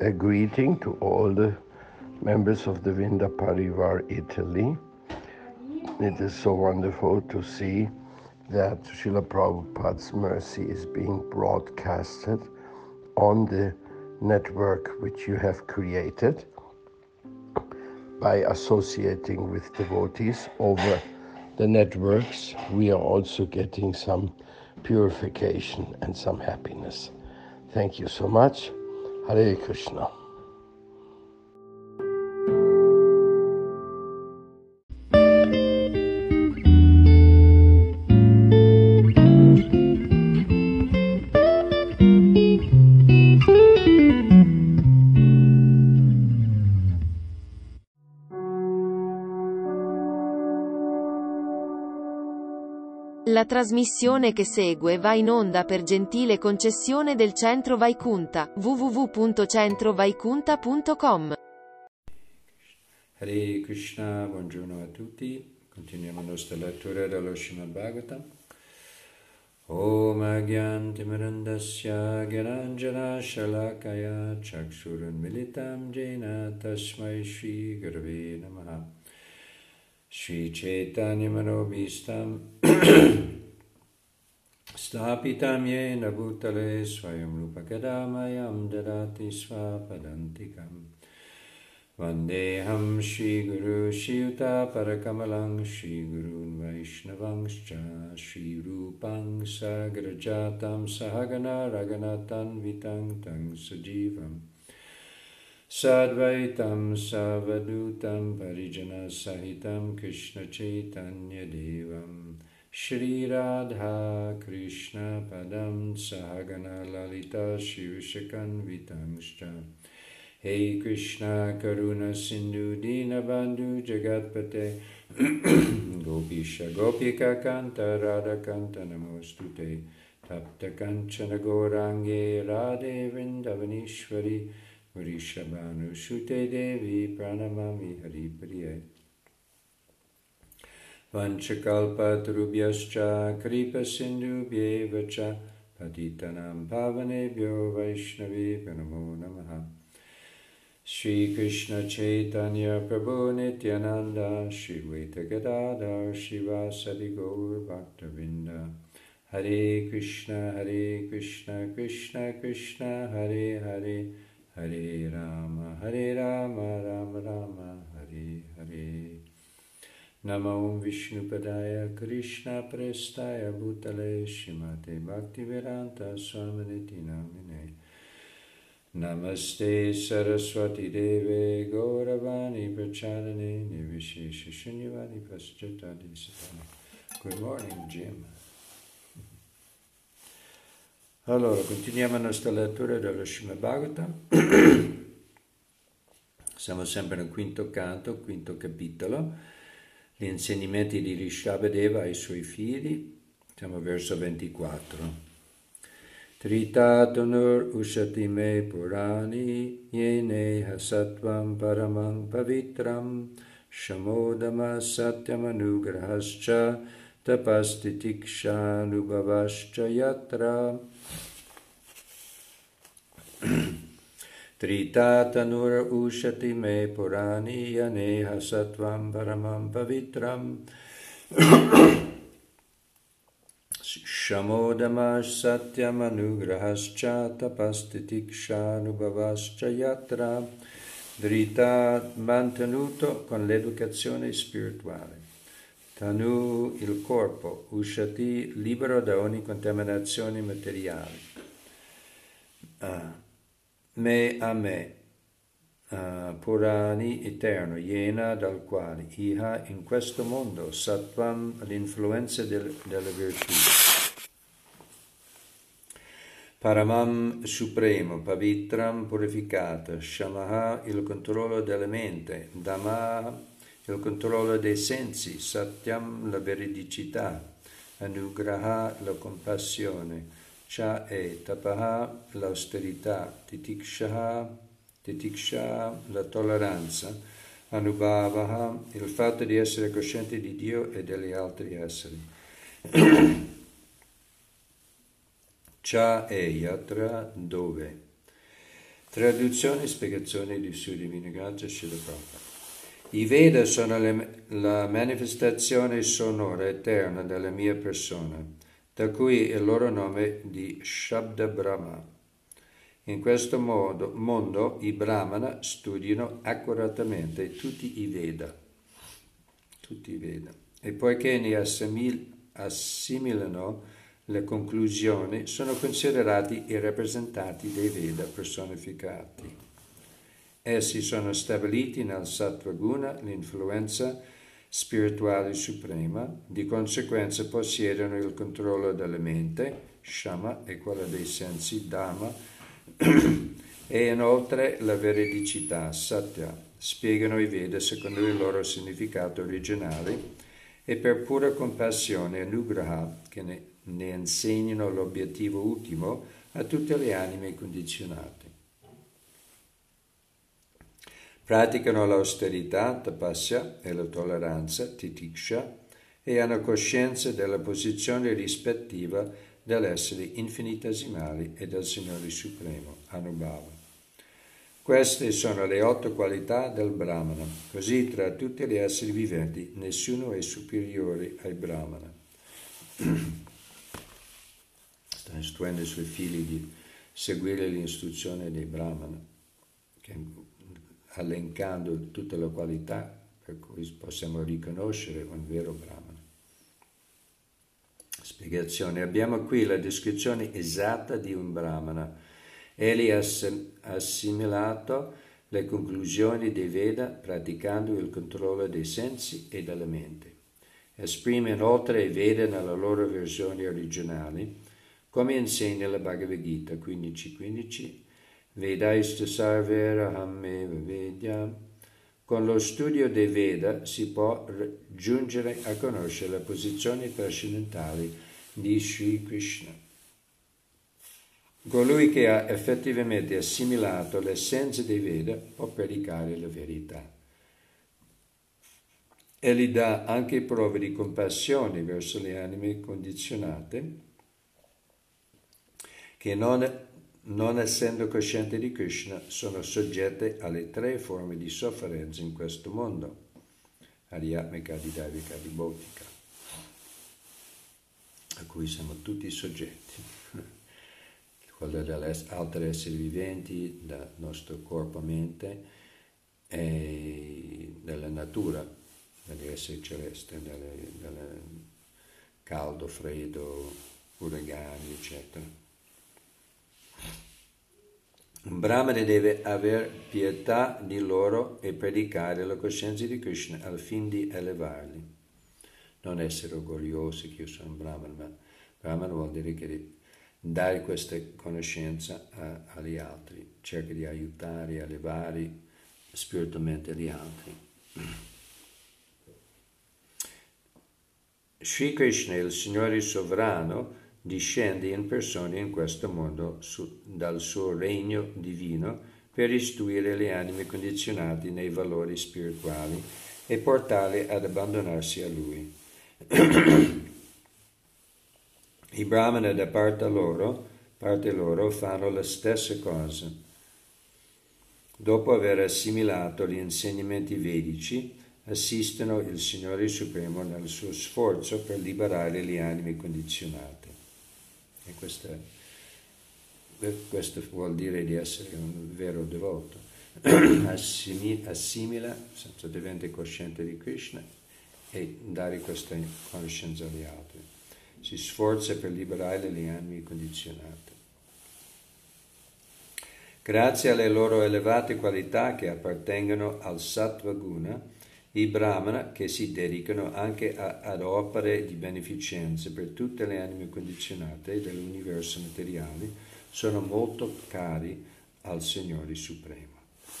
a greeting to all the members of the Vrinda Parivar Italy. It is so wonderful to see that Srila Prabhupada's mercy is being broadcasted on the network which you have created by associating with devotees over the networks. We are also getting some purification and some happiness. Thank you so much. Hare Krishna. La trasmissione che segue va in onda per gentile concessione del Centro Vaikunta, www.centrovaikunta.com. Hare Krishna, buongiorno a tutti. Continuiamo la nostra lettura dello Srimad Bhagavatam. Om Agyantimirandasya Gyananjana Shalakaya Chakshurunmilitam Jena Tasmai Shri Gurave Namaha. Shri Chaitanya Manobhistam Stapitam Yena Bhutale Swayam Rupa Kadamayam Dadati Svapadantikam Vandeham Shri Guru Shiyuta Parakamalang Shri Gurun Vaishnavangscha Shri Rupang Sagrajatam Sahagana Raganatan Vitang Tang Sajivam Sadvaitam Savadutam Parijana Sahitam Krishna Chaitanya Devam Shri Radha Krishna Padam Sahagana Lalita Shivashakan Vitangscha Hey Krishna Karuna Sindhu Dinabandhu Jagatpate Gopisha Gopika Kanta Radha Kanta Namostute Tapta Kanchana Gorange Radhe Vrindavanishwari Vrishabhanu Shute Devi Pranamami Haripriye Vanchakalpatarubhyascha Kripa Sindhubhyevacha Patitanam Pavanebhyo Vaishnavi Namo Namaha Shri Krishna Chaitanya Prabhu Nityananda Shri Advaita Gadadhar Shivasadi Gaur Bhaktavinda Hare Krishna Krishna Krishna Hare Hare Hare Rama Rama Rama Hare Hare Namo Vishnupadaya Krishna Prestaya Bhutale Shrimate Bhaktivedanta Swaminiti Namine Namaste Saraswati Deve Gauravani Pracharane Nivishesha Shunyavadi Paschatadi Satani. Good morning, Jim. Allora, continuiamo la nostra lettura dello Srimad Bhagavatam. Siamo sempre nel quinto canto, quinto capitolo, gli insegnamenti di Rishabhadeva ai suoi figli. Siamo verso 24. Tritatunur ushati me purani yeneha sattvam paramang pavitram shamodama satyamanugrahascha tapastitikshanubhavascha yatra Tritatanura ushati me purani yaneha sattvam paramam pavitram Shamodamash satyam anugrahascha tapastitikshanubhavascha yatra Drita mantenuto con l'educazione spirituale. Tanu il corpo, ushati libero da ogni contaminazione materiale. Me a me, Purani eterno, Yena dal quale, Iha in questo mondo, Sattvam l'influenza delle virtù. Paramam supremo, Pavitram purificata, Shamaha il controllo della mente, Dhamma il controllo dei sensi, Satyam la veridicità, Anugraha la compassione, Cha e Tapaha l'austerità, Titiksha la tolleranza, Anubhavaha il fatto di essere coscienti di Dio e degli altri esseri. Cha e Yatra dove. Traduzione e spiegazione di Sua Divina Grazia Srila Prabhupada. I Veda sono la manifestazione sonora eterna della mia persona, da cui il loro nome di Shabda Brahma. In questo mondo i Brahmana studiano accuratamente tutti i Veda, e poiché ne assimilano le conclusioni, sono considerati i rappresentanti dei Veda personificati. Essi sono stabiliti nel Sattva Guna, l'influenza spirituale suprema, di conseguenza possiedono il controllo della mente, Shama, e quella dei sensi, Dhamma, e inoltre la veridicità, Satya. Spiegano i Veda secondo il loro significato originale e per pura compassione e Anugraha, che ne insegnano l'obiettivo ultimo a tutte le anime condizionate. Praticano l'austerità, tapasya, e la tolleranza, titiksha, e hanno coscienza della posizione rispettiva dell'essere infinitesimali e del Signore Supremo, Anubhava. Queste sono le 8 qualità del Brahmana. Così tra tutti gli esseri viventi nessuno è superiore ai Brahmana. Sta istruendo i suoi figli di seguire l'istruzione dei Brahmana, elencando tutte le qualità per cui possiamo riconoscere un vero Brahmana. Spiegazione. Abbiamo qui la descrizione esatta di un Brahmana. Egli ha assimilato le conclusioni dei Veda praticando il controllo dei sensi e della mente. Esprime inoltre i Veda nella loro versione originali, come insegna la Bhagavad Gita 15.15, Vedaista sarvera hammeva vedya. Con lo studio dei Veda si può giungere a conoscere le posizioni trascendentali di Sri Krishna. Colui che ha effettivamente assimilato l'essenza dei Veda può predicare la verità. Egli dà anche prove di compassione verso le anime condizionate che non essendo coscienti di Krishna sono soggette alle 3 forme di sofferenza in questo mondo, ariatmika, didavika, dibautika, a cui siamo tutti soggetti. Quella degli altri esseri viventi, del nostro corpo-mente e della natura, degli esseri celesti, del caldo, freddo, uragani, eccetera. Un Brahmana deve aver pietà di loro e predicare la coscienza di Krishna al fine di elevarli. Non essere orgogliosi che io sono un Brahmana, ma Brahmana vuol dire che dare questa conoscenza agli altri, cerca di aiutare, elevare spiritualmente gli altri. Sri Krishna, il Signore sovrano, discende in persona in questo mondo dal suo regno divino per istruire le anime condizionate nei valori spirituali e portarle ad abbandonarsi a Lui. I Brahmana da parte loro fanno la stessa cosa. Dopo aver assimilato gli insegnamenti vedici, assistono il Signore Supremo nel suo sforzo per liberare le anime condizionate. E questo vuol dire di essere un vero devoto. Assimila, diventa cosciente di Krishna e dare questa conoscenza agli altri. Si sforza per liberare le anime condizionate. Grazie alle loro elevate qualità che appartengono al Sattva Guna, i Brahmana, che si dedicano anche ad opere di beneficenza per tutte le anime condizionate dell'universo materiale, sono molto cari al Signore Supremo.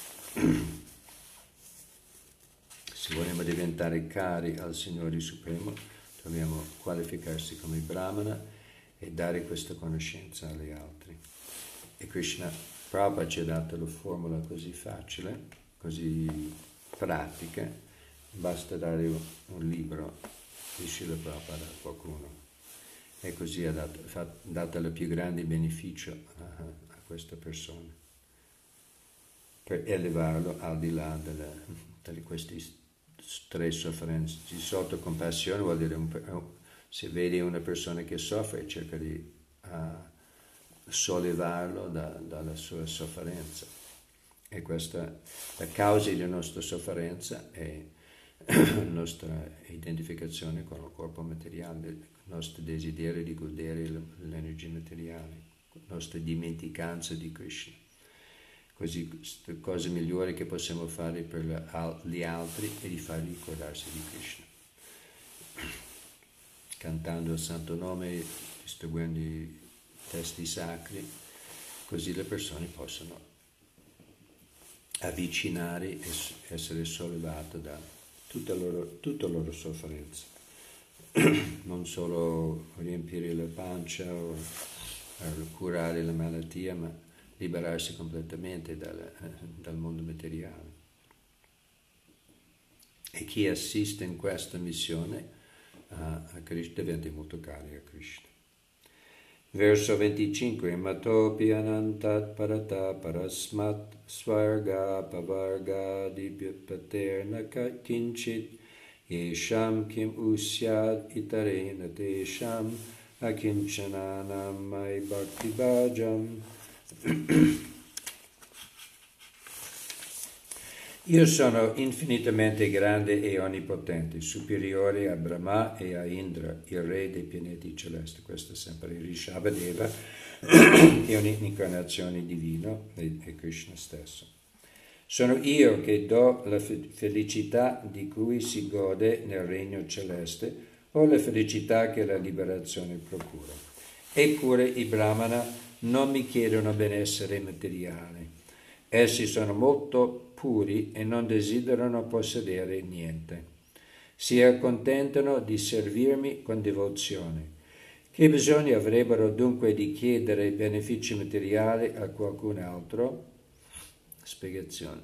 Se vogliamo diventare cari al Signore Supremo, dobbiamo qualificarsi come Brahmana e dare questa conoscenza agli altri. E Krishna Prabhupada ci ha dato la formula così facile, così pratica. Basta dare un libro di Srila Prabhupada a qualcuno e così ha dato il più grande beneficio a questa persona. per elevarlo al di là di queste tre sofferenze. Di solito compassione vuol dire se vedi una persona che soffre, cerca di sollevarlo dalla sua sofferenza. E questa, la causa della nostra sofferenza è la nostra identificazione con il corpo materiale, il nostro desiderio di godere l'energia materiale, la nostra dimenticanza di Krishna. Così le cose migliori che possiamo fare per gli altri è di farli ricordarsi di Krishna. Cantando il santo nome, distribuendo i testi sacri, così le persone possono avvicinare e essere sollevate da tutta la loro sofferenza. Non solo riempire la pancia o curare la malattia, ma liberarsi completamente dal mondo materiale. E chi assiste in questa missione a Krishna diventa molto caro a Krishna. Verso 25. Matopi anantat parata parasmat svarga pavarga dibhyapaterna kinchit yesham kim usyad itarena tesham akinchananam mai bhakti bhajam. Io sono infinitamente grande e onnipotente, superiore a Brahma e a Indra, il re dei pianeti celesti. Questo è sempre Rishabhadeva, è un'incarnazione divina, è Krishna stesso. Sono io che do la felicità di cui si gode nel regno celeste o la felicità che la liberazione procura. Eppure i Brahmana non mi chiedono benessere materiale. Essi sono molto puri e non desiderano possedere niente. Si accontentano di servirmi con devozione. Che bisogno avrebbero dunque di chiedere benefici materiali a qualcun altro? Spiegazione.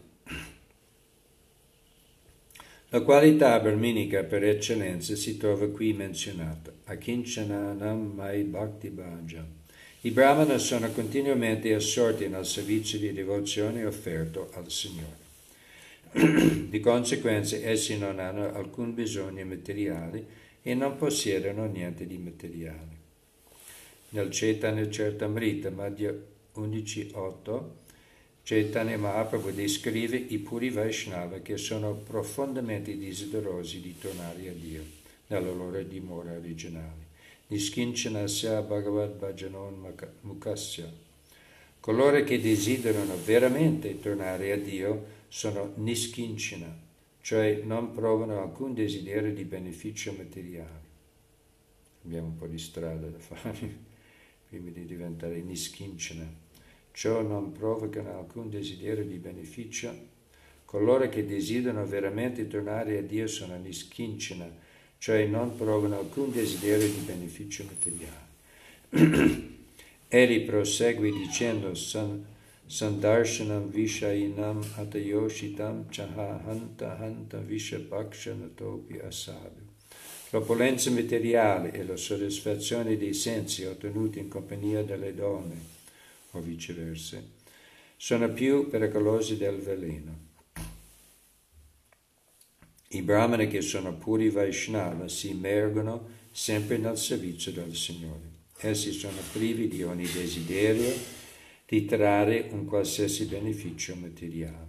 La qualità brahminica per eccellenza si trova qui menzionata. Akinchananam mai bhakti bhajam. I Brahmana sono continuamente assorti nel servizio di devozione offerto al Signore. Di conseguenza essi non hanno alcun bisogno materiale e non possiedono niente di materiale. Nel Chaitanya Charitamrita, Madhya 11.8, Chaitanya Mahaprabhu descrive i puri Vaishnava che sono profondamente desiderosi di tornare a Dio nella loro dimora originale. Niskinchanasya Bhagavad Bhajanon Mukasya. Coloro che desiderano veramente tornare a Dio sono niskinchana, cioè non provano alcun desiderio di beneficio materiale. Abbiamo un po' di strada da fare prima di diventare niskinchana. Ciò non provocano alcun desiderio di beneficio. Coloro che desiderano veramente tornare a Dio sono niskinchana, cioè non provano alcun desiderio di beneficio materiale. Egli prosegue dicendo Sandarshanam Vishayinam Atayoshitam Chaha Hanta Hanta Vishabhakshanatopi Asadu. L'opulenza materiale e la soddisfazione dei sensi ottenuti in compagnia delle donne, o viceversa, sono più pericolosi del veleno. I Brahmana che sono puri Vaishnava si immergono sempre nel servizio del Signore. Essi sono privi di ogni desiderio di trarre un qualsiasi beneficio materiale.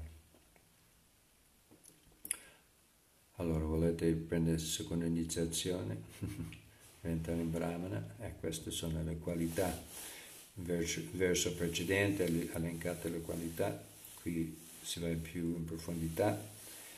Allora, volete prendere la seconda iniziazione? Diventare in Brahmana? Queste sono le qualità. Verso precedente elencate le qualità, qui si va più in profondità.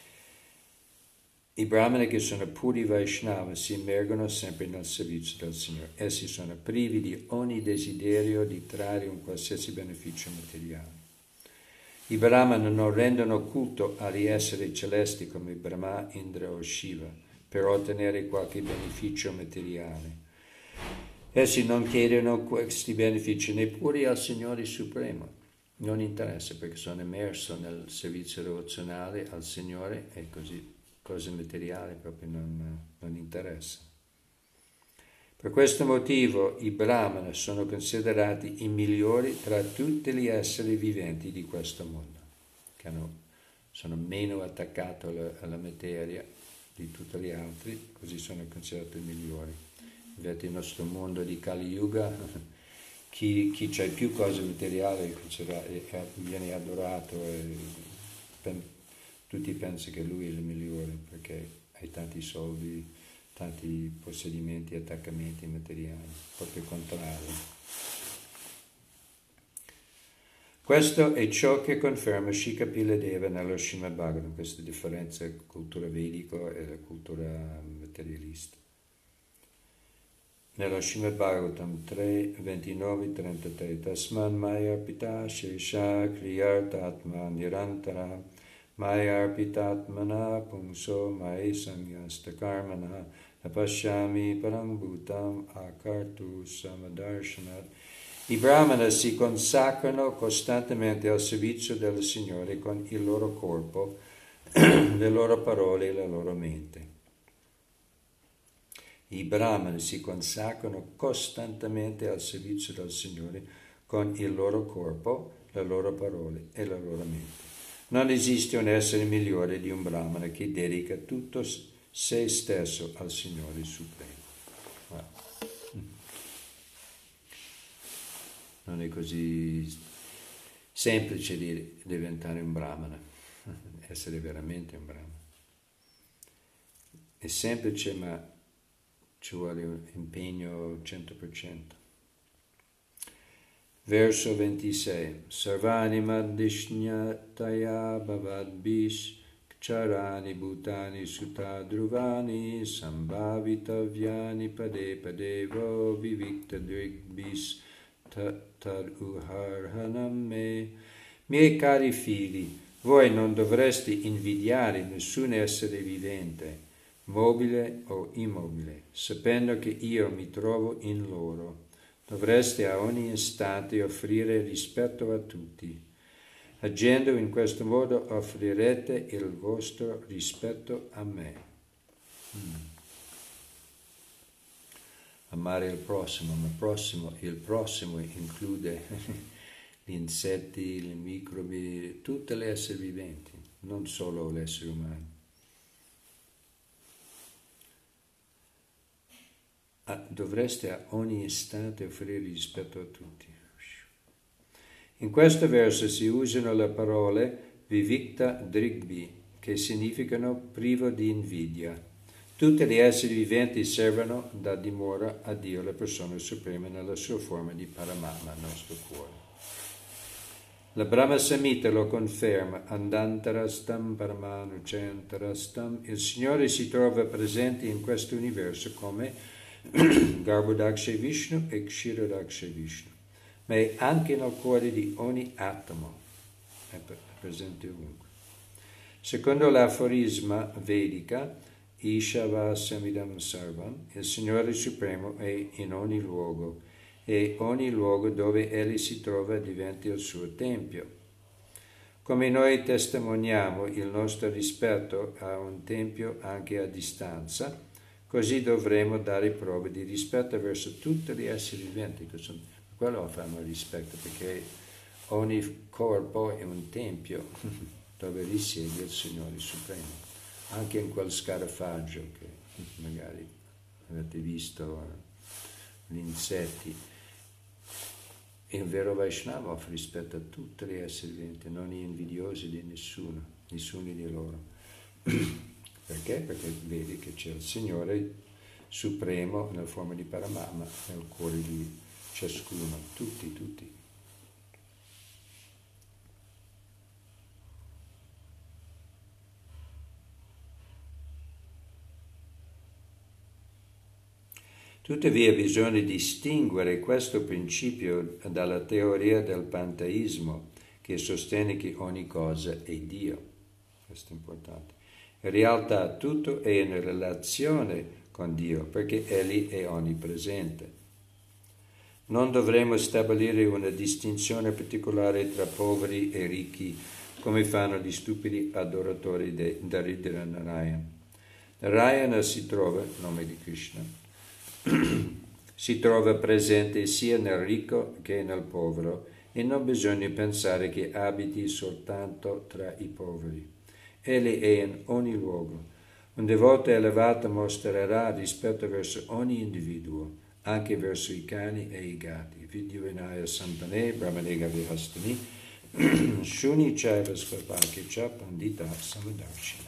I Brahmana che sono puri Vaishnava si immergono sempre nel servizio del Signore. Essi sono privi di ogni desiderio di trarre un qualsiasi beneficio materiale. I Brahmana non rendono culto agli esseri celesti come Brahma, Indra o Shiva per ottenere qualche beneficio materiale. Essi non chiedono questi benefici neppure al Signore Supremo. Non interessa perché sono immerso nel servizio devozionale al Signore e così cose materiali proprio non interessa. Per questo motivo i Brahmana sono considerati i migliori tra tutti gli esseri viventi di questo mondo. sono meno attaccati alla materia di tutti gli altri, così sono considerati migliori. Invece nel nostro mondo di Kali Yuga, chi c'ha più cose materiali viene adorato e tutti pensano che lui è il migliore perché ha tanti soldi, tanti possedimenti, attaccamenti materiali, proprio il contrario. Questo è ciò che conferma Shikapila Deva nello Srimad Bhagavatam, questa differenza tra cultura vedica e la cultura materialista. Nello Srimad Bhagavatam 3, 29-33, Tasman Maya Pita Shesha Kriyartatma Nirantara Maya Pitatmana Pungso Maya Samyasta Karmana Napashyami Parambhutam Akartu Samadarshanat. I Brahmana si consacrano costantemente al servizio del Signore con il loro corpo, le loro parole e la loro mente. I Brahmana si consacrano costantemente al servizio del Signore con il loro corpo, le loro parole e la loro mente. Non esiste un essere migliore di un Brahmana che dedica tutto se stesso al Signore Supremo. Wow. Non è così semplice di diventare un Brahmana, essere veramente un Brahmana. È semplice, ma ci vuole un impegno 100%. Verso 26. Sarvani madishnyataya bhavadbish kcharani bhutani sutadruvani sambhavitavyani pade padevo vivikta drigbis tad uharhanam me. Miei cari figli, voi non dovreste invidiare nessun essere vivente, mobile o immobile, sapendo che io mi trovo in loro. Dovreste a ogni istante offrire rispetto a tutti. Agendo in questo modo offrirete il vostro rispetto a me. Amare il prossimo, ma il prossimo include gli insetti, i microbi, tutti gli esseri viventi, non solo l'essere umano. Dovreste a ogni istante offrire rispetto a tutti. In questo verso si usano le parole vivikta drigbi, che significano privo di invidia. Tutti gli esseri viventi servono da dimora a Dio, la persona suprema, nella sua forma di Paramama, nostro cuore. La Brahma Samhita lo conferma, Andantarastam Paramanuchantarastam. Il Signore si trova presente in questo universo come Garbhodakshay Vishnu e Kshirodakshay Vishnu, ma è anche nel cuore di ogni atomo, è presente ovunque. Secondo l'aforisma vedica, Ishavashamidam Sarvam, il Signore Supremo è in ogni luogo, e ogni luogo dove Egli si trova diventa il suo tempio. Come noi testimoniamo il nostro rispetto a un tempio anche a distanza, così dovremo dare prove di rispetto verso tutti gli esseri viventi. Quello fanno rispetto, perché ogni corpo è un tempio dove risiede il Signore Supremo. Anche in quel scarafaggio che magari avete visto, gli insetti. Il vero Vaishnava offre rispetto a tutti gli esseri viventi, non è invidioso di nessuno di loro. Perché? Perché vedi che c'è il Signore Supremo nella forma di Paramama nel cuore di ciascuno, tutti. Tuttavia bisogna distinguere questo principio dalla teoria del panteismo, che sostiene che ogni cosa è Dio. Questo è importante. In realtà tutto è in relazione con Dio, perché Egli è onnipresente. Non dovremmo stabilire una distinzione particolare tra poveri e ricchi, come fanno gli stupidi adoratori di Daridra Narayana. Narayana si trova, nome di Krishna, si trova presente sia nel ricco che nel povero e non bisogna pensare che abiti soltanto tra i poveri. Egli è in ogni luogo. Un devoto elevato mostrerà rispetto verso ogni individuo, anche verso i cani e i gatti. Vidyavinaya Santane, Brahmanega Vihastani, Shuni Chaiva Svapakicha Pandita Samadarshina.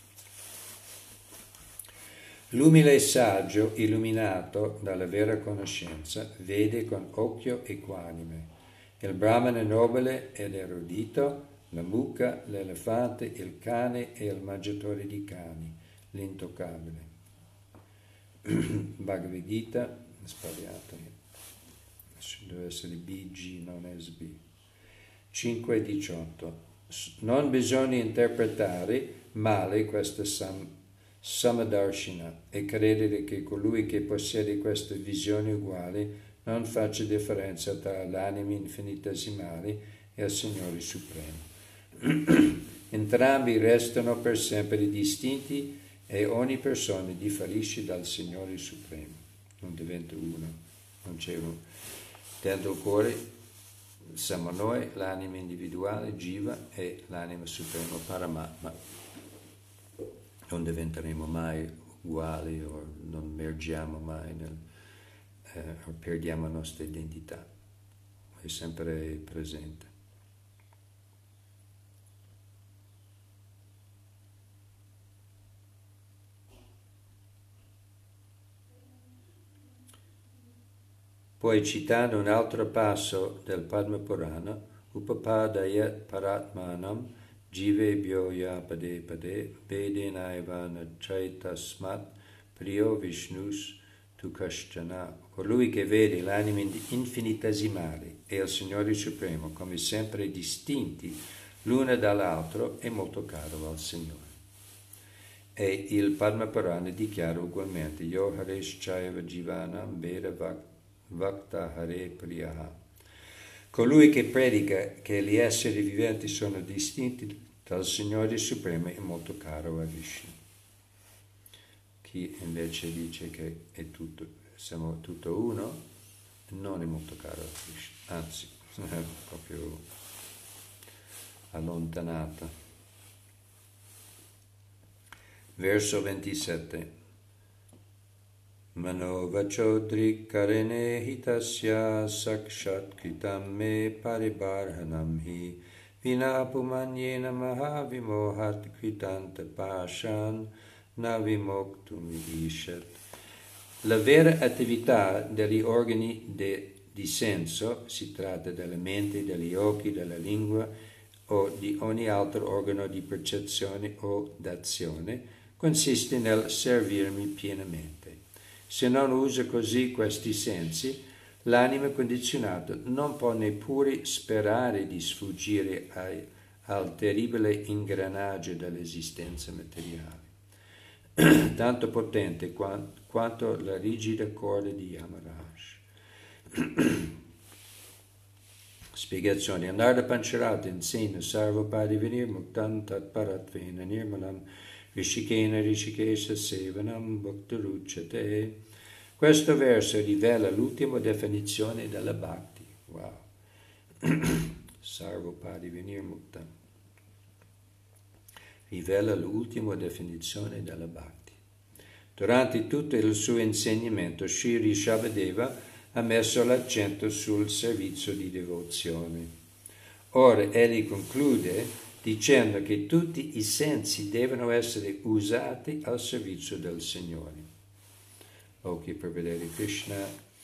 L'umile saggio, illuminato dalla vera conoscenza, vede con occhio equanime. Il Brahmana nobile ed erudito, la mucca, l'elefante, il cane e il mangiatore di cani, l'intoccabile. Bhagavad Gita, sbagliato, deve essere BG, non SB. 5.18. Non bisogna interpretare male questa Samadarshina e credere che colui che possiede questa visione uguale non faccia differenza tra l'anima infinitesimale e il Signore Supremo. Entrambi restano per sempre distinti e ogni persona differisce dal Signore Supremo. Non diventa uno, non c'è uno. Dentro il cuore siamo noi, l'anima individuale, Jiva, e l'anima suprema, Paramatma. Non diventeremo mai uguali o non mergiamo mai, o perdiamo la nostra identità. È sempre presente. Poi citando un altro passo del Padma Purana, Upapadaya Paratmanam Jivebhyo ya pade pade Vedenaiva nachaitasmat Priyo Vishnus Tukashchana. Colui che vede l'anima infinitesimale e il Signore Supremo come sempre distinti l'una dall'altro è molto caro al Signore. E il Padma Purana dichiara ugualmente Yo Haresh Chaiva Jivanam Veda Vakta Hare Priyaha. Colui che predica che gli esseri viventi sono distinti dal Signore Supremo è molto caro a Vishnu. Chi invece dice che è tutto, siamo tutto uno, non è molto caro a Vishnu, anzi, è proprio allontanato. Verso 27. Mano vachodri karene hitasya sakshat kritam me paribarhanam hi vinapumanyena mahavimohat kritanta pashan navimoktum ishat. La vera attività degli organi di senso, si tratta della mente, degli occhi, della lingua o di ogni altro organo di percezione o d'azione, consiste nel servirmi pienamente. Se non usa così questi sensi, l'anima condizionata non può neppure sperare di sfuggire al terribile ingranaggio dell'esistenza materiale, tanto potente quanto la rigida corda di Yamaraj. Spiegazione. Anarda Pancharata insegna Sarvapadi Vinir Muktan Tat Paratvena Nirmalam Rishikena Rishikesha Sevanam Bhaktaruchyate. Questo verso rivela l'ultima definizione della Bhakti. Wow. Sarvapadi Vinir Muktam. Rivela l'ultima definizione della Bhakti. Durante tutto il suo insegnamento, Sri Rishabhadeva ha messo l'accento sul servizio di devozione. Ora egli conclude dicendo che tutti i sensi devono essere usati al servizio del Signore. Occhi per vedere Krishna,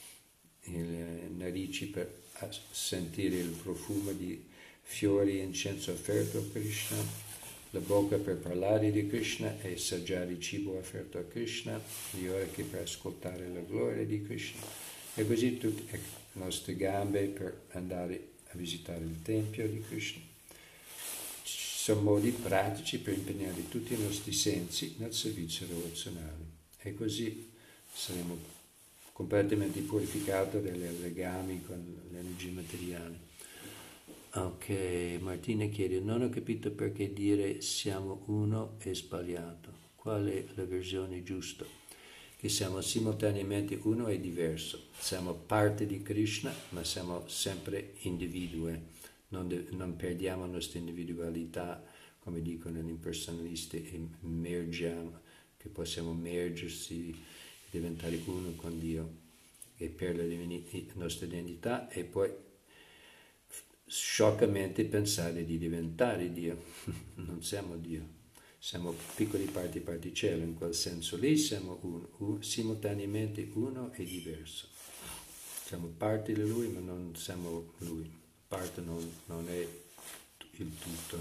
narici per sentire il profumo di fiori e incenso offerto a Krishna, la bocca per parlare di Krishna e assaggiare il cibo offerto a Krishna, gli orecchi per ascoltare la gloria di Krishna, e così tutte le nostre gambe per andare a visitare il Tempio di Krishna. Sono modi pratici per impegnare tutti i nostri sensi nel servizio devozionale, e così saremo completamente purificati dai legami con l'energia materiale. Ok, Martina chiede, non ho capito perché dire siamo uno è sbagliato. Qual è la versione giusta? che siamo simultaneamente uno e diverso. Siamo parte di Krishna, ma siamo sempre individui. Non perdiamo la nostra individualità, come dicono gli impersonalisti, e mergiamo, che possiamo mergersi, diventare uno con Dio e per la nostra identità e poi scioccamente pensare di diventare Dio. Non siamo Dio. Siamo piccoli particelle, in quel senso lì siamo simultaneamente uno e diverso. Siamo parte di Lui, ma non siamo Lui. Parte non è il tutto.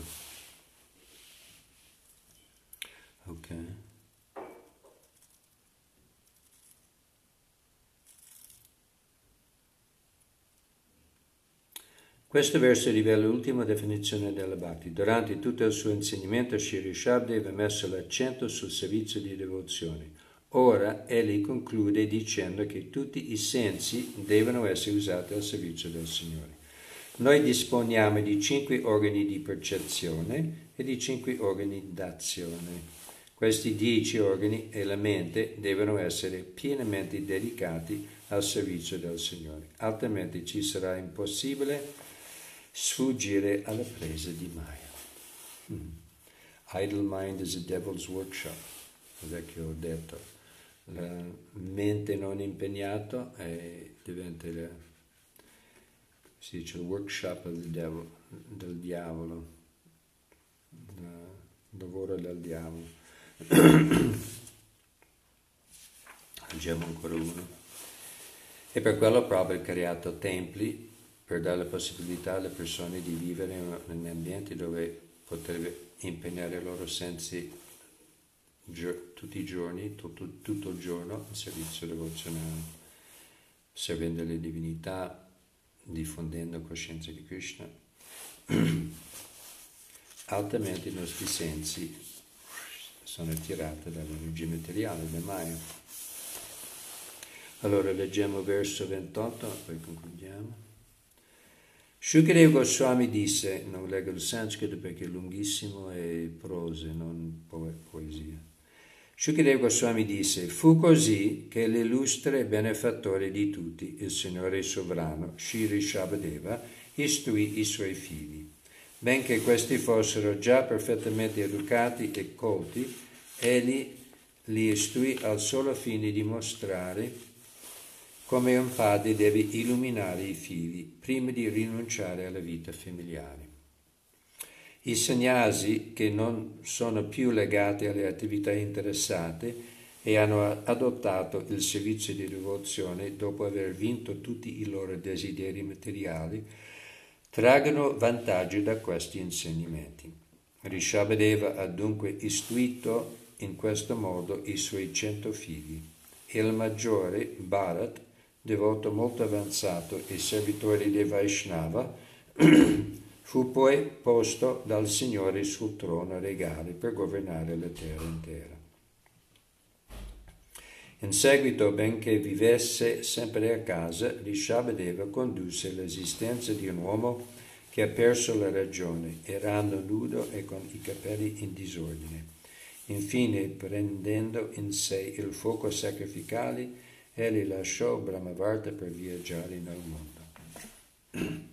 Ok? Questo verso rivela l'ultima definizione della Bhakti. Durante tutto il suo insegnamento, Sri Rishabhadeva ha messo l'accento sul servizio di devozione. Ora egli conclude dicendo che tutti i sensi devono essere usati al servizio del Signore. Noi disponiamo di 5 organi di percezione e di 5 organi d'azione. Questi 10 organi e la mente devono essere pienamente dedicati al servizio del Signore, altrimenti ci sarà impossibile sfuggire alla presa di Maya. Idle mind is a devil's workshop, il vecchio detto. La mente non impegnata diventa si dice il workshop del diavolo, il lavoro del diavolo. Leggiamo ancora uno. E per quello proprio ha creato templi per dare la possibilità alle persone di vivere in ambienti dove potrebbero impegnare i loro sensi tutti i giorni, tutto il giorno in servizio devozionale, servendo le divinità, diffondendo coscienza di Krishna. Altrimenti i nostri sensi sono attirati dall'energia materiale, da Maya. Allora leggiamo verso 28, poi concludiamo. Shukadeva Goswami disse, non leggo il sanscrito perché è lunghissimo e prose, non poesia. Shukadeva Goswami disse, fu così che l'illustre benefattore di tutti, il Signore Sovrano, Sri Rishabhadeva, istruì i suoi figli. Benché questi fossero già perfettamente educati e colti, egli li istruì al solo fine di mostrare come un padre deve illuminare i figli prima di rinunciare alla vita familiare. I sannyasi che non sono più legati alle attività interessate e hanno adottato il servizio di devozione dopo aver vinto tutti i loro desideri materiali, traggono vantaggio da questi insegnamenti. Rishabhadeva ha dunque istruito in questo modo i suoi 100 figli. Il maggiore, Bharat, devoto molto avanzato e servitore dei Vaishnava, fu poi posto dal Signore sul trono regale per governare la terra intera. In seguito, benché vivesse sempre a casa, Rishabhadeva condusse l'esistenza di un uomo che ha perso la ragione, errando nudo e con i capelli in disordine. Infine, prendendo in sé il fuoco sacrificale, egli lasciò Brahmavarta per viaggiare nel mondo.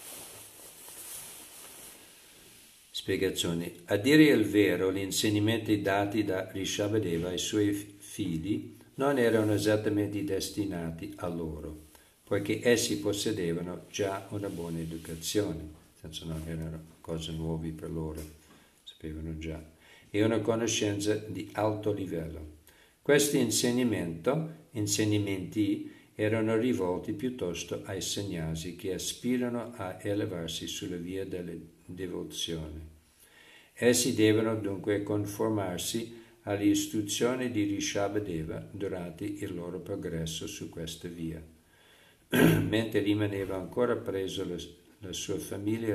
Spiegazione. A dire il vero, gli insegnamenti dati da Rishabhadeva ai suoi figli non erano esattamente destinati a loro, poiché essi possedevano già una buona educazione, nel senso non erano cose nuove per loro, sapevano già, e una conoscenza di alto livello. Questi insegnamenti erano rivolti piuttosto ai sannyasi che aspirano a elevarsi sulla via della devozione. Essi devono dunque conformarsi alle istruzioni di Rishabhadeva durante il loro progresso su questa via. Mentre rimaneva ancora presso la sua famiglia,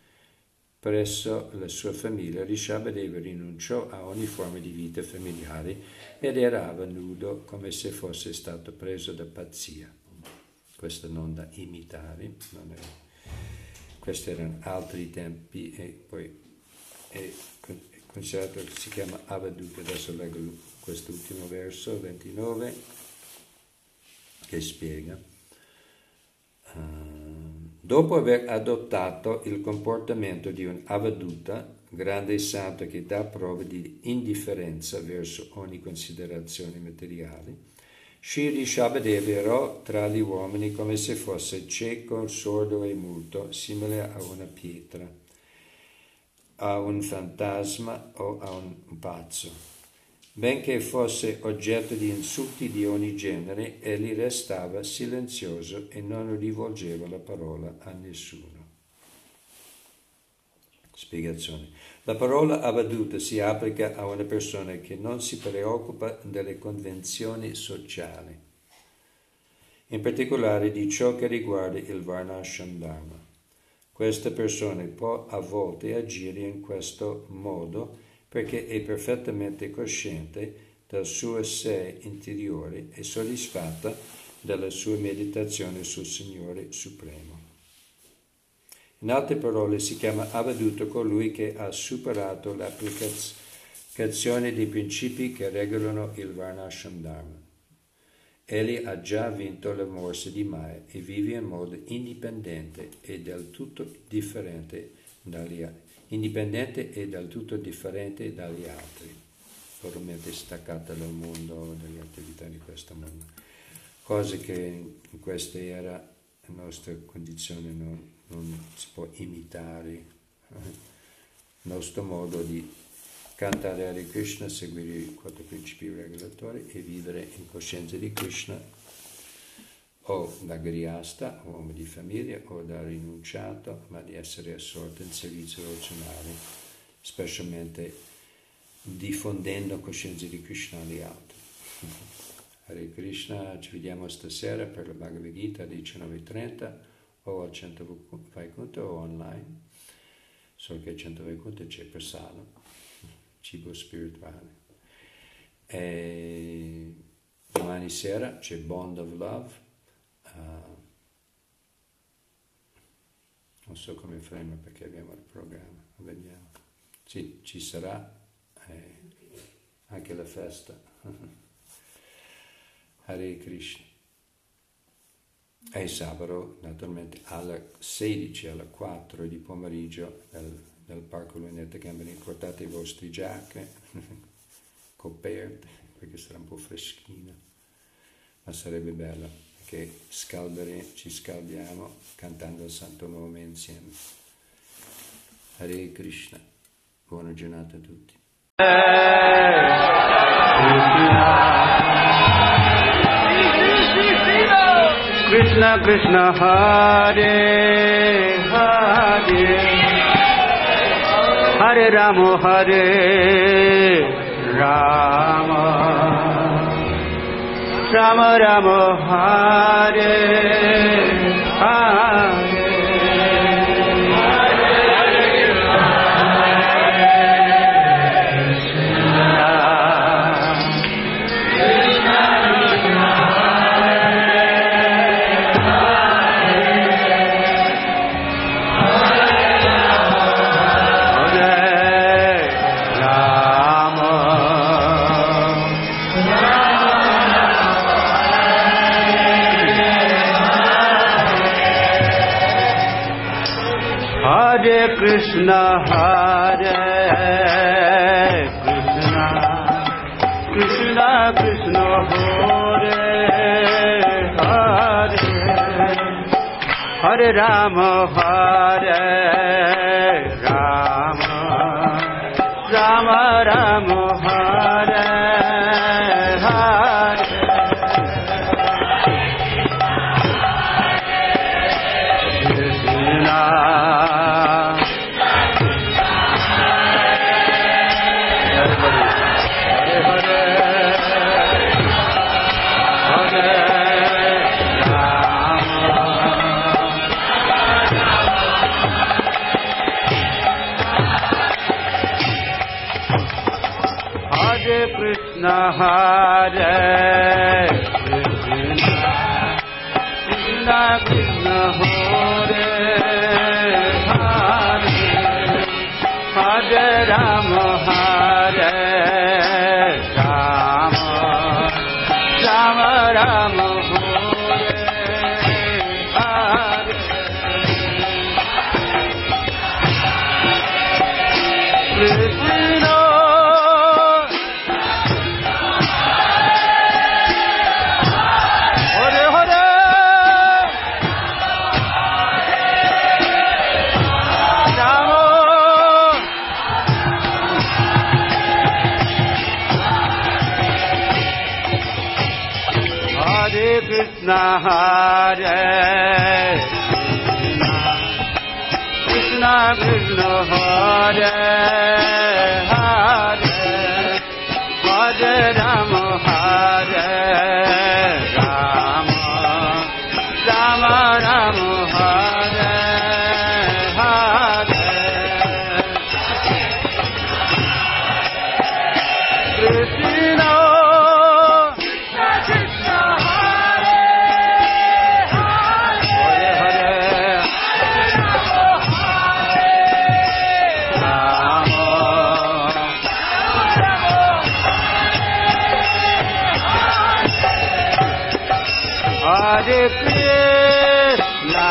Rishabhadeva rinunciò a ogni forma di vita familiare ed errava nudo come se fosse stato preso da pazzia. Questo non da imitare, questi erano altri tempi e poi considerato che si chiama Avadhuta. Adesso leggo quest'ultimo verso, 29, che spiega. Dopo aver adottato il comportamento di un Avadhuta, grande santo che dà prove di indifferenza verso ogni considerazione materiale, Sri Rishabhadeva erò tra gli uomini come se fosse cieco, sordo e muto, simile a una pietra, a un fantasma o a un pazzo. Benché fosse oggetto di insulti di ogni genere, egli restava silenzioso e non rivolgeva la parola a nessuno. Spiegazione. La parola Avadhuta si applica a una persona che non si preoccupa delle convenzioni sociali, in particolare di ciò che riguarda il Varnashram Dharma. Questa persona può a volte agire in questo modo perché è perfettamente cosciente del suo sé interiore e soddisfatta della sua meditazione sul Signore Supremo. In altre parole, si chiama Avadhuta colui che ha superato l'applicazione dei principi che regolano il Varnashram Dharma. Egli ha già vinto le morse di Maya e vive in modo indipendente e del tutto differente dagli altri, totalmente staccata dal mondo, dalle attività di questo mondo. Cose che in questa era, la nostra condizione non si può imitare. Il nostro modo di cantare Hare Krishna, seguire i 4 principi regolatori e vivere in coscienza di Krishna, o da grihasta, uomo di famiglia, o da rinunciato, ma di essere assorto in servizio devozionale, specialmente diffondendo coscienza di Krishna agli altri. Hare Krishna, ci vediamo stasera per la Bhagavad Gita alle 19:30 o al Centro Vaikuntha o online, solo che al Centro Vaikuntha c'è prasada, cibo spirituale. E domani sera c'è Bond of Love, non so come faremo perché abbiamo il programma, vediamo. Sì, ci sarà anche la festa. Hare Krishna. E sabato, naturalmente, alle 16, alle 4 di pomeriggio nel Parco Lunetta Company, portate i vostri giacche, coperte, perché sarà un po' freschina, ma sarebbe bello, perché ci scaldiamo cantando il Santo Nome insieme. Hare Krishna. Buona giornata a tutti. Krishna Krishna Hare Hare Hare Rama Hare Rama Rama Rama Hare Hare Krishna Hare Krishna Krishna Krishna Hare Hare Hare Rama Hare Rama Rama Rama Hare Hare Krishna Krishna Hare Krishna Krishna Krishna Hare Hare Hare Rama Hare Krishna Hare Krishna Krishna Hare Hare Hare Rama Hare Rama Rama Rama Hare Hare Krishna Hare Krishna,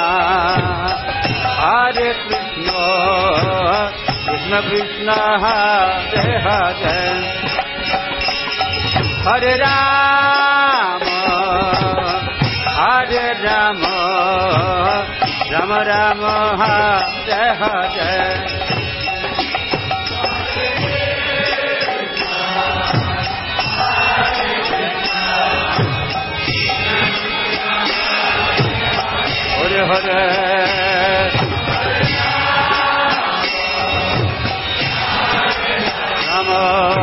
Hare Krishna, Krishna Krishna, Hare Hare, Hare Rama, Hare Rama, Rama Rama, Hare Hare. Hare Hare Rama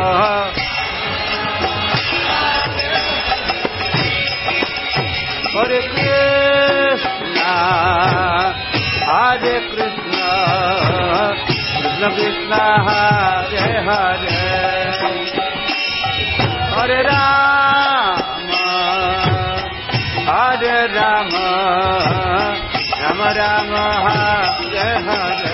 Hare Krishna Hare Krishna Krishna Krishna Hare Hare Hare Rama Hare Rama Rama Rama Hare Hare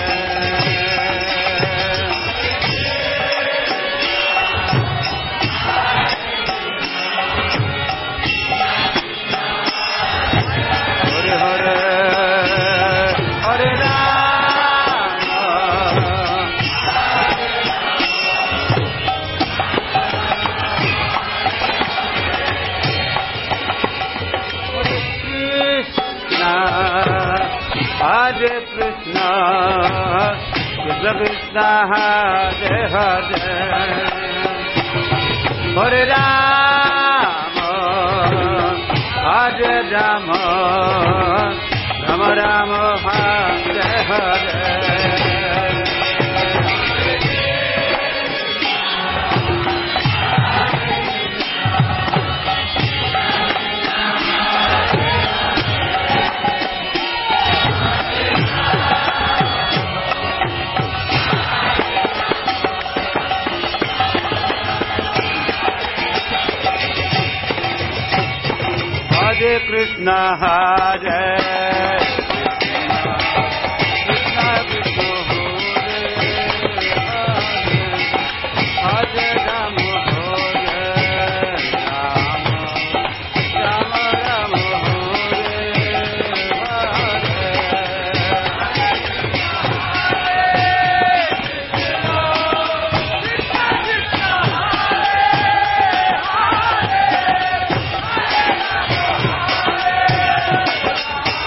Hare Hare Hare Rama Hare Krishna, Krishna Krishna, Hare Hare, Hare Rama, Hare Rama, Rama Rama, Hare Hare. Hare Krishna, Hare Krishna, Krishna Hare Hare, Hare Rama, Hare Rama, Rama Rama, Hare Hare.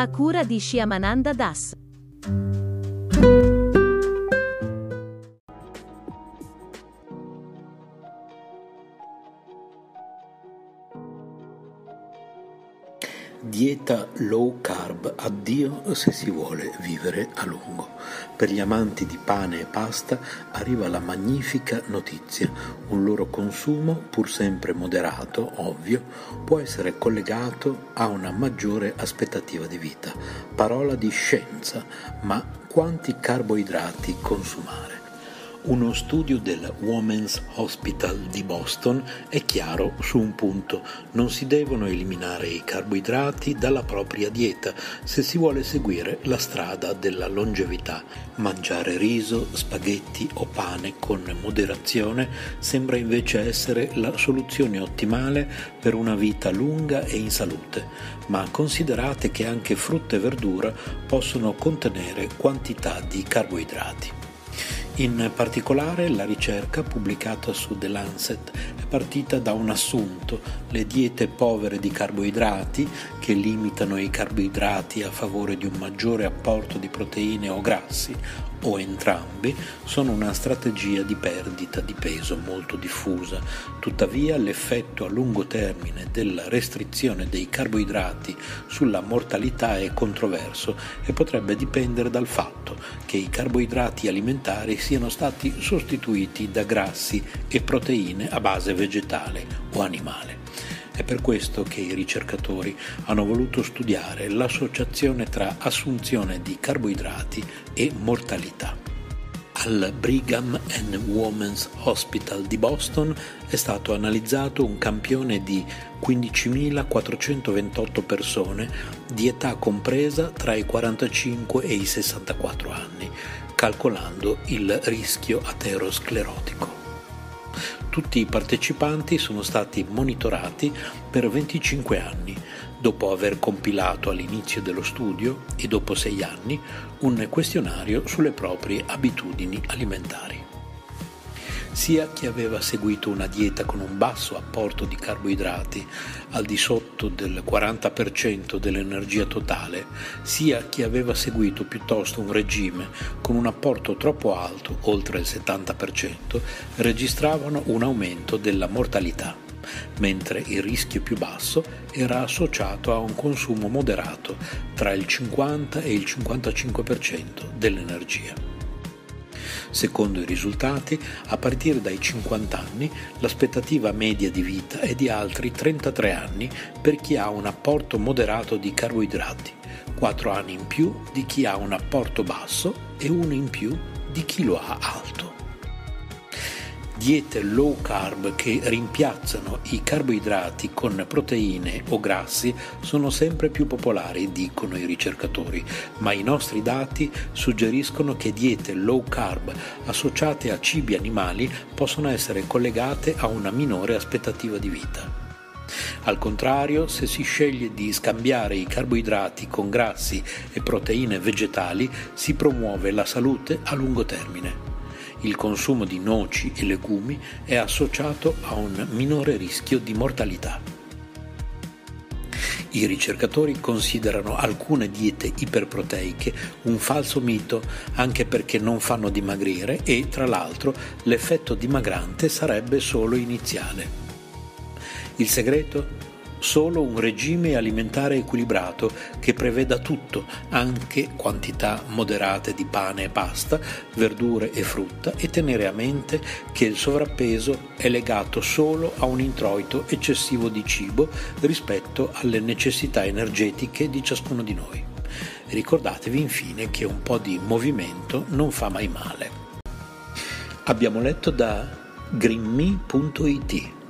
A cura di Shyamananda Das. Dieta low carb, addio se si vuole vivere a lungo. Per gli amanti di pane e pasta arriva la magnifica notizia: un loro consumo, pur sempre moderato, ovvio, può essere collegato a una maggiore aspettativa di vita. Parola di scienza, ma quanti carboidrati consumare? Uno studio del Women's Hospital di Boston è chiaro su un punto: non si devono eliminare i carboidrati dalla propria dieta se si vuole seguire la strada della longevità. Mangiare riso, spaghetti o pane con moderazione sembra invece essere la soluzione ottimale per una vita lunga e in salute, ma considerate che anche frutta e verdura possono contenere quantità di carboidrati. In particolare la ricerca pubblicata su The Lancet è partita da un assunto: le diete povere di carboidrati, che limitano i carboidrati a favore di un maggiore apporto di proteine o grassi, o entrambi, sono una strategia di perdita di peso molto diffusa. Tuttavia l'effetto a lungo termine della restrizione dei carboidrati sulla mortalità è controverso e potrebbe dipendere dal fatto che i carboidrati alimentari siano stati sostituiti da grassi e proteine a base vegetale o animale. È per questo che i ricercatori hanno voluto studiare l'associazione tra assunzione di carboidrati e mortalità. Al Brigham and Women's Hospital di Boston è stato analizzato un campione di 15.428 persone di età compresa tra i 45 e i 64 anni, calcolando il rischio aterosclerotico. Tutti i partecipanti sono stati monitorati per 25 anni, dopo aver compilato all'inizio dello studio e dopo 6 anni un questionario sulle proprie abitudini alimentari. Sia chi aveva seguito una dieta con un basso apporto di carboidrati, al di sotto del 40% dell'energia totale, sia chi aveva seguito piuttosto un regime con un apporto troppo alto, oltre il 70%, registravano un aumento della mortalità, mentre il rischio più basso era associato a un consumo moderato tra il 50 e il 55% dell'energia. Secondo i risultati, a partire dai 50 anni, l'aspettativa media di vita è di altri 33 anni per chi ha un apporto moderato di carboidrati, 4 anni in più di chi ha un apporto basso e 1 in più di chi lo ha alto. Diete low carb che rimpiazzano i carboidrati con proteine o grassi sono sempre più popolari, dicono i ricercatori, ma i nostri dati suggeriscono che diete low carb associate a cibi animali possono essere collegate a una minore aspettativa di vita. Al contrario, se si sceglie di scambiare i carboidrati con grassi e proteine vegetali, si promuove la salute a lungo termine. Il consumo di noci e legumi è associato a un minore rischio di mortalità. I ricercatori considerano alcune diete iperproteiche un falso mito, anche perché non fanno dimagrire e, tra l'altro, l'effetto dimagrante sarebbe solo iniziale. Il segreto? Solo un regime alimentare equilibrato che preveda tutto, anche quantità moderate di pane e pasta, verdure e frutta, e tenere a mente che il sovrappeso è legato solo a un introito eccessivo di cibo rispetto alle necessità energetiche di ciascuno di noi. Ricordatevi infine che un po' di movimento non fa mai male. Abbiamo letto da greenme.it.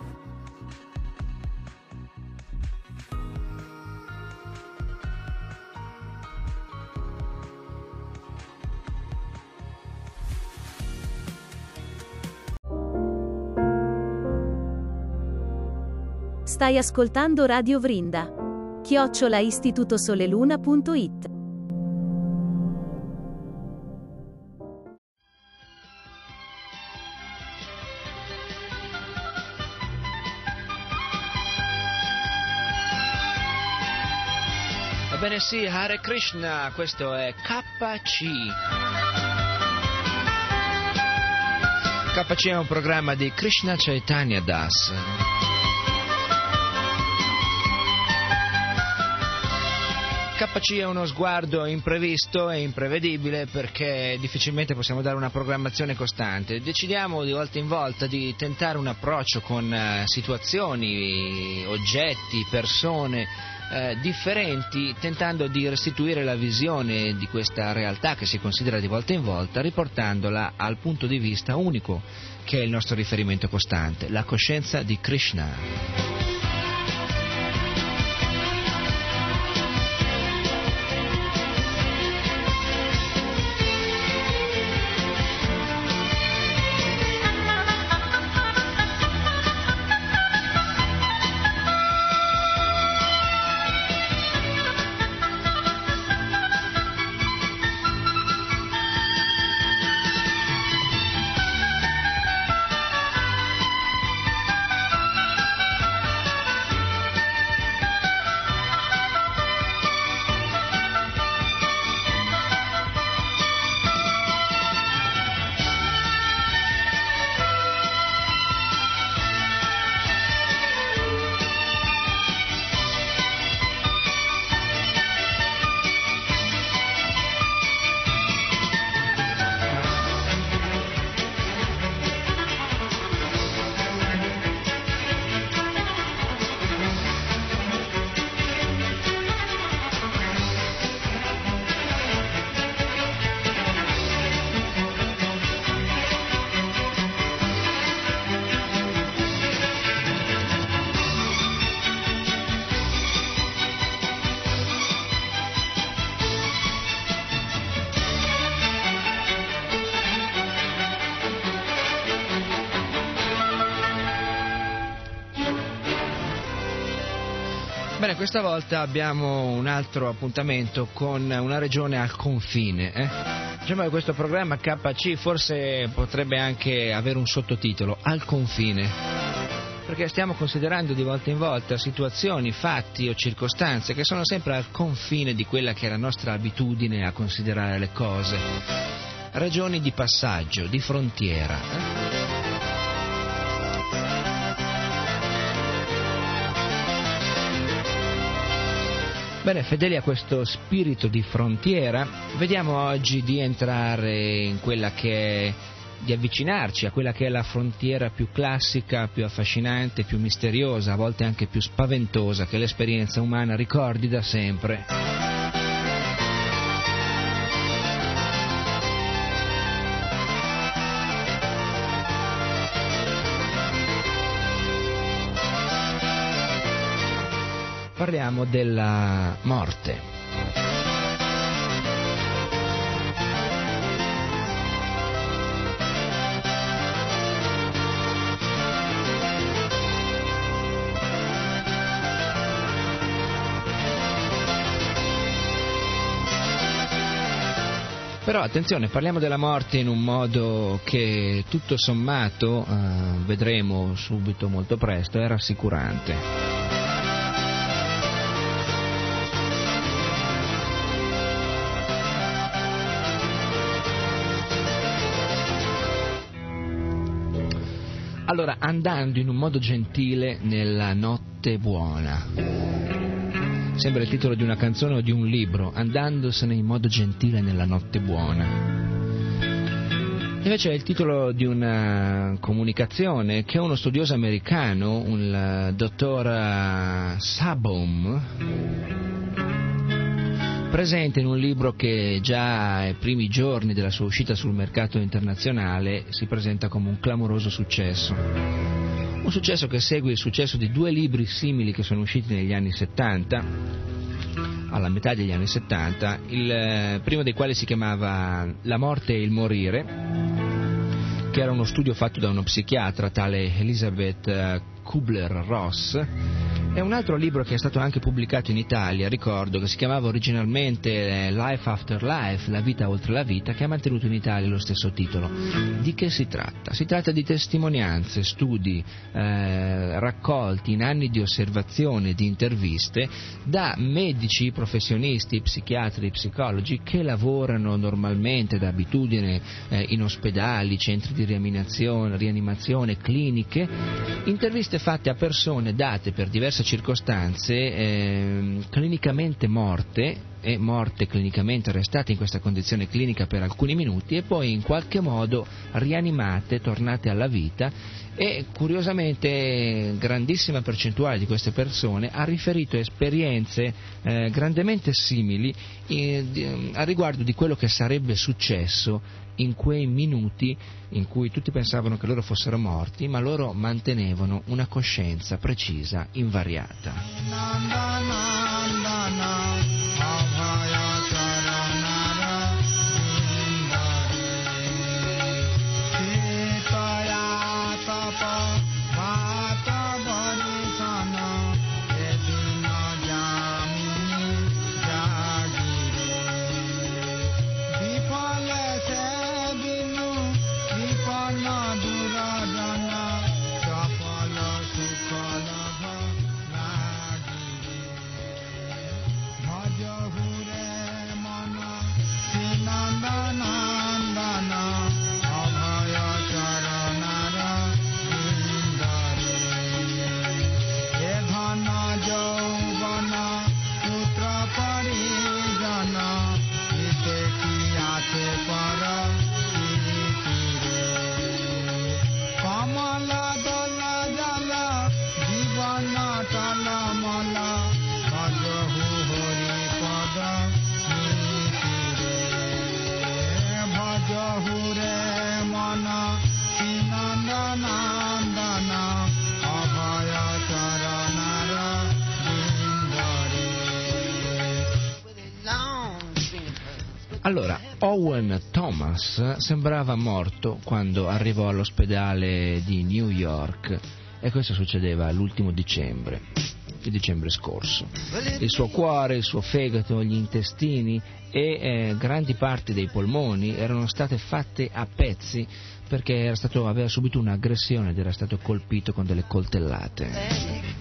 Stai ascoltando Radio Vrinda. @istitutosoleluna.it. Ebbene sì, Hare Krishna, questo è KC. KC è un programma di Krishna Chaitanya Das. KC è uno sguardo imprevisto e imprevedibile perché difficilmente possiamo dare una programmazione costante. Decidiamo di volta in volta di tentare un approccio con situazioni, oggetti, persone differenti, tentando di restituire la visione di questa realtà che si considera di volta in volta, riportandola al punto di vista unico che è il nostro riferimento costante, la coscienza di Krishna. Bene, questa volta abbiamo un altro appuntamento con una regione al confine. Diciamo che questo programma KC forse potrebbe anche avere un sottotitolo, Al confine, perché stiamo considerando di volta in volta situazioni, fatti o circostanze che sono sempre al confine di quella che è la nostra abitudine a considerare le cose. Ragioni di passaggio, di frontiera. Bene, fedeli a questo spirito di frontiera, vediamo oggi di entrare in quella che è, di avvicinarci a quella che è la frontiera più classica, più affascinante, più misteriosa, a volte anche più spaventosa che l'esperienza umana ricordi da sempre. Parliamo della morte. Però attenzione, parliamo della morte in un modo che tutto sommato, vedremo subito molto presto, è rassicurante. Allora, andando in un modo gentile nella notte buona. Sembra il titolo di una canzone o di un libro, andandosene in modo gentile nella notte buona. Invece è il titolo di una comunicazione che uno studioso americano, il dottor Sabom, presente in un libro che già ai primi giorni della sua uscita sul mercato internazionale si presenta come un clamoroso successo. Un successo che segue il successo di due libri simili che sono usciti negli anni 70, alla metà degli anni 70, il primo dei quali si chiamava La morte e il morire, che era uno studio fatto da uno psichiatra tale Elizabeth Kubler-Ross, È un altro libro che è stato anche pubblicato in Italia, ricordo, che si chiamava originalmente Life After Life, La vita oltre la vita, che ha mantenuto in Italia lo stesso titolo. Di che si tratta? Si tratta di testimonianze, studi raccolti in anni di osservazione, di interviste da medici, professionisti, psichiatri, psicologi che lavorano normalmente da abitudine in ospedali, centri di rianimazione, cliniche, interviste fatte a persone date per diverse circostanze clinicamente morte clinicamente, restate in questa condizione clinica per alcuni minuti e poi in qualche modo rianimate, tornate alla vita, e curiosamente grandissima percentuale di queste persone ha riferito esperienze grandemente simili a riguardo di quello che sarebbe successo in quei minuti in cui tutti pensavano che loro fossero morti, ma loro mantenevano una coscienza precisa, invariata. Allora, Owen Thomas sembrava morto quando arrivò all'ospedale di New York, e questo succedeva l'1 dicembre, il dicembre scorso. Il suo cuore, il suo fegato, gli intestini e grandi parti dei polmoni erano state fatte a pezzi perché aveva subito un'aggressione ed era stato colpito con delle coltellate.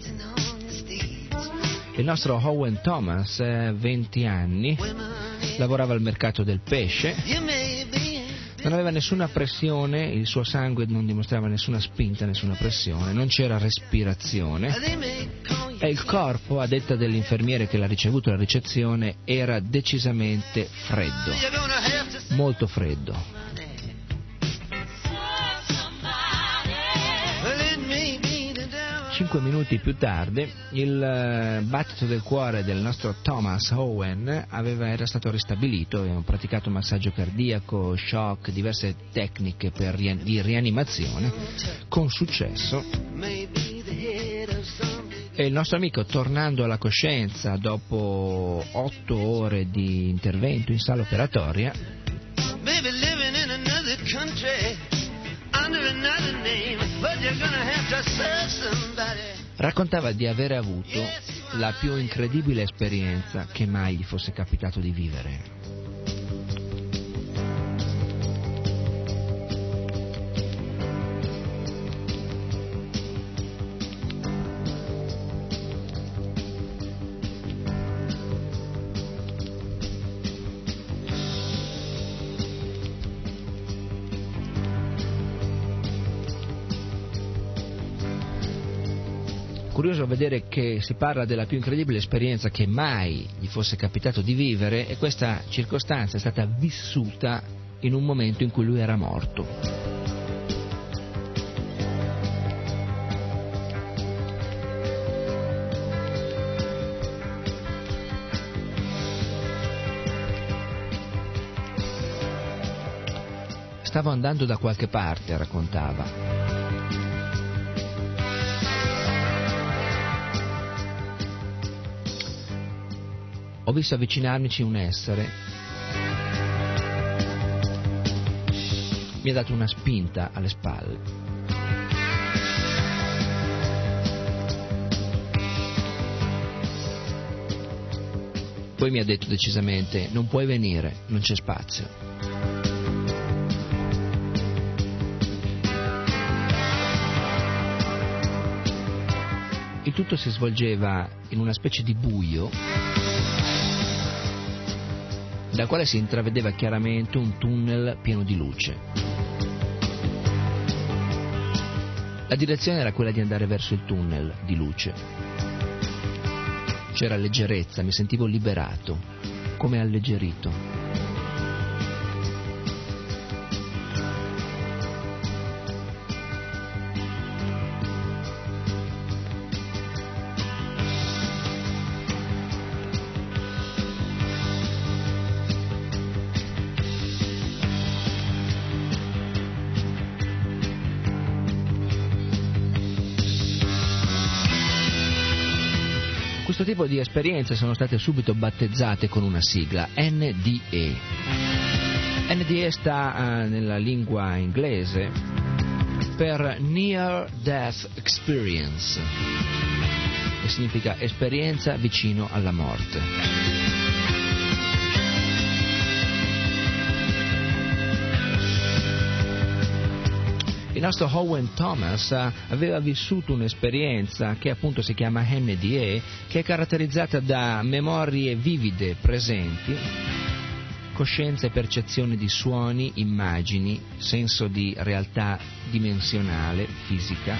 Il nostro Owen Thomas, 20 anni, lavorava al mercato del pesce, non aveva nessuna pressione, il suo sangue non dimostrava nessuna spinta, nessuna pressione, non c'era respirazione e il corpo, a detta dell'infermiere che l'ha ricevuto alla ricezione, era decisamente freddo, molto freddo. 5 minuti più tardi il battito del cuore del nostro Thomas Owen era stato ristabilito, avevano praticato massaggio cardiaco, shock, diverse tecniche di rianimazione con successo, e il nostro amico, tornando alla coscienza dopo 8 ore di intervento in sala operatoria, raccontava di aver avuto la più incredibile esperienza che mai gli fosse capitato di vivere. Curioso vedere che si parla della più incredibile esperienza che mai gli fosse capitato di vivere, e questa circostanza è stata vissuta in un momento in cui lui era morto. Stavo andando da qualche parte, raccontava. Ho visto avvicinarmici un essere, mi ha dato una spinta alle spalle. Poi mi ha detto decisamente: non puoi venire, non c'è spazio. Il tutto si svolgeva in una specie di buio dal quale si intravedeva chiaramente un tunnel pieno di luce. La direzione era quella di andare verso il tunnel di luce. C'era leggerezza, mi sentivo liberato, come alleggerito. Questo tipo di esperienze sono state subito battezzate con una sigla, NDE. NDE sta nella lingua inglese per Near Death Experience, che significa esperienza vicino alla morte. Il nostro Owen Thomas aveva vissuto un'esperienza che appunto si chiama NDE, che è caratterizzata da memorie vivide presenti, coscienza e percezione di suoni, immagini, senso di realtà dimensionale, fisica.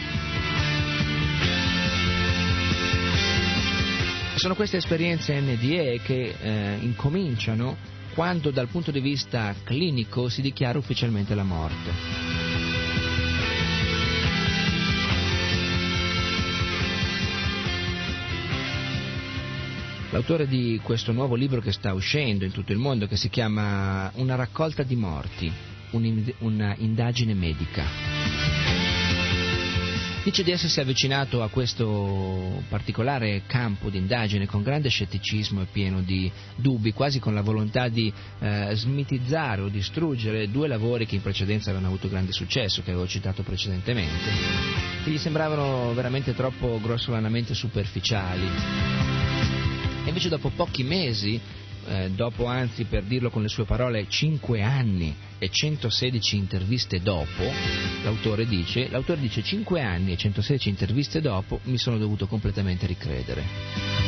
Sono queste esperienze NDE che incominciano quando dal punto di vista clinico si dichiara ufficialmente la morte. L'autore di questo nuovo libro che sta uscendo in tutto il mondo, che si chiama Una raccolta di morti, una indagine medica, dice di essersi avvicinato a questo particolare campo di indagine con grande scetticismo e pieno di dubbi, quasi con la volontà di smitizzare o distruggere due lavori che in precedenza avevano avuto grande successo, che avevo citato precedentemente, che gli sembravano veramente troppo grossolanamente superficiali. E invece dopo pochi mesi, dopo, anzi, per dirlo con le sue parole, 5 anni e 116 interviste dopo, l'autore dice 5 anni e 116 interviste dopo mi sono dovuto completamente ricredere.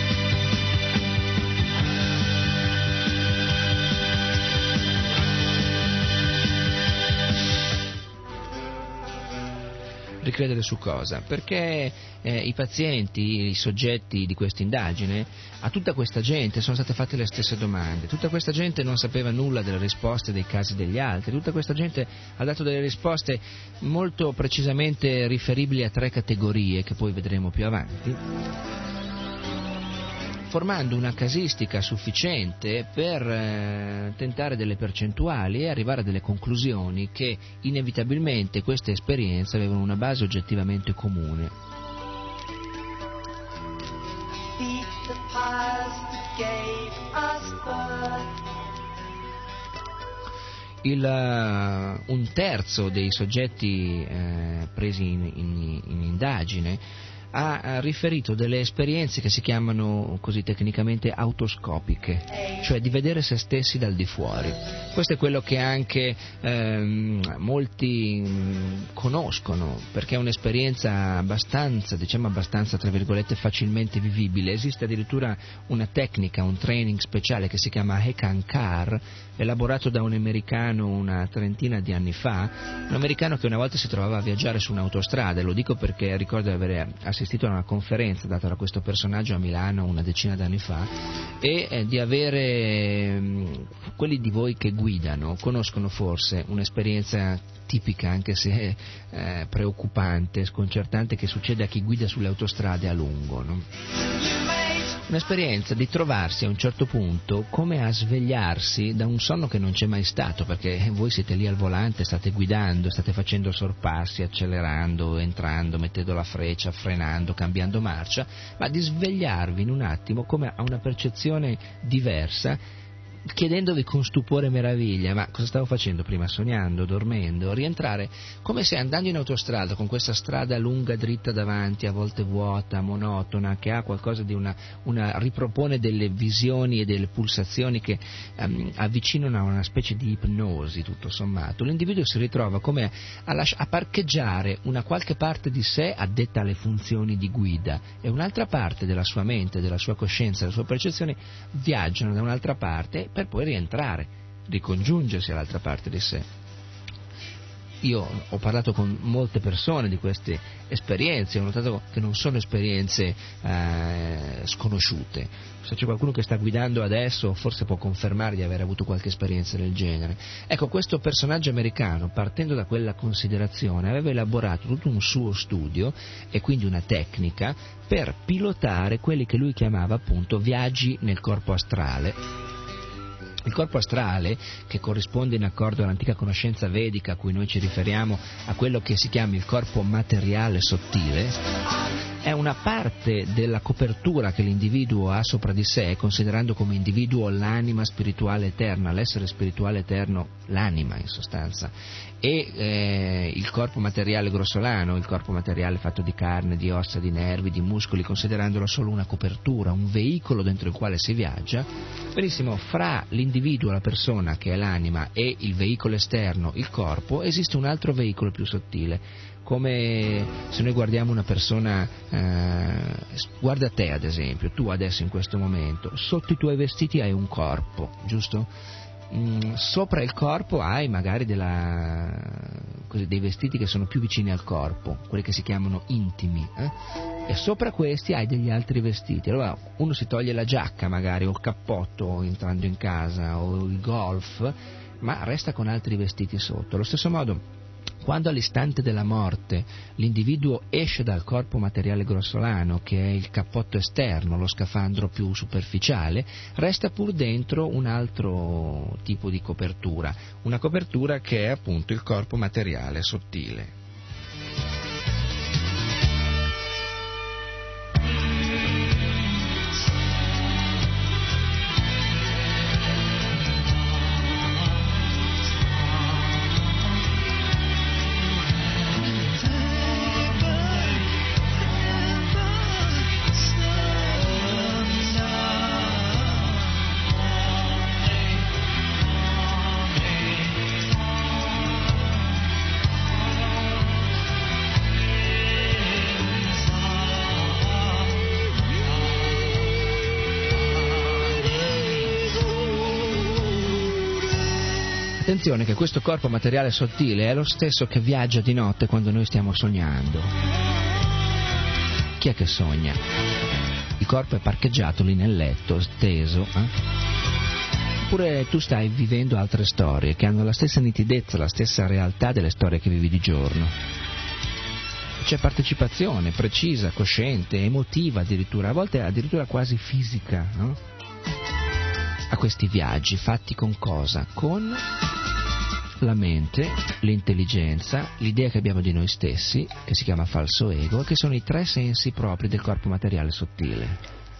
Ricredere su cosa? Perché i pazienti, i soggetti di questa indagine, a tutta questa gente sono state fatte le stesse domande, tutta questa gente non sapeva nulla delle risposte dei casi degli altri, tutta questa gente ha dato delle risposte molto precisamente riferibili a 3 categorie che poi vedremo più avanti, formando una casistica sufficiente per tentare delle percentuali e arrivare a delle conclusioni che inevitabilmente queste esperienze avevano una base oggettivamente comune. Un terzo dei soggetti presi in indagine ha riferito delle esperienze che si chiamano così tecnicamente autoscopiche, cioè di vedere se stessi dal di fuori. Questo è quello che anche molti conoscono, perché è un'esperienza abbastanza tra virgolette facilmente vivibile. Esiste addirittura una tecnica, un training speciale che si chiama Ekankar, elaborato da un americano una trentina di anni fa, un americano che una volta si trovava a viaggiare su un'autostrada, e lo dico perché ricordo di aver assistito a una conferenza data da questo personaggio a Milano una decina d'anni fa, e di avere, quelli di voi che guidano conoscono forse un'esperienza tipica, anche se preoccupante, sconcertante, che succede a chi guida sulle autostrade a lungo, no? Un'esperienza di trovarsi a un certo punto come a svegliarsi da un sonno che non c'è mai stato, perché voi siete lì al volante, state guidando, state facendo sorpassi, accelerando, entrando, mettendo la freccia, frenando, cambiando marcia, ma di svegliarvi in un attimo come a una percezione diversa, chiedendovi con stupore e meraviglia: ma cosa stavo facendo prima? Sognando, dormendo? Rientrare come se andando in autostrada, con questa strada lunga, dritta davanti, a volte vuota, monotona, che ha qualcosa di ripropone delle visioni e delle pulsazioni che avvicinano a una specie di ipnosi, tutto sommato. L'individuo si ritrova come a parcheggiare una qualche parte di sé addetta alle funzioni di guida, e un'altra parte della sua mente, della sua coscienza, delle sue percezioni viaggiano da un'altra parte per poi rientrare, ricongiungersi all'altra parte di sé. Io ho parlato con molte persone di queste esperienze, ho notato che non sono esperienze sconosciute. Se c'è qualcuno che sta guidando adesso, forse può confermare di aver avuto qualche esperienza del genere. Ecco, questo personaggio americano, partendo da quella considerazione, aveva elaborato tutto un suo studio e quindi una tecnica per pilotare quelli che lui chiamava appunto viaggi nel corpo astrale. Il corpo astrale, che corrisponde in accordo all'antica conoscenza vedica a cui noi ci riferiamo a quello che si chiama il corpo materiale sottile, è una parte della copertura che l'individuo ha sopra di sé, considerando come individuo l'anima spirituale eterna, l'essere spirituale eterno, l'anima in sostanza, e il corpo materiale grossolano, il corpo materiale fatto di carne, di ossa, di nervi, di muscoli, considerandolo solo una copertura, un veicolo dentro il quale si viaggia. Benissimo, fra l'individuo, la persona che è l'anima, e il veicolo esterno, il corpo, esiste un altro veicolo più sottile, come se noi guardiamo una persona, guarda te ad esempio, tu adesso in questo momento, sotto i tuoi vestiti hai un corpo, giusto? Sopra il corpo hai magari dei vestiti che sono più vicini al corpo, quelli che si chiamano intimi, e sopra questi hai degli altri vestiti. Allora uno si toglie la giacca magari, o il cappotto entrando in casa, o il golf, ma resta con altri vestiti sotto. Allo stesso modo, quando all'istante della morte l'individuo esce dal corpo materiale grossolano, che è il cappotto esterno, lo scafandro più superficiale, resta pur dentro un altro tipo di copertura, una copertura che è appunto il corpo materiale sottile. Attenzione che questo corpo materiale sottile è lo stesso che viaggia di notte quando noi stiamo sognando. Chi è che sogna? Il corpo è parcheggiato lì nel letto, steso, Oppure tu stai vivendo altre storie che hanno la stessa nitidezza, la stessa realtà delle storie che vivi di giorno. C'è partecipazione precisa, cosciente, emotiva addirittura, a volte addirittura quasi fisica, no? A questi viaggi fatti con cosa? Con la mente, l'intelligenza, l'idea che abbiamo di noi stessi, che si chiama falso ego, che sono i tre sensi propri del corpo materiale sottile.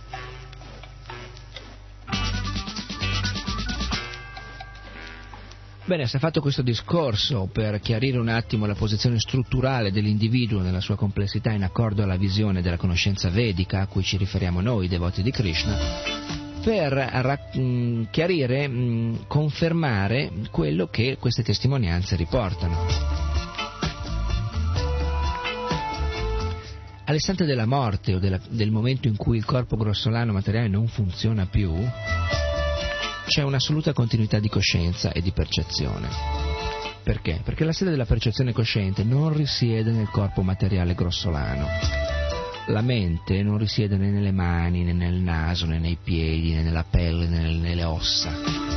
Bene, si è fatto questo discorso per chiarire un attimo la posizione strutturale dell'individuo nella sua complessità in accordo alla visione della conoscenza vedica a cui ci riferiamo noi, devoti di Krishna, per chiarire, confermare quello che queste testimonianze riportano. All'istante della morte o del momento in cui il corpo grossolano materiale non funziona più, c'è un'assoluta continuità di coscienza e di percezione. Perché? Perché la sede della percezione cosciente non risiede nel corpo materiale grossolano. La mente non risiede né nelle mani, né nel naso, né nei piedi, né nella pelle, né nelle ossa.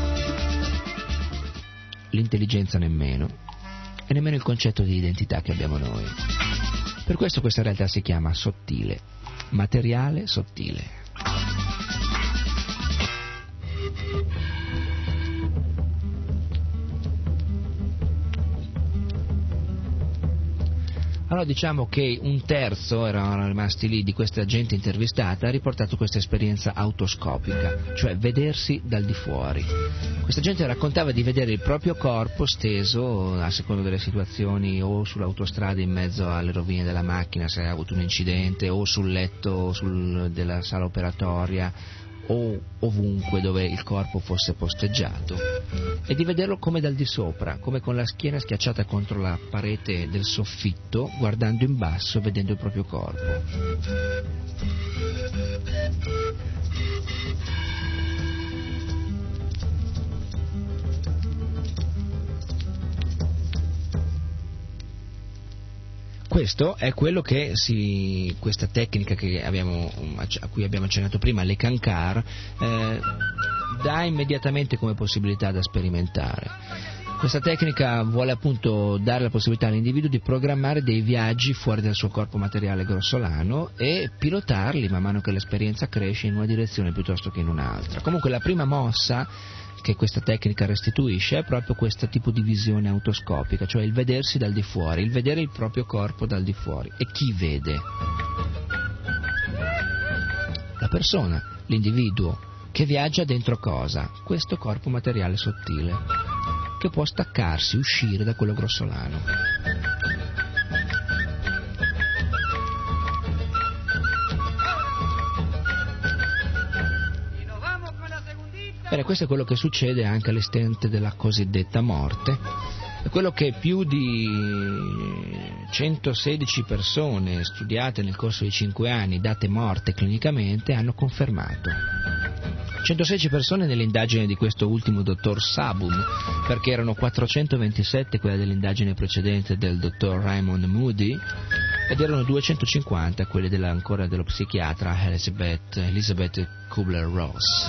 L'intelligenza nemmeno, e nemmeno il concetto di identità che abbiamo noi. Per questo questa realtà si chiama sottile, materiale sottile. Però diciamo che un terzo, erano rimasti lì, di questa gente intervistata ha riportato questa esperienza autoscopica, cioè vedersi dal di fuori. Questa gente raccontava di vedere il proprio corpo steso a seconda delle situazioni, o sull'autostrada in mezzo alle rovine della macchina se ha avuto un incidente, o sul letto della sala operatoria, o ovunque dove il corpo fosse posteggiato, e di vederlo come dal di sopra, come con la schiena schiacciata contro la parete del soffitto, guardando in basso, vedendo il proprio corpo. Questo è quello che questa tecnica a cui abbiamo accennato prima, l'Ekankar, dà immediatamente come possibilità da sperimentare. Questa tecnica vuole appunto dare la possibilità all'individuo di programmare dei viaggi fuori dal suo corpo materiale grossolano e pilotarli man mano che l'esperienza cresce in una direzione piuttosto che in un'altra. Comunque la prima mossa che questa tecnica restituisce è proprio questo tipo di visione autoscopica, cioè il vedersi dal di fuori, il vedere il proprio corpo dal di fuori. E chi vede? La persona, l'individuo, che viaggia dentro cosa? Questo corpo materiale sottile, che può staccarsi, uscire da quello grossolano. Bene, questo è quello che succede anche all'istante della cosiddetta morte, è quello che più di 116 persone studiate nel corso di 5 anni, date morte clinicamente, hanno confermato. 116 persone nell'indagine di questo ultimo dottor Sabum, perché erano 427 quelle dell'indagine precedente del dottor Raymond Moody, ed erano 250 quelle ancora dello psichiatra Elizabeth Kubler-Ross.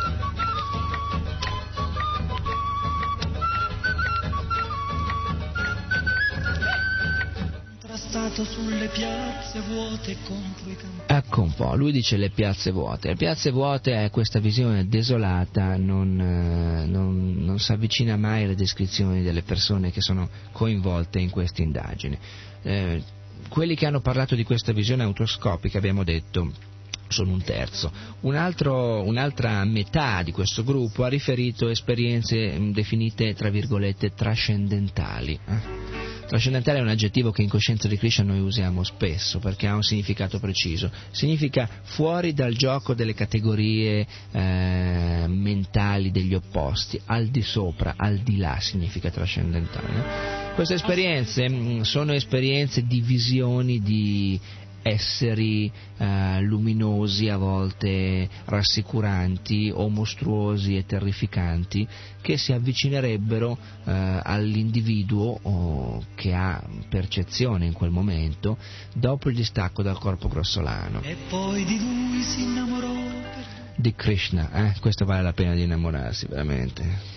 Sulle piazze vuote contro i campi. Ecco un po', lui dice le piazze vuote. Le piazze vuote è questa visione desolata, non si avvicina mai alle descrizioni delle persone che sono coinvolte in questa indagine. Quelli che hanno parlato di questa visione autoscopica, abbiamo detto, sono un terzo. Un'altra metà di questo gruppo ha riferito esperienze definite, tra virgolette, trascendentali. Trascendentale è un aggettivo che in Coscienza di Krishna noi usiamo spesso perché ha un significato preciso. Significa fuori dal gioco delle categorie mentali degli opposti, al di sopra, al di là significa trascendentale. Queste esperienze sono esperienze di visioni di esseri luminosi, a volte rassicuranti o mostruosi e terrificanti, che si avvicinerebbero all'individuo che ha percezione in quel momento dopo il distacco dal corpo grossolano. E poi di lui si innamorò. Di Krishna, questo vale la pena di innamorarsi veramente.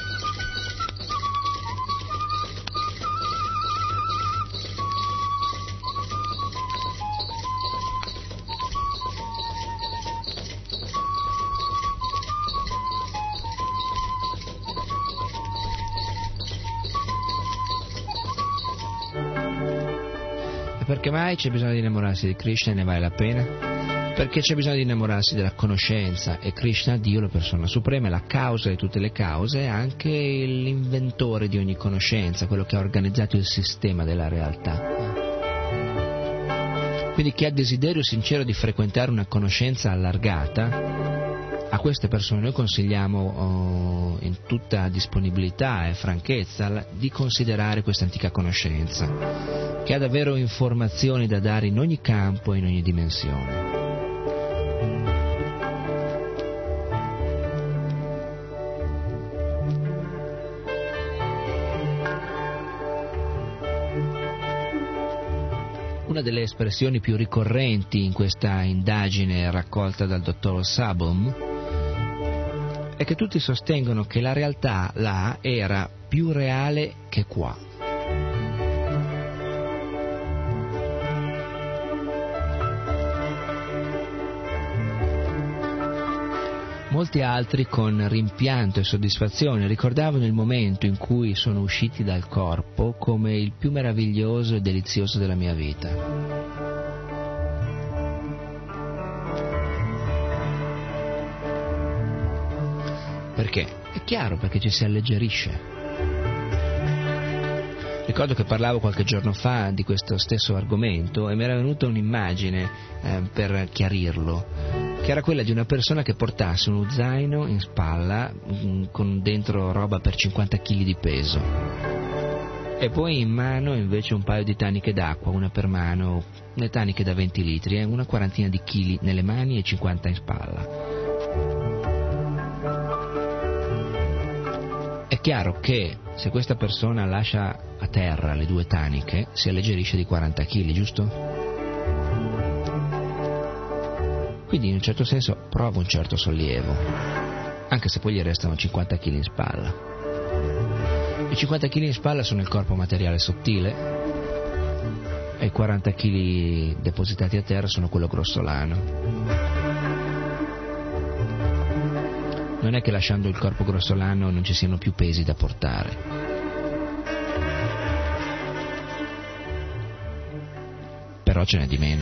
Perché mai c'è bisogno di innamorarsi di Krishna e ne vale la pena? Perché c'è bisogno di innamorarsi della conoscenza, e Krishna, Dio, la persona suprema, è la causa di tutte le cause, è anche l'inventore di ogni conoscenza, quello che ha organizzato il sistema della realtà. Quindi chi ha desiderio sincero di frequentare una conoscenza allargata, a queste persone noi consigliamo in tutta disponibilità e franchezza di considerare questa antica conoscenza, che ha davvero informazioni da dare in ogni campo e in ogni dimensione. Una delle espressioni più ricorrenti in questa indagine raccolta dal dottor Sabum è che tutti sostengono che la realtà là era più reale che qua. Molti altri con rimpianto e soddisfazione ricordavano il momento in cui sono usciti dal corpo come il più meraviglioso e delizioso della mia vita. Perché? È chiaro, perché ci si alleggerisce. Ricordo che parlavo qualche giorno fa di questo stesso argomento e mi era venuta un'immagine per chiarirlo, che era quella di una persona che portasse uno zaino in spalla con dentro roba per 50 kg di peso e poi in mano invece un paio di taniche d'acqua, una per mano, le taniche da 20 litri, una quarantina di chili nelle mani e 50 in spalla. È chiaro che se questa persona lascia a terra le 2 taniche si alleggerisce di 40 kg, giusto? Quindi in un certo senso prova un certo sollievo, anche se poi gli restano 50 kg in spalla. I 50 kg in spalla sono il corpo materiale sottile e i 40 kg depositati a terra sono quello grossolano. Non è che lasciando il corpo grossolano non ci siano più pesi da portare. Però ce n'è di meno.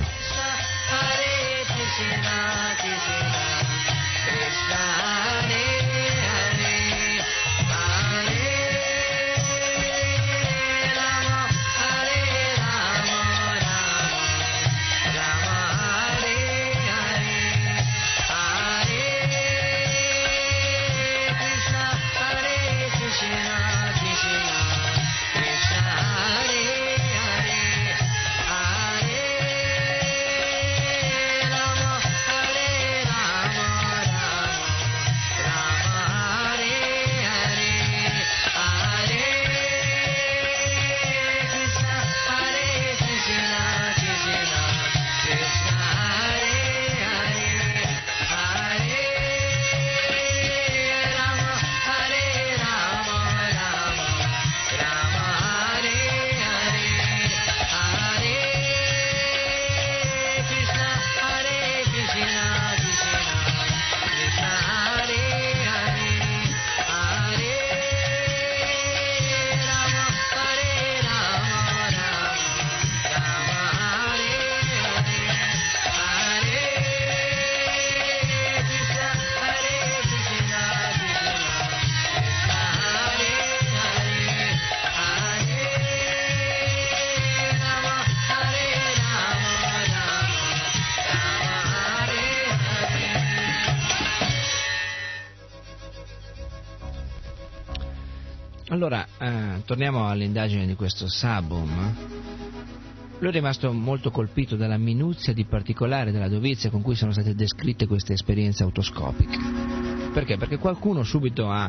Allora, torniamo all'indagine di questo Sabom. Lui è rimasto molto colpito dalla minuzia di particolare, della dovizia con cui sono state descritte queste esperienze autoscopiche. Perché? Perché qualcuno subito ha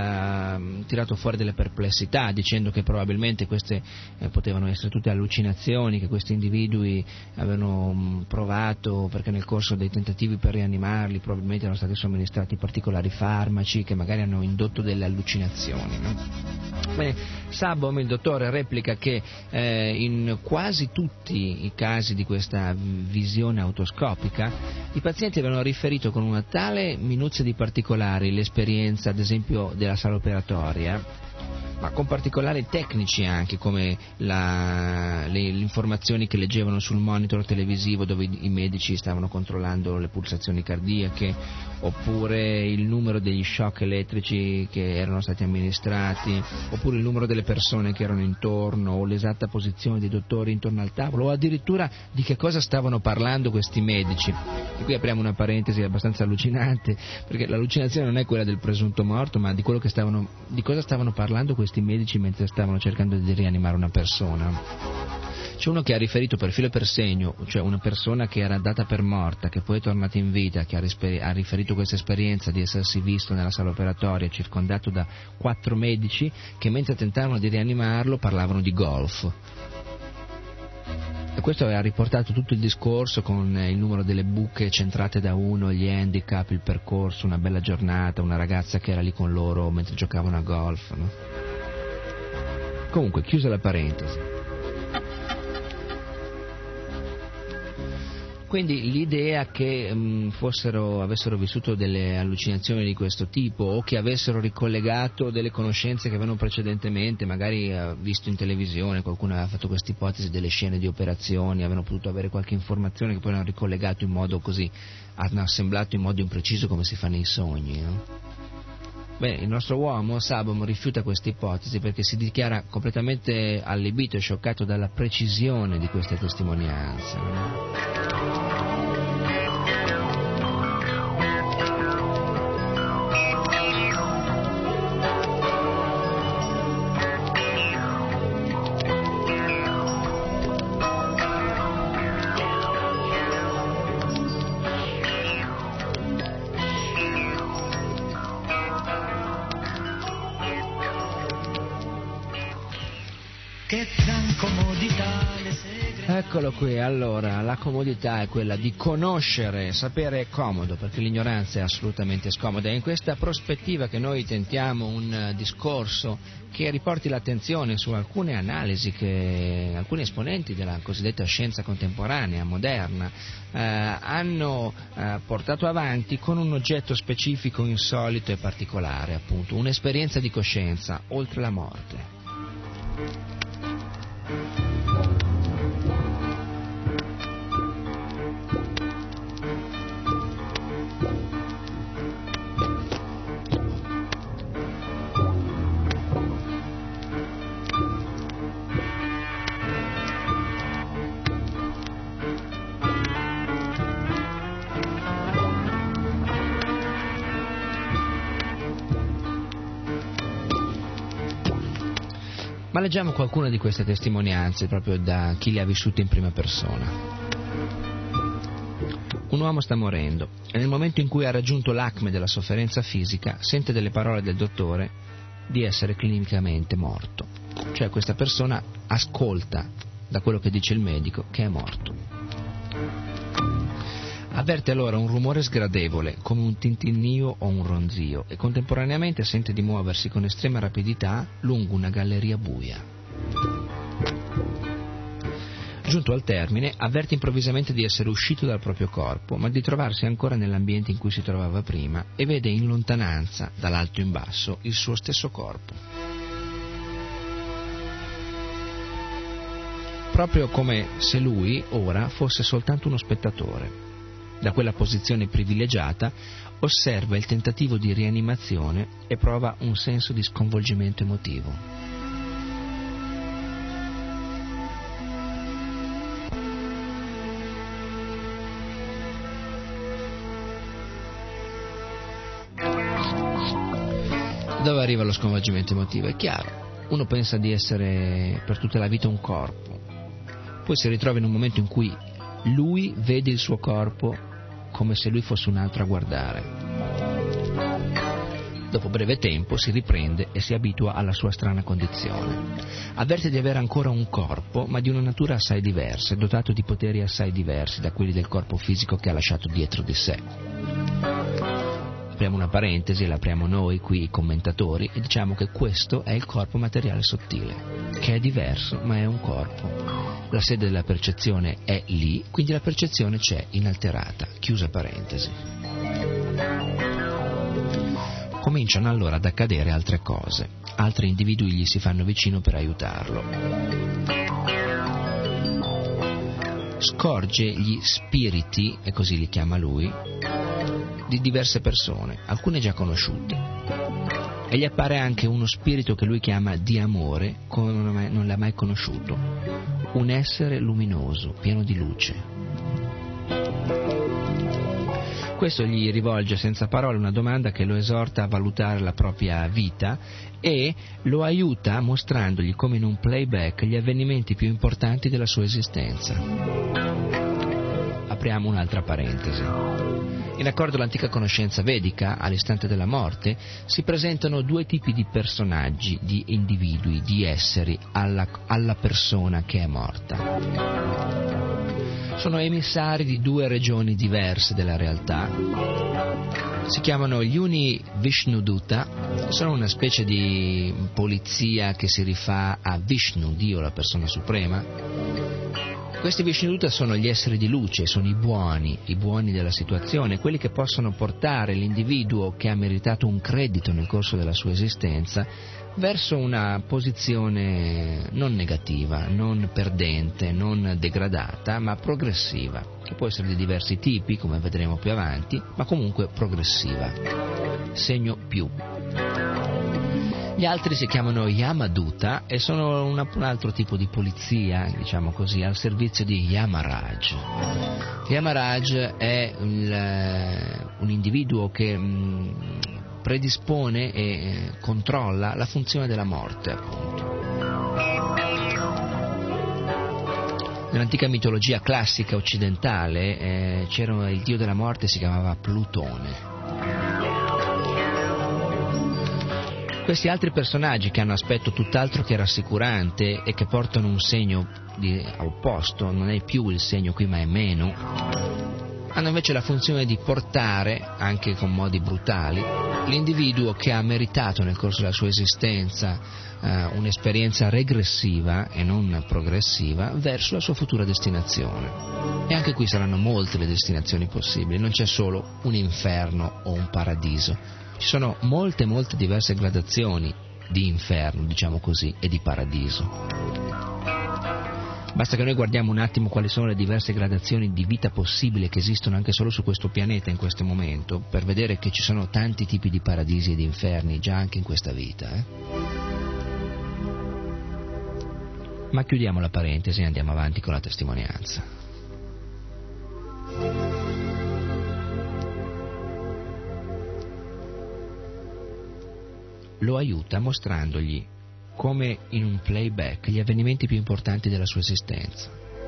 tirato fuori delle perplessità dicendo che probabilmente queste potevano essere tutte allucinazioni che questi individui avevano provato perché nel corso dei tentativi per rianimarli probabilmente erano stati somministrati particolari farmaci che magari hanno indotto delle allucinazioni, no? Bene, Sabom, il dottore, replica che in quasi tutti i casi di questa visione autoscopica i pazienti avevano riferito con una tale minuzia di particolari l'esperienza ad esempio della sala operatoria, ma con particolari tecnici anche, come le informazioni che leggevano sul monitor televisivo dove i medici stavano controllando le pulsazioni cardiache, oppure il numero degli shock elettrici che erano stati amministrati, oppure il numero delle persone che erano intorno, o l'esatta posizione dei dottori intorno al tavolo, o addirittura di che cosa stavano parlando questi medici. E qui apriamo una parentesi abbastanza allucinante, perché l'allucinazione non è quella del presunto morto, ma di quello che di cosa stavano parlando questi medici mentre stavano cercando di rianimare una persona. C'è uno che ha riferito per filo e per segno, cioè una persona che era data per morta, che poi è tornata in vita, che ha riferito questa esperienza di essersi visto nella sala operatoria circondato da 4 medici che mentre tentavano di rianimarlo parlavano di golf. E questo aveva riportato tutto il discorso con il numero delle buche centrate da uno, gli handicap, il percorso, una bella giornata, una ragazza che era lì con loro mentre giocavano a golf, no? Comunque, chiusa la parentesi. Quindi l'idea che avessero vissuto delle allucinazioni di questo tipo, o che avessero ricollegato delle conoscenze che avevano precedentemente, magari visto in televisione, qualcuno aveva fatto questa ipotesi delle scene di operazioni, avevano potuto avere qualche informazione che poi hanno ricollegato in modo così, hanno assemblato in modo impreciso come si fa nei sogni, no? Beh, il nostro uomo, Sabom, rifiuta questa ipotesi perché si dichiara completamente allibito e scioccato dalla precisione di queste testimonianze, no? Che gran comodità le segrete. Eccolo qui, allora, la comodità è quella di conoscere, sapere è comodo, perché l'ignoranza è assolutamente scomoda. È in questa prospettiva che noi tentiamo un discorso che riporti l'attenzione su alcune analisi che alcuni esponenti della cosiddetta scienza contemporanea, moderna, hanno portato avanti con un oggetto specifico, insolito e particolare, appunto, un'esperienza di coscienza oltre la morte. Ma leggiamo qualcuna di queste testimonianze proprio da chi le ha vissute in prima persona. Un uomo sta morendo e nel momento in cui ha raggiunto l'acme della sofferenza fisica sente delle parole del dottore di essere clinicamente morto. Cioè questa persona ascolta da quello che dice il medico che è morto. Avverte allora un rumore sgradevole, come un tintinnio o un ronzio, e contemporaneamente sente di muoversi con estrema rapidità lungo una galleria buia. Giunto al termine, avverte improvvisamente di essere uscito dal proprio corpo, ma di trovarsi ancora nell'ambiente in cui si trovava prima, e vede in lontananza, dall'alto in basso, il suo stesso corpo. Proprio come se lui, ora, fosse soltanto uno spettatore. Da quella posizione privilegiata osserva il tentativo di rianimazione e prova un senso di sconvolgimento emotivo. Dove arriva lo sconvolgimento emotivo? È chiaro, uno pensa di essere per tutta la vita un corpo, poi si ritrova in un momento in cui lui vede il suo corpo come se lui fosse un altro a guardare. Dopo breve tempo si riprende e si abitua alla sua strana condizione. Avverte di avere ancora un corpo, ma di una natura assai diversa, dotato di poteri assai diversi da quelli del corpo fisico che ha lasciato dietro di sé. Apriamo una parentesi e la apriamo noi qui, i commentatori, e diciamo che questo è il corpo materiale sottile, che è diverso, ma è un corpo. La sede della percezione è lì, quindi la percezione c'è inalterata, chiusa parentesi. Cominciano allora ad accadere altre cose, altri individui gli si fanno vicino per aiutarlo. Scorge gli spiriti, e così li chiama lui, di diverse persone, alcune già conosciute. E gli appare anche uno spirito che lui chiama di amore, come non l'ha mai conosciuto. Un essere luminoso, pieno di luce. Questo gli rivolge senza parole una domanda che lo esorta a valutare la propria vita e lo aiuta mostrandogli come in un playback gli avvenimenti più importanti della sua esistenza. Apriamo un'altra parentesi. In accordo all'antica conoscenza vedica, all'istante della morte, si presentano due tipi di personaggi, di individui, di esseri alla persona che è morta. Sono emissari di due regioni diverse della realtà. Si chiamano gli uni Vishnuduta, sono una specie di polizia che si rifà a Vishnu, Dio, la persona suprema. Questi Vishnuduta sono gli esseri di luce, sono i buoni della situazione, quelli che possono portare l'individuo che ha meritato un credito nel corso della sua esistenza verso una posizione non negativa, non perdente, non degradata, ma progressiva, che può essere di diversi tipi, come vedremo più avanti, ma comunque progressiva. Segno più. Gli altri si chiamano Yamaduta e sono un altro tipo di polizia, diciamo così, al servizio di Yamaraj. Yamaraj è un individuo che predispone e controlla la funzione della morte, appunto. Nell'antica mitologia classica occidentale c'era il dio della morte, si chiamava Plutone. Questi altri personaggi, che hanno aspetto tutt'altro che rassicurante e che portano un segno opposto, non è più il segno qui ma è meno, hanno invece la funzione di portare, anche con modi brutali, l'individuo che ha meritato nel corso della sua esistenza un'esperienza regressiva e non progressiva verso la sua futura destinazione. E anche qui saranno molte le destinazioni possibili, non c'è solo un inferno o un paradiso. Ci sono molte diverse gradazioni di inferno, diciamo così, e di paradiso. Basta che noi guardiamo un attimo quali sono le diverse gradazioni di vita possibile che esistono anche solo su questo pianeta in questo momento, per vedere che ci sono tanti tipi di paradisi e di inferni già anche in questa vita. Ma chiudiamo la parentesi e andiamo avanti con la testimonianza. Lo aiuta mostrandogli, come in un playback, gli avvenimenti più importanti della sua esistenza.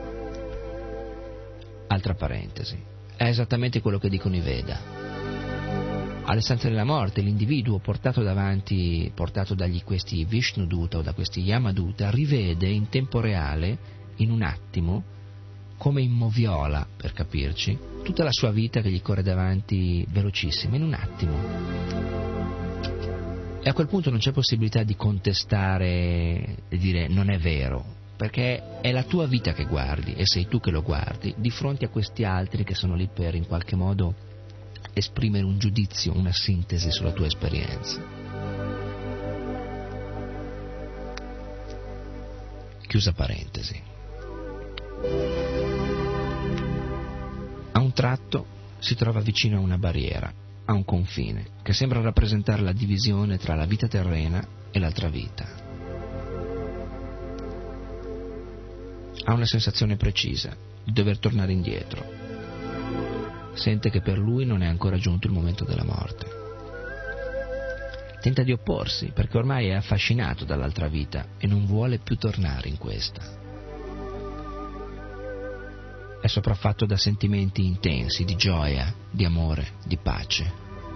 Altra parentesi, è esattamente quello che dicono i Veda. All'istante della morte, l'individuo portato dagli questi Vishnuduta o da questi Yamaduta rivede in tempo reale, in un attimo, come in moviola, per capirci, tutta la sua vita che gli corre davanti velocissima, in un attimo. E a quel punto non c'è possibilità di contestare e dire non è vero, perché è la tua vita che guardi e sei tu che lo guardi di fronte a questi altri che sono lì per in qualche modo esprimere un giudizio, una sintesi sulla tua esperienza. Chiusa parentesi. A un tratto si trova vicino a una barriera, a un confine, che sembra rappresentare la divisione tra la vita terrena e l'altra vita. Ha una sensazione precisa di dover tornare indietro. Sente che per lui non è ancora giunto il momento della morte. Tenta di opporsi, perché ormai è affascinato dall'altra vita e non vuole più tornare in questa. È sopraffatto da sentimenti intensi, di gioia, di amore, di pace.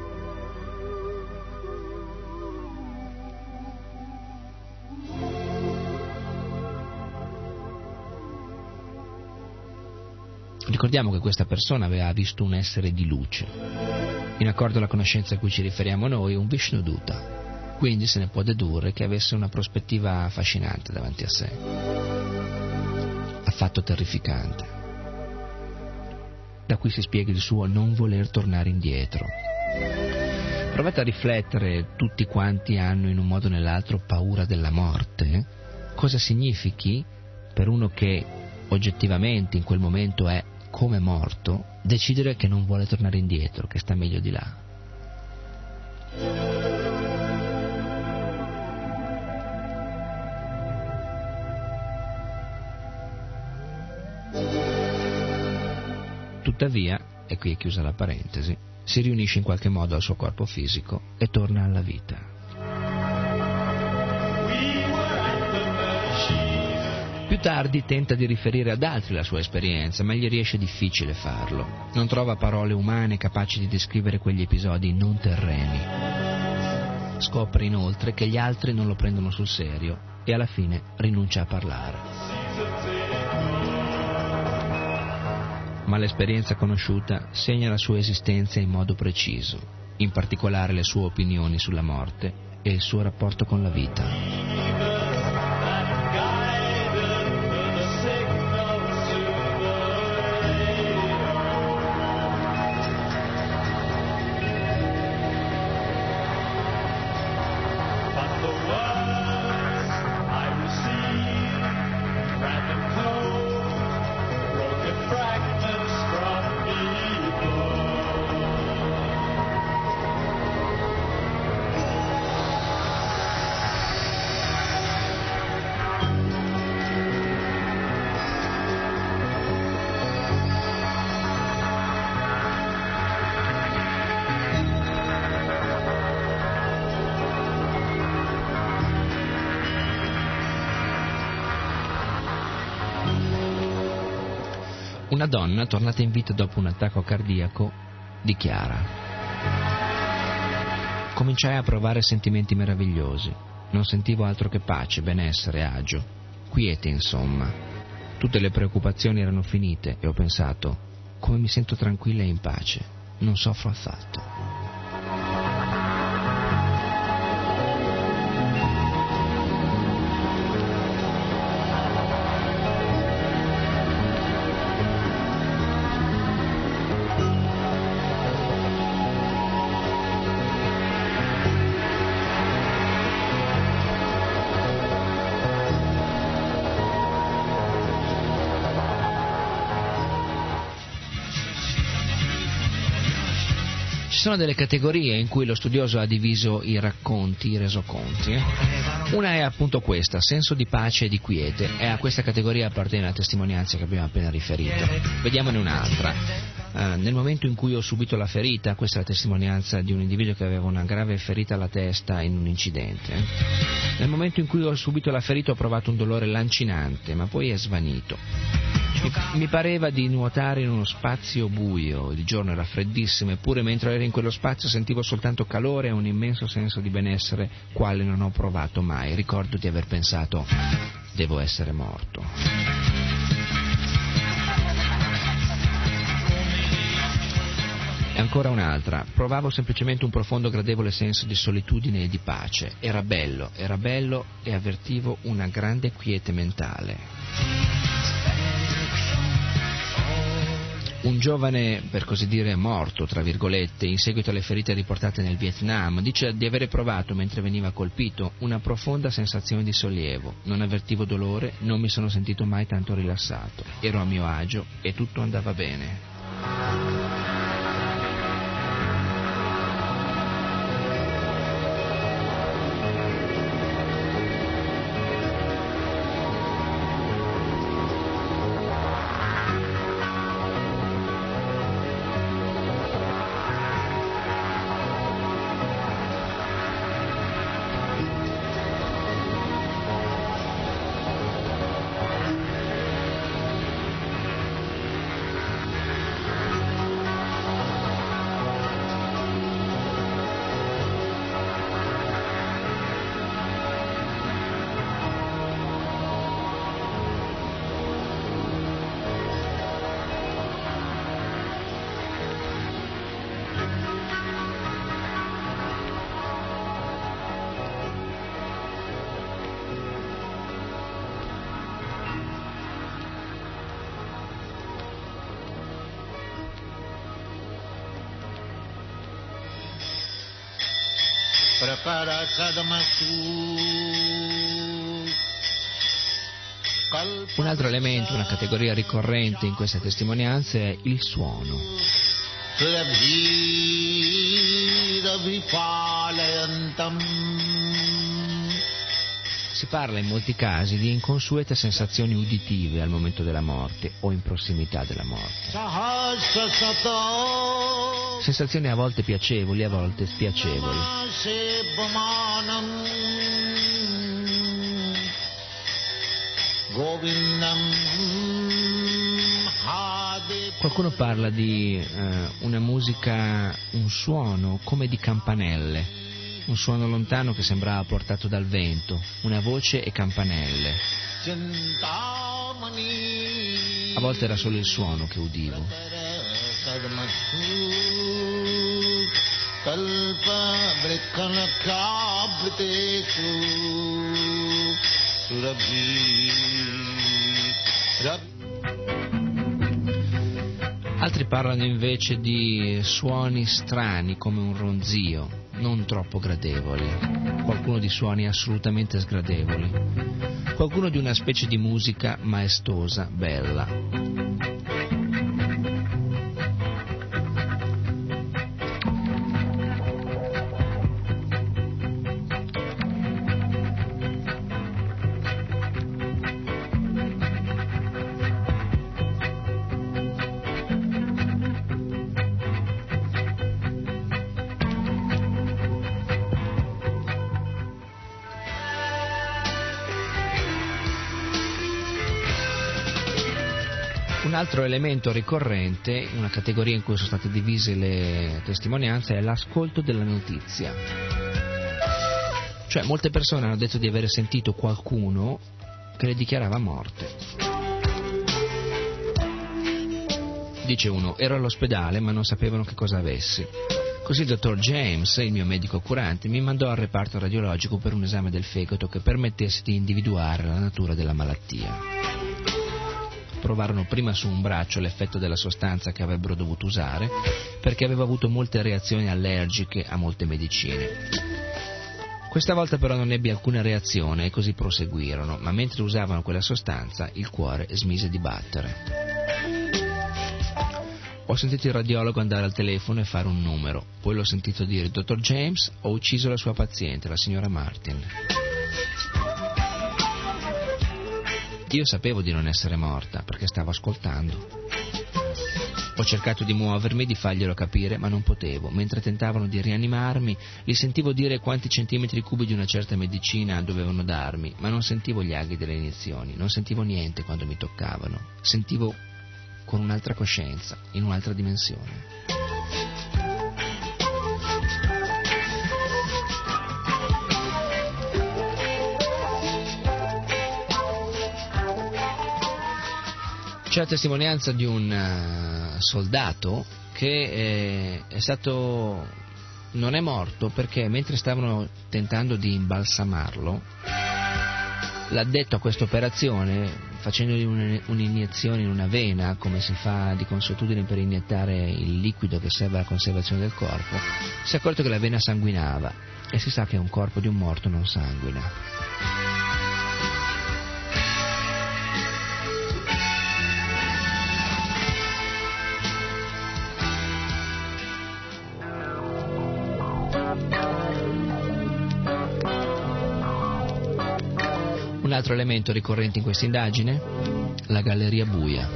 Ricordiamo che questa persona aveva visto un essere di luce, in accordo alla conoscenza a cui ci riferiamo noi, un Vishnuduta. Quindi se ne può dedurre che avesse una prospettiva affascinante davanti a sé, affatto terrificante. Da qui si spiega il suo non voler tornare indietro. Provate a riflettere, tutti quanti hanno in un modo o nell'altro paura della morte, cosa significhi per uno che oggettivamente in quel momento è come morto, decidere che non vuole tornare indietro, che sta meglio di là. Tuttavia, e qui è chiusa la parentesi, si riunisce in qualche modo al suo corpo fisico e torna alla vita. Più tardi tenta di riferire ad altri la sua esperienza, ma gli riesce difficile farlo. Non trova parole umane capaci di descrivere quegli episodi non terreni. Scopre inoltre che gli altri non lo prendono sul serio e alla fine rinuncia a parlare. Ma l'esperienza conosciuta segna la sua esistenza in modo preciso, in particolare le sue opinioni sulla morte e il suo rapporto con la vita. Una donna, tornata in vita dopo un attacco cardiaco, dichiara: cominciai a provare sentimenti meravigliosi. Non sentivo altro che pace, benessere, agio, quiete insomma. Tutte le preoccupazioni erano finite e ho pensato: come mi sento tranquilla e in pace, non soffro affatto. Ci sono delle categorie in cui lo studioso ha diviso i racconti, i resoconti. Una è appunto questa, senso di pace e di quiete, e a questa categoria appartiene la testimonianza che abbiamo appena riferito. Vediamone un'altra. Nel momento in cui ho subito la ferita, questa è la testimonianza di un individuo che aveva una grave ferita alla testa in un incidente. Nel momento in cui ho subito la ferita ho provato un dolore lancinante, ma poi è svanito. Mi pareva di nuotare in uno spazio buio, il giorno era freddissimo, eppure mentre ero in quello spazio sentivo soltanto calore e un immenso senso di benessere, quale non ho provato mai. Ricordo di aver pensato: devo essere morto. E ancora un'altra, provavo semplicemente un profondo gradevole senso di solitudine e di pace. Era bello e avvertivo una grande quiete mentale. Un giovane, per così dire, morto, tra virgolette, in seguito alle ferite riportate nel Vietnam, dice di avere provato, mentre veniva colpito, una profonda sensazione di sollievo. Non avvertivo dolore, non mi sono sentito mai tanto rilassato. Ero a mio agio e tutto andava bene. Un altro elemento, una categoria ricorrente in queste testimonianze è il suono. Si parla in molti casi di inconsuete sensazioni uditive al momento della morte o in prossimità della morte. Sensazioni a volte piacevoli, a volte spiacevoli. Qualcuno parla di una musica, un suono come di campanelle. Un suono lontano che sembrava portato dal vento, una voce e campanelle. A volte era solo il suono che udivo. Altri parlano invece di suoni strani come un ronzio, non troppo gradevoli, qualcuno di suoni assolutamente sgradevoli, qualcuno di una specie di musica maestosa, bella. altro elemento ricorrente, una categoria in cui sono state divise le testimonianze, è l'ascolto della notizia. Cioè, molte persone hanno detto di aver sentito qualcuno che le dichiarava morte. Dice uno: ero all'ospedale ma non sapevano che cosa avessi. Così il dottor James, il mio medico curante, mi mandò al reparto radiologico per un esame del fegato che permettesse di individuare la natura della malattia. Provarono prima su un braccio l'effetto della sostanza che avrebbero dovuto usare, perché avevo avuto molte reazioni allergiche a molte medicine. Questa volta però non ebbi alcuna reazione e così proseguirono, ma mentre usavano quella sostanza il cuore smise di battere. Ho sentito il radiologo andare al telefono e fare un numero, poi l'ho sentito dire: dottor James, ho ucciso la sua paziente, la signora Martin. Io sapevo di non essere morta, perché stavo ascoltando. Ho cercato di muovermi, di farglielo capire, ma non potevo. Mentre tentavano di rianimarmi, li sentivo dire quanti centimetri cubi di una certa medicina dovevano darmi, ma non sentivo gli aghi delle iniezioni, non sentivo niente quando mi toccavano. Sentivo con un'altra coscienza, in un'altra dimensione. C'è la testimonianza di un soldato che è stato, non è morto perché mentre stavano tentando di imbalsamarlo, l'addetto a questa operazione, facendogli un'iniezione in una vena, come si fa di consuetudine per iniettare il liquido che serve alla conservazione del corpo, si è accorto che la vena sanguinava, e si sa che un corpo di un morto non sanguina. Un altro elemento ricorrente in questa indagine? La galleria buia.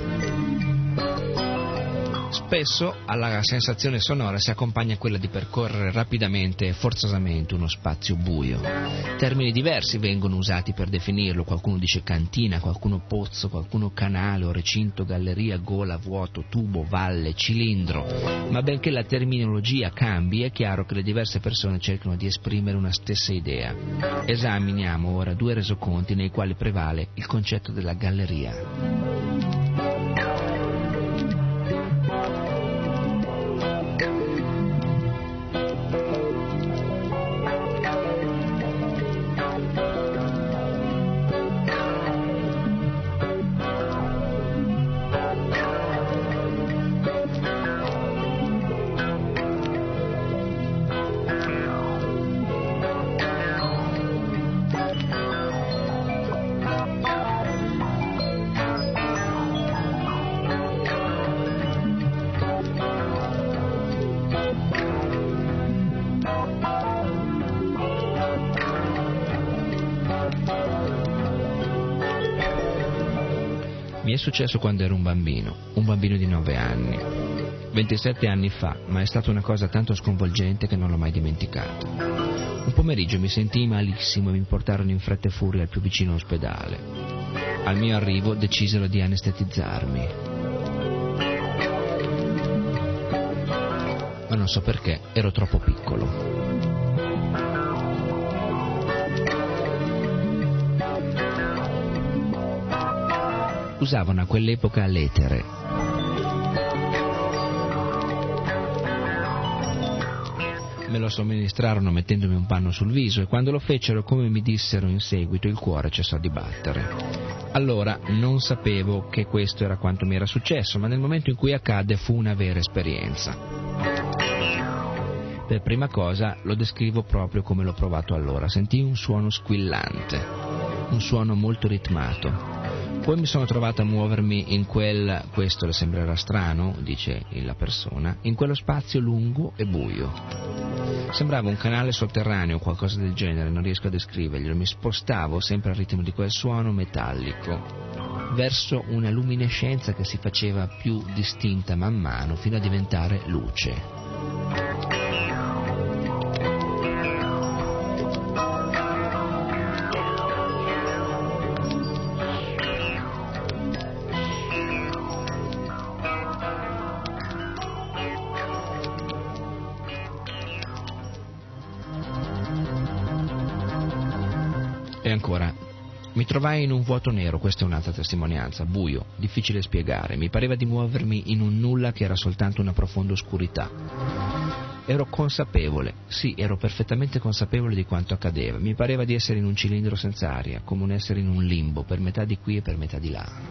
Spesso alla sensazione sonora si accompagna quella di percorrere rapidamente e forzosamente uno spazio buio. Termini diversi vengono usati per definirlo: qualcuno dice cantina, qualcuno pozzo, qualcuno canale o recinto, galleria, gola, vuoto, tubo, valle, cilindro. Ma benché la terminologia cambi, è chiaro che le diverse persone cercano di esprimere una stessa idea. Esaminiamo ora due resoconti nei quali prevale il concetto della galleria. Mi è successo quando ero un bambino di 9 anni, 27 anni fa, ma è stata una cosa tanto sconvolgente che non l'ho mai dimenticato. Un pomeriggio mi sentii malissimo e mi portarono in fretta e furia al più vicino ospedale. Al mio arrivo decisero di anestetizzarmi. Ma non so perché, ero troppo piccolo. Usavano a quell'epoca l'etere. Me lo somministrarono mettendomi un panno sul viso e quando lo fecero, come mi dissero in seguito, il cuore cessò di battere. Allora non sapevo che questo era quanto mi era successo, ma nel momento in cui accadde fu una vera esperienza. Per prima cosa lo descrivo proprio come l'ho provato allora. Sentii un suono squillante, un suono molto ritmato. Poi mi sono trovato a muovermi in questo le sembrerà strano, dice la persona, in quello spazio lungo e buio. Sembrava un canale sotterraneo o qualcosa del genere, non riesco a descriverglielo. Mi spostavo sempre al ritmo di quel suono metallico, verso una luminescenza che si faceva più distinta man mano fino a diventare luce. E ancora, mi trovai in un vuoto nero, questa è un'altra testimonianza, buio, difficile spiegare, mi pareva di muovermi in un nulla che era soltanto una profonda oscurità. Ero consapevole, sì, ero perfettamente consapevole di quanto accadeva, mi pareva di essere in un cilindro senza aria, come un essere in un limbo, per metà di qui e per metà di là.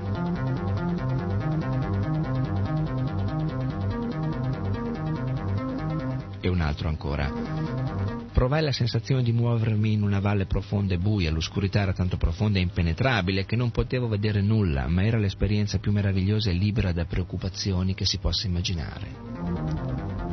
E un altro ancora. Provai la sensazione di muovermi in una valle profonda e buia, l'oscurità era tanto profonda e impenetrabile che non potevo vedere nulla, ma era l'esperienza più meravigliosa e libera da preoccupazioni che si possa immaginare.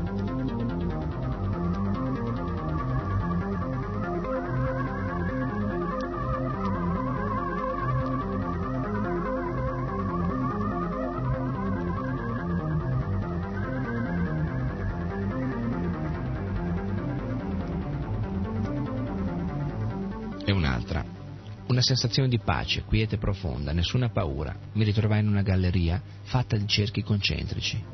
E un'altra. Una sensazione di pace, quiete profonda, nessuna paura. Mi ritrovai in una galleria fatta di cerchi concentrici.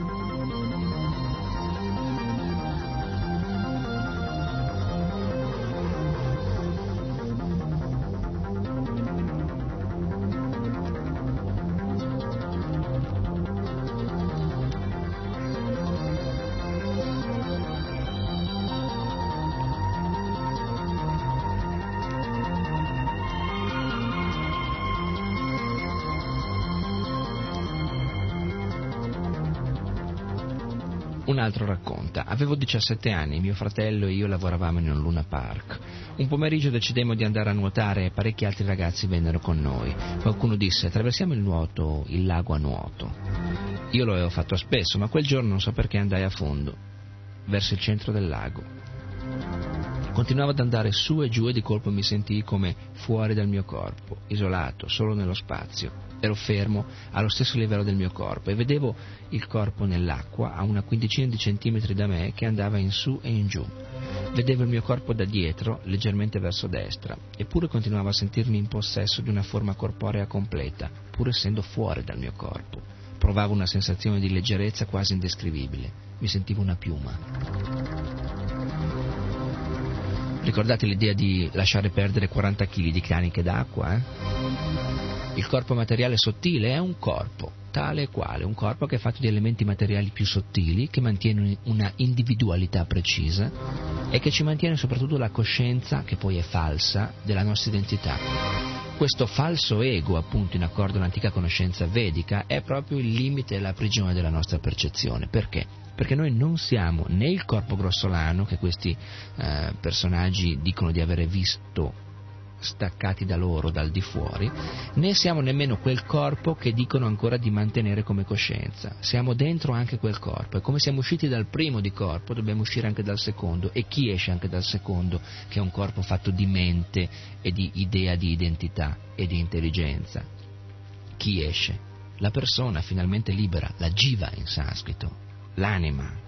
Un altro racconta, avevo 17 anni, mio fratello e io lavoravamo in un Luna Park. Un pomeriggio decidemmo di andare a nuotare e parecchi altri ragazzi vennero con noi. Qualcuno disse, attraversiamo il lago a nuoto. Io lo avevo fatto spesso, ma quel giorno non so perché andai a fondo, verso il centro del lago. Continuavo ad andare su e giù e di colpo mi sentii come fuori dal mio corpo, isolato, solo nello spazio. Ero fermo allo stesso livello del mio corpo e vedevo il corpo nell'acqua a una quindicina di centimetri da me che andava in su e in giù. Vedevo il mio corpo da dietro, leggermente verso destra, eppure continuavo a sentirmi in possesso di una forma corporea completa, pur essendo fuori dal mio corpo. Provavo una sensazione di leggerezza quasi indescrivibile. Mi sentivo una piuma. Ricordate l'idea di lasciare perdere 40 kg di caniche d'acqua, Il corpo materiale sottile è un corpo, tale e quale, un corpo che è fatto di elementi materiali più sottili, che mantiene una individualità precisa e che ci mantiene soprattutto la coscienza, che poi è falsa, della nostra identità. Questo falso ego, appunto, in accordo all'antica conoscenza vedica, è proprio il limite e la prigione della nostra percezione. Perché? Perché noi non siamo né il corpo grossolano, che questi personaggi dicono di avere visto staccati da loro, dal di fuori, né siamo nemmeno quel corpo che dicono ancora di mantenere come coscienza. Siamo dentro anche quel corpo, e come siamo usciti dal primo di corpo dobbiamo uscire anche dal secondo, e chi esce anche dal secondo, che è un corpo fatto di mente e di idea di identità e di intelligenza? Chi esce? La persona finalmente libera, la jiva in sanscrito, l'anima.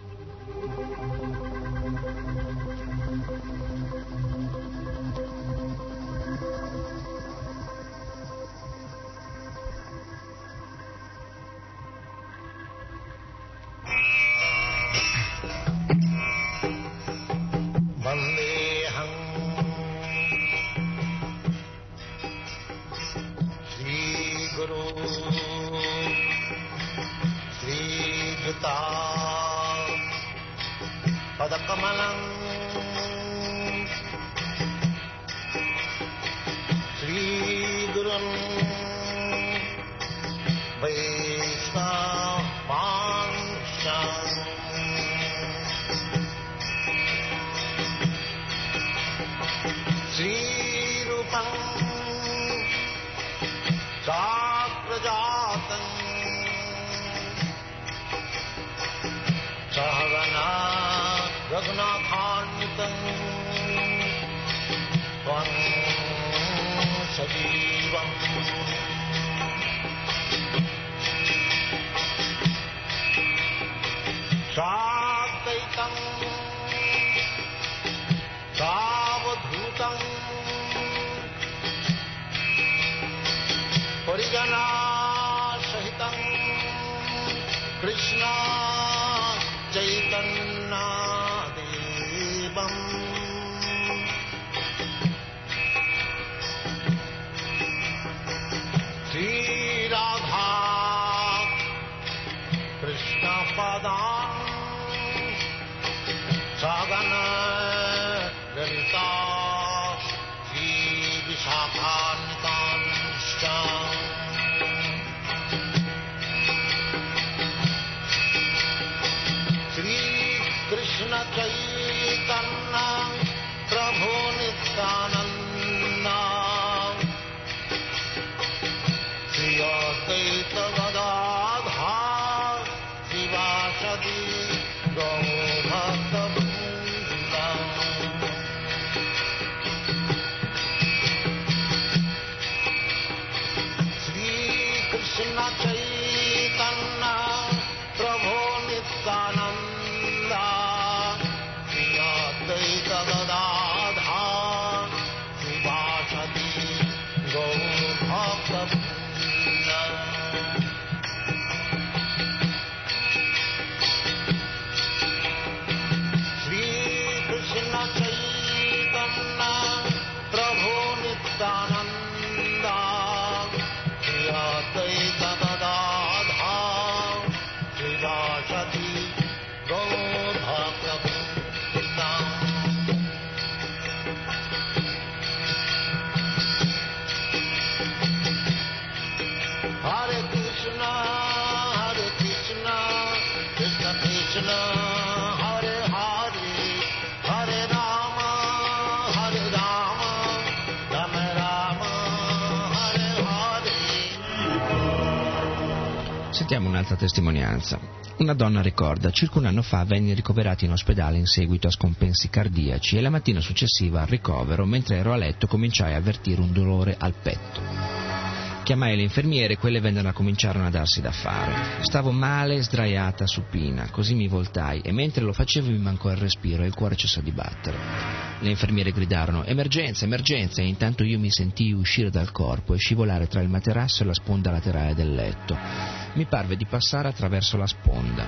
Sentiamo un'altra testimonianza. Una donna ricorda: circa un anno fa venni ricoverata in ospedale in seguito a scompensi cardiaci e la mattina successiva al ricovero, mentre ero a letto, cominciai a avvertire un dolore al petto. Chiamai le infermiere e quelle vennero a cominciarono a darsi da fare. Stavo male, sdraiata, supina, così mi voltai e mentre lo facevo mi mancò il respiro e il cuore cessò di battere. Le infermiere gridarono: emergenza, emergenza, e intanto io mi sentii uscire dal corpo e scivolare tra il materasso e la sponda laterale del letto. Mi parve di passare attraverso la sponda,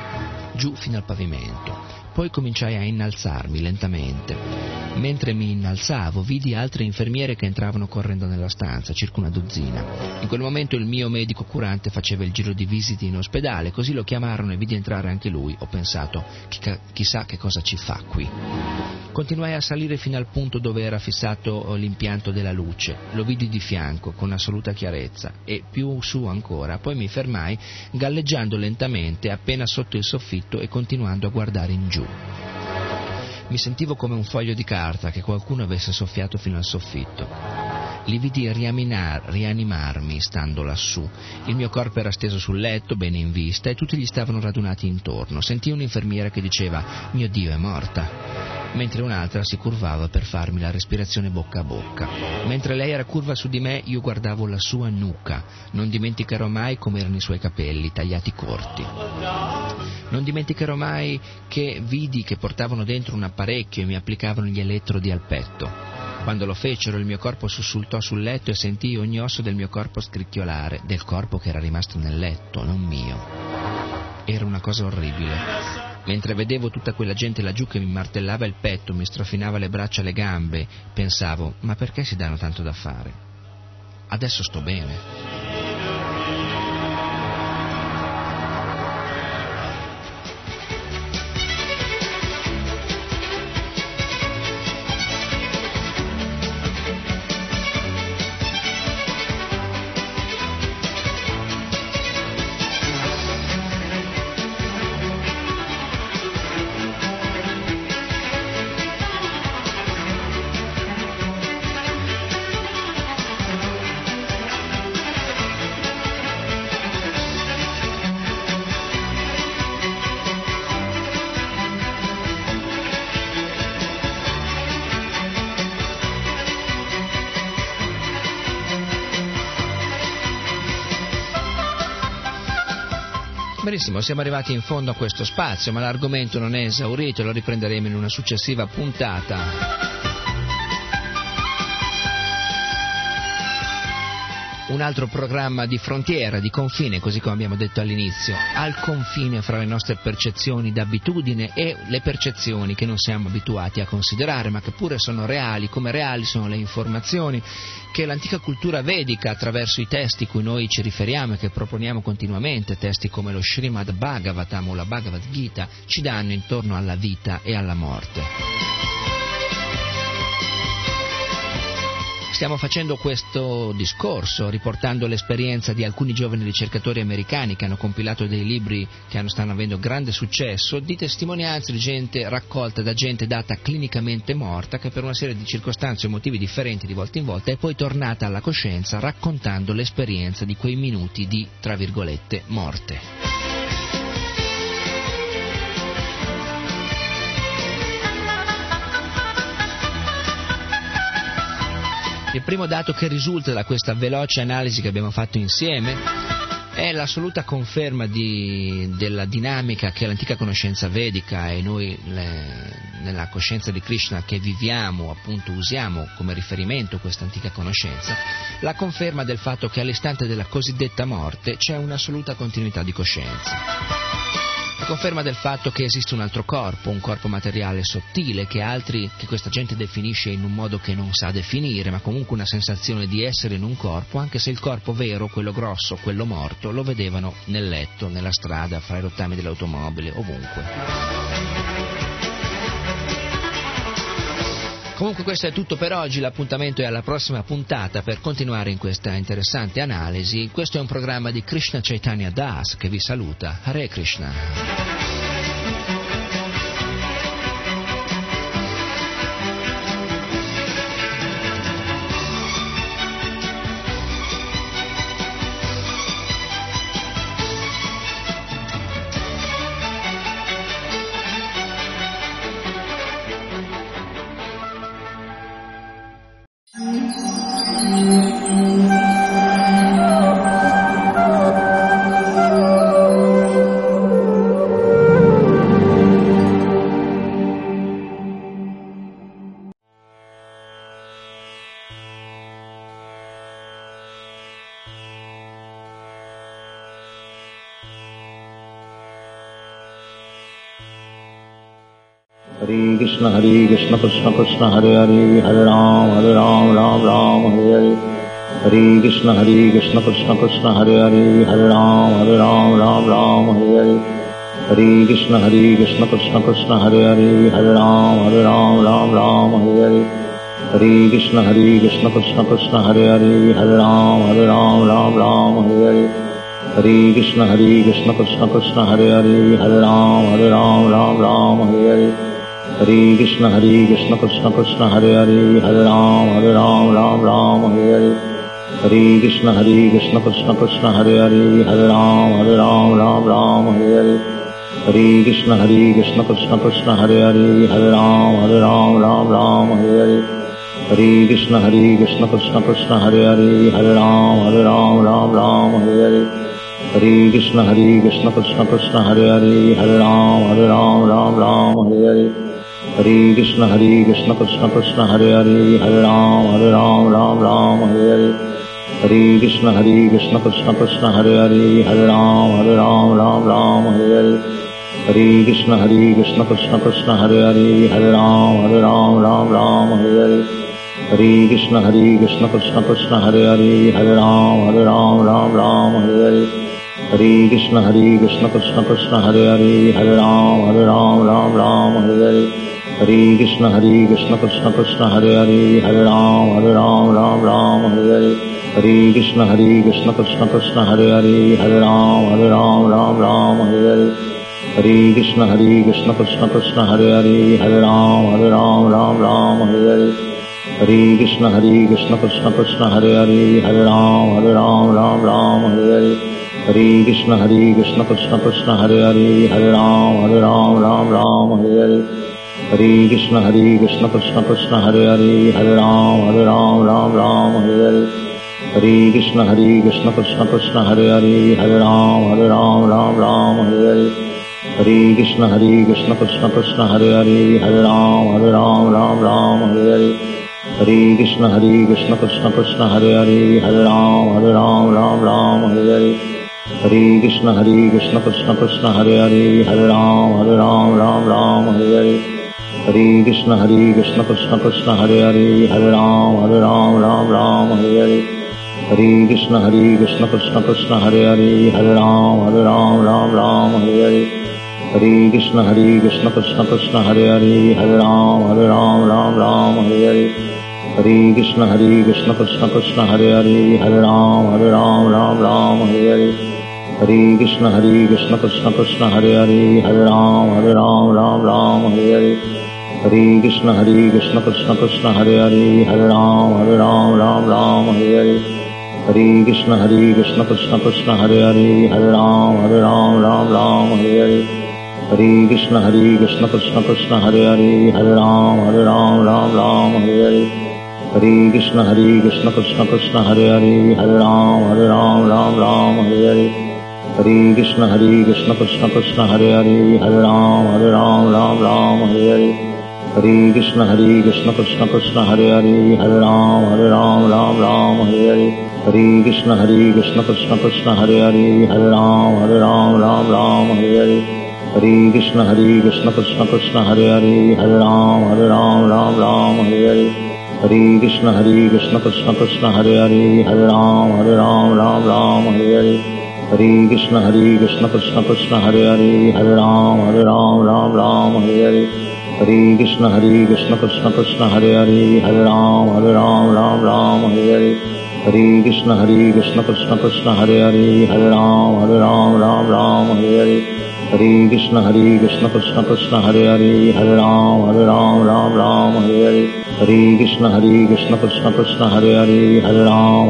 giù fino al pavimento. Poi cominciai a innalzarmi lentamente. Mentre mi innalzavo vidi altre infermiere che entravano correndo nella stanza, circa una dozzina. In quel momento il mio medico curante faceva il giro di visite in ospedale, così lo chiamarono e vidi entrare anche lui. Ho pensato: chissà che cosa ci fa qui. Continuai a salire fino al punto dove era fissato l'impianto della luce. Lo vidi di fianco con assoluta chiarezza e più su ancora. Poi mi fermai galleggiando lentamente appena sotto il soffitto e continuando a guardare in giù. Mi sentivo come un foglio di carta che qualcuno avesse soffiato fino al soffitto. Li vidi rianimarmi stando lassù. Il mio corpo era steso sul letto, bene in vista, e tutti gli stavano radunati intorno. Sentii un'infermiera che diceva: mio Dio, è morta, mentre un'altra si curvava per farmi la respirazione bocca a bocca. Mentre lei era curva su di me, io guardavo la sua nuca. Non dimenticherò mai come erano i suoi capelli, tagliati corti. Non dimenticherò mai che vidi che portavano dentro un apparecchio e mi applicavano gli elettrodi al petto. Quando lo fecero, il mio corpo sussultò sul letto e sentii ogni osso del mio corpo scricchiolare, del corpo che era rimasto nel letto, non mio. Era una cosa orribile. Mentre vedevo tutta quella gente laggiù che mi martellava il petto, mi strofinava le braccia e le gambe, pensavo: ma perché si danno tanto da fare? Adesso sto bene. Benissimo, siamo arrivati in fondo a questo spazio, ma l'argomento non è esaurito, lo riprenderemo in una successiva puntata. un altro programma di frontiera, di confine, così come abbiamo detto all'inizio, al confine fra le nostre percezioni d'abitudine e le percezioni che non siamo abituati a considerare, ma che pure sono reali, come reali sono le informazioni che l'antica cultura vedica, attraverso i testi cui noi ci riferiamo e che proponiamo continuamente, testi come lo Srimad Bhagavatam o la Bhagavad Gita, ci danno intorno alla vita e alla morte. Stiamo facendo questo discorso riportando l'esperienza di alcuni giovani ricercatori americani che hanno compilato dei libri che stanno avendo grande successo, di testimonianze di gente raccolta da gente data clinicamente morta che per una serie di circostanze o motivi differenti di volta in volta è poi tornata alla coscienza raccontando l'esperienza di quei minuti di, tra virgolette, morte. Il primo dato che risulta da questa veloce analisi che abbiamo fatto insieme è l'assoluta conferma della dinamica che l'antica conoscenza vedica e noi nella coscienza di Krishna che viviamo, appunto usiamo come riferimento questa antica conoscenza, la conferma del fatto che all'istante della cosiddetta morte c'è un'assoluta continuità di coscienza. La conferma del fatto che esiste un altro corpo, un corpo materiale sottile, che questa gente definisce in un modo che non sa definire, ma comunque una sensazione di essere in un corpo, anche se il corpo vero, quello grosso, quello morto, lo vedevano nel letto, nella strada, fra i rottami dell'automobile, ovunque. Comunque questo è tutto per oggi, l'appuntamento è alla prossima puntata per continuare in questa interessante analisi. Questo è un programma di Krishna Chaitanya Das che vi saluta. Hare Krishna. Hare Krishna Krishna Krishna Hare Hare Hare Ram Ram Ram Hare Hare Hare Krishna Krishna Krishna Hare Hare Hare Ram Ram Hare Hare Hare Krishna Krishna Krishna Hare Hare Hare Ram Hare Hare Hare Krishna Krishna Krishna Hare Hare Hare Ram Hare Hare Hare Krishna Krishna Krishna Hare Hare Hare Ram Hare Hare Hare Krishna Krishna Krishna Hare Hare Hare Ram Hare Hare Hare Krishna Krishna Krishna Hare Hare Hare Ram Hare Hare Hare Krishna Krishna Krishna Hare Hare Hare Ram Hare Hare Hare Krishna Krishna Krishna Hare Hare Hare Ram Hare Hare Hare Krishna Krishna Krishna Hare Hare Hare Ram Hare Hare Hare Krishna Krishna Krishna Hare Hare Hare Ram Hare Hare Hare Krishna Krishna Krishna Hare Hare Hare Ram Hare Hare Hare Krishna Krishna Krishna Hare Hare Hare Ram Hare Hare Hare Krishna Krishna Krishna Hare Hare Hare Ram Hare Hare Hare Krishna Krishna Krishna Hare Hare Hare Ram Hare Hare Hare Krishna Krishna Krishna Hare Hare Hare Ram Hare Hare Hare Krishna Krishna Krishna Hare Hare Hare Ram Hare Hare Hare Krishna Krishna Krishna Hare Hare Hare Ram Hare Hare Hare Krishna Krishna Krishna Hare Hare Hare Ram Hare Hare Hare Krishna Krishna Krishna Hare Hare Hare Ram Hare Hare Hare Krishna Krishna Krishna Hare Hare Hare Ram Hare Hare Hare Krishna Krishna Krishna Hare Hare Hare Ram Hare Hare Hare Krishna Krishna Krishna Hare Hare Hare Ram Hare Hare Hare Krishna Krishna Krishna Hare Hare Hare Ram Ram Ram Hare Hare Hare Krishna Krishna Krishna Hare Hare Hare Ram Ram Hare Hare Hare Krishna Krishna Krishna Hare Hare Hare Ram Ram Hare Hare Hare Krishna Krishna Krishna Hare Hare Hare Ram Ram Hare Hare Hare Krishna Krishna Krishna Hare Hare Hare Ram Ram Hare Hare Hare Krishna Krishna Krishna Hare Hare Hare Ram Ram Hare Hare Hare Krishna Krishna Krishna Hare Hare Hare Ram Ram Hare Hare Hare Krishna Krishna Krishna Hare Hare Hare Ram Ram Hare Hare Hare Krishna Krishna Krishna Hare Hare Hare Ram Ram Hare Hare Hare Krishna Krishna Krishna Hare Hare Hare Ram Ram Hare Hare Hare Krishna Krishna Krishna Hare Hare Hare Ram Ram Hare Hare Hare Krishna Krishna Krishna Hare Hare Hare Ram Ram Hare Hare Hare Krishna Krishna Krishna Hare Hare Hare Ram Ram Hare Hare Hare Krishna Krishna Krishna Hare Hare Hare Ram Ram Hare Hare Hare Krishna Krishna Krishna Hare Hare Hare Ram Ram Hare Hare Hare Krishna Krishna Krishna Hare Hare Hare Ram Ram Hare Hare Hare Krishna Krishna Krishna Hare Hare Hare Ram Ram Hare Hare Hare Krishna Krishna Krishna Hare Hare Hare Ram Ram Hare Hare Hare Krishna Krishna Krishna Hare Hare Hare Ram Ram Hare Hare Hare Krishna Krishna Krishna Hare Hare Hare Ram Ram Hare Hare Hare Krishna Krishna Krishna Hare Hare Hare Ram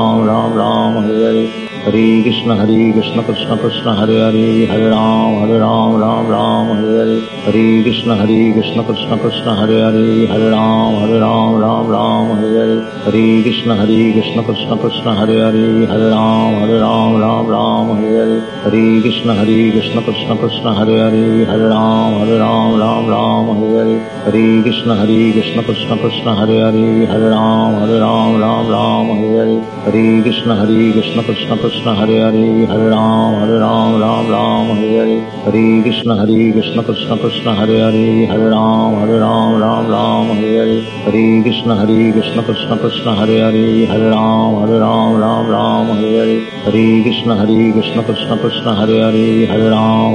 Ram Hare Hare Hare Krishna Krishna Krishna Hare Hare Hare Ram Ram Hare Hare Hare Krishna Krishna Krishna Hare Hare Hare Ram Ram Hare Hare Hare Krishna Krishna Krishna Hare Hare Hare Ram Ram Hare Hare Hare Krishna Krishna Krishna Hare Hare Hare Ram Ram Hare Hare Hare Krishna Krishna Krishna Hare Hare Hare Ram Ram Hare Hare Hare Krishna Krishna Krishna Hare Hare Hare Ram Hare Hare Hare Krishna Krishna Krishna Hare Hare Hare Ram Hare Hare Hare Krishna Krishna Krishna Hare Hare Hare Ram Hare Hare Hare Krishna Krishna Krishna Hare Hare Hare Ram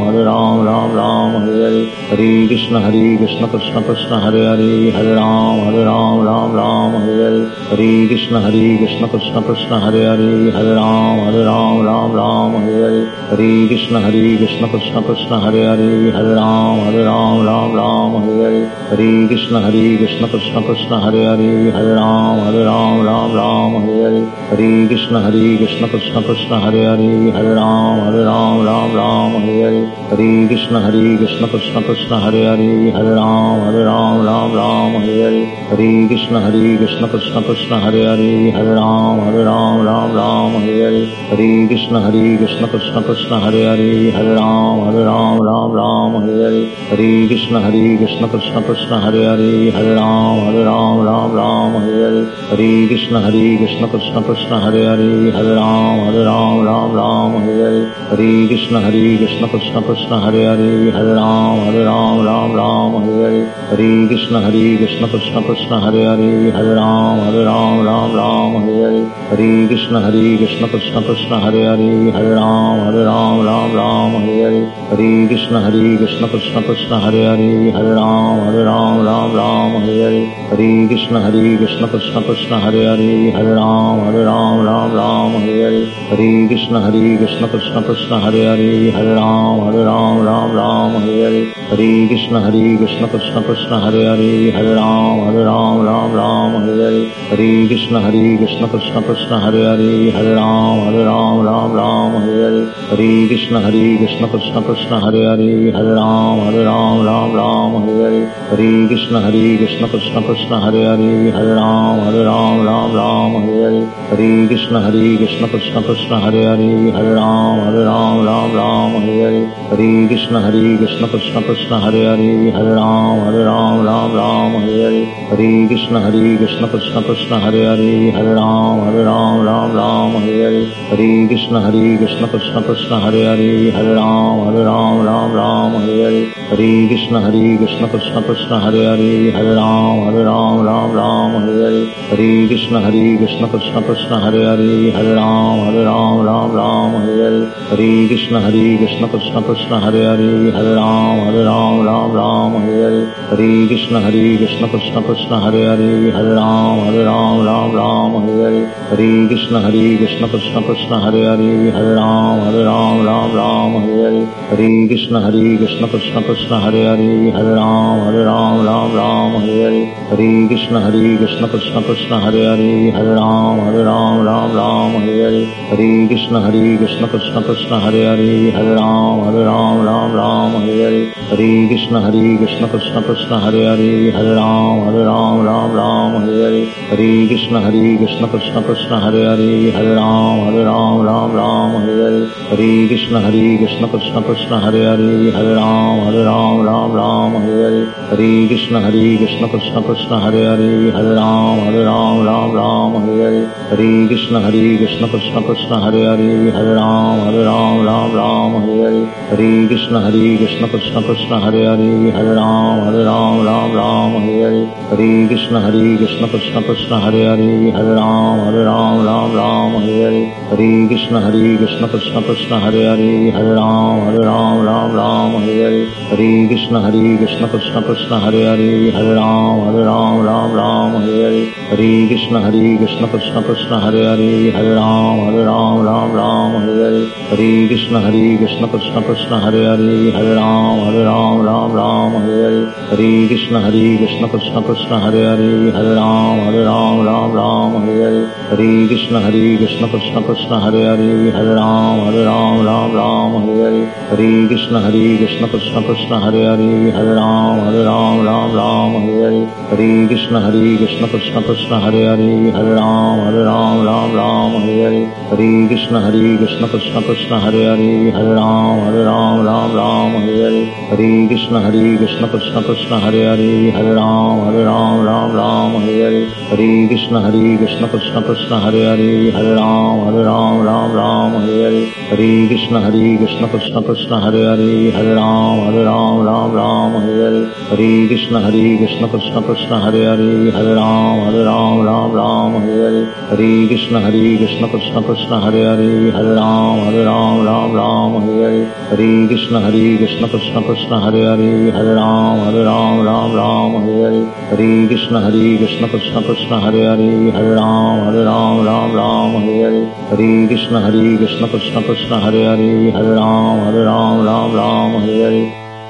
Hare Hare Hare Krishna Krishna Krishna Hare Hare Hare Ram Hare Hare Hare Krishna Krishna Krishna Hare Hare Hare Ram Hare Hare Hare Krishna Krishna Krishna Hare Hare Hare Ram Hare Hare Hare Krishna Krishna Krishna Hare Hare Hare Ram Hare Hare Hare Krishna Krishna Krishna Hare Hare Hare Ram Hare Hare Hare Krishna Krishna Krishna Hare Hare Hare Ram Hare Hare Hare Krishna Krishna Krishna Hare Hare Hare Ram Hare Hare Hare Krishna Krishna Krishna Hare Hare Hare Ram Hare Hare Hare Krishna Krishna Krishna Hare Hare Hare Ram Hare Hare Hare Krishna Krishna Krishna Hare Hare Hare Ram Hare Hare Hare Krishna Krishna Krishna Hare Hare Hare Ram Hare Hare Hare Krishna Krishna Krishna Hare Hare Hare Ram Hare Hare Hare Krishna Krishna Krishna Hare Hare Hare Ram Hare Hare Hare Krishna Krishna Krishna Hare Hare Hare Ram Hare Hare Hare Krishna Krishna Krishna Hare Hare Hare Ram Hare Hare Hare Krishna Krishna Krishna Hare Hare Hare Ram Hare Hare Hare Krishna Krishna Krishna Hare Hare Hare Ram Hare Hare Hare Krishna Krishna Krishna Hare Hare Hare Ram Hare Hare Hare Krishna Krishna Krishna Hare Hare Hare Ram Hare Hare Hare Krishna Krishna Krishna Hare Hare Hare Ram Ram Ram Hare Hare Hare Krishna Krishna Krishna Hare Hare Hare Ram Ram Hare Hare Hare Krishna Krishna Krishna Hare Hare Hare Ram Ram Hare Hare Hare Krishna Krishna Krishna Hare Hare Hare Ram Ram Hare Hare Hare Krishna Krishna Krishna Hare Hare Hare Ram Ram Hare Hare Hare Krishna Krishna Krishna Hare Hare Hare Ram Ram Hare Hare Hare Krishna Krishna Krishna Hare Hare Hare Ram Ram Hare Hare Hare Krishna Krishna Krishna Hare Hare Hare Ram Ram Hare Hare Hare Krishna Krishna Krishna Hare Hare Hare Ram Ram Hare Hare Hare Krishna Krishna Krishna Hare Hare Hare Ram Ram Hare Hare Hare Krishna Krishna Krishna Hare Hare Hare Ram Ram Hare Hare Hare Krishna Krishna Krishna Hare Hare Hare Ram Ram Hare Hare Hare Krishna Krishna Krishna Hare Hare Hare Ram Ram Hare Hare Hare Krishna Krishna Krishna Hare Hare Hare Ram Ram Hare Hare Hare Krishna Krishna Krishna Hare Hare Hare Ram Ram Hare Hare Hare Krishna Krishna Krishna Hare Hare Hare Ram Ram Hare Hare Hare Krishna Krishna Krishna Hare Hare Hare Ram Ram Hare Hare Hare Krishna Krishna Krishna Hare Hare Hare Ram Ram Hare Hare Hare Krishna Krishna Krishna Hare Hare Hare Ram Ram Hare Hare Hare Krishna Krishna Krishna Hare Hare Hare Ram Ram Hare Hare Hare Krishna Krishna Krishna Hare Hare Hare Ram Ram Hare Hare Hare Krishna Krishna Krishna Hare Hare Hare Ram Ram Hare Hare Hare Krishna Krishna Krishna Hare Hare Hare Ram Ram Hare Hare Hare Krishna Krishna Krishna Hare Hare Hare Ram Ram Hare Hare Hare Krishna Krishna Krishna Hare Hare Hare Ram Ram Hare Hare Hare Krishna Krishna Krishna Hare Hare Hare Ram Ram Hare Hare Hare Krishna Krishna Krishna Hare Hare Hare Ram Ram Hare Hare Hare Krishna Krishna Krishna Hare Hare Hare Ram Ram Hare Hare Hare Krishna Krishna Krishna Hare Hare Hare Ram Ram Hare Hare Hare Krishna Krishna Krishna Hare Hare Hare Ram Ram Hare Hare Hare Krishna Krishna Krishna Hare Hare Hare Ram Ram Hare Hare Hare Krishna Krishna Krishna Hare Hare Hare Ram Ram Hare Hare Hare Krishna Krishna Krishna Hare Hare Hare Ram Ram Hare Hare Hare Krishna Krishna Krishna Hare Hare Hare Ram Ram Hare Hare Hare Krishna Krishna Krishna Hare Hare Hare Ram Ram Hare Hare Hare Krishna Krishna Krishna Hare Hare Hare Ram Ram Hare Hare Hare Krishna Krishna Krishna Hare Hare Hare Ram Hare Hare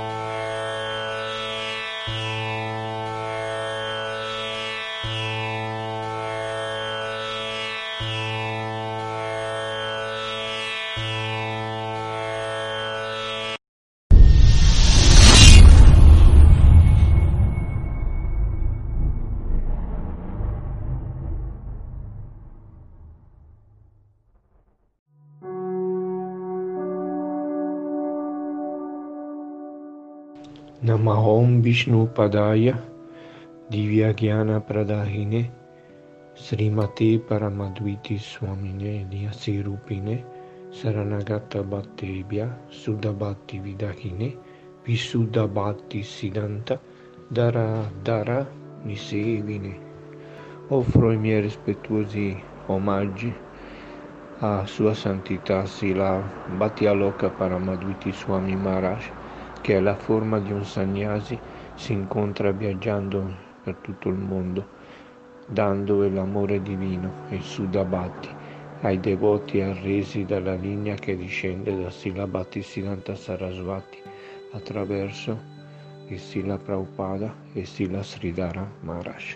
Namahom Vishnu Padaya Divyagyana Pradahine Srimate Paramadviti Swamine Nyasirupine Saranagata Bhattebhya Sudabhati Vidahine Visudabhati Siddhanta Dara Nisevine. Offro i miei rispettuosi omaggi a Sua Santità Srila Bhaktialoka Paramadviti Swami Maharaj, che è la forma di un sannyasi, si incontra viaggiando per tutto il mondo, dando l'amore divino e il Sudabhati ai devoti arresi dalla linea che discende da Srila Bhaktisiddhanta Sarasvati attraverso il Srila Prabhupada e Srila Sridhara Maharaj.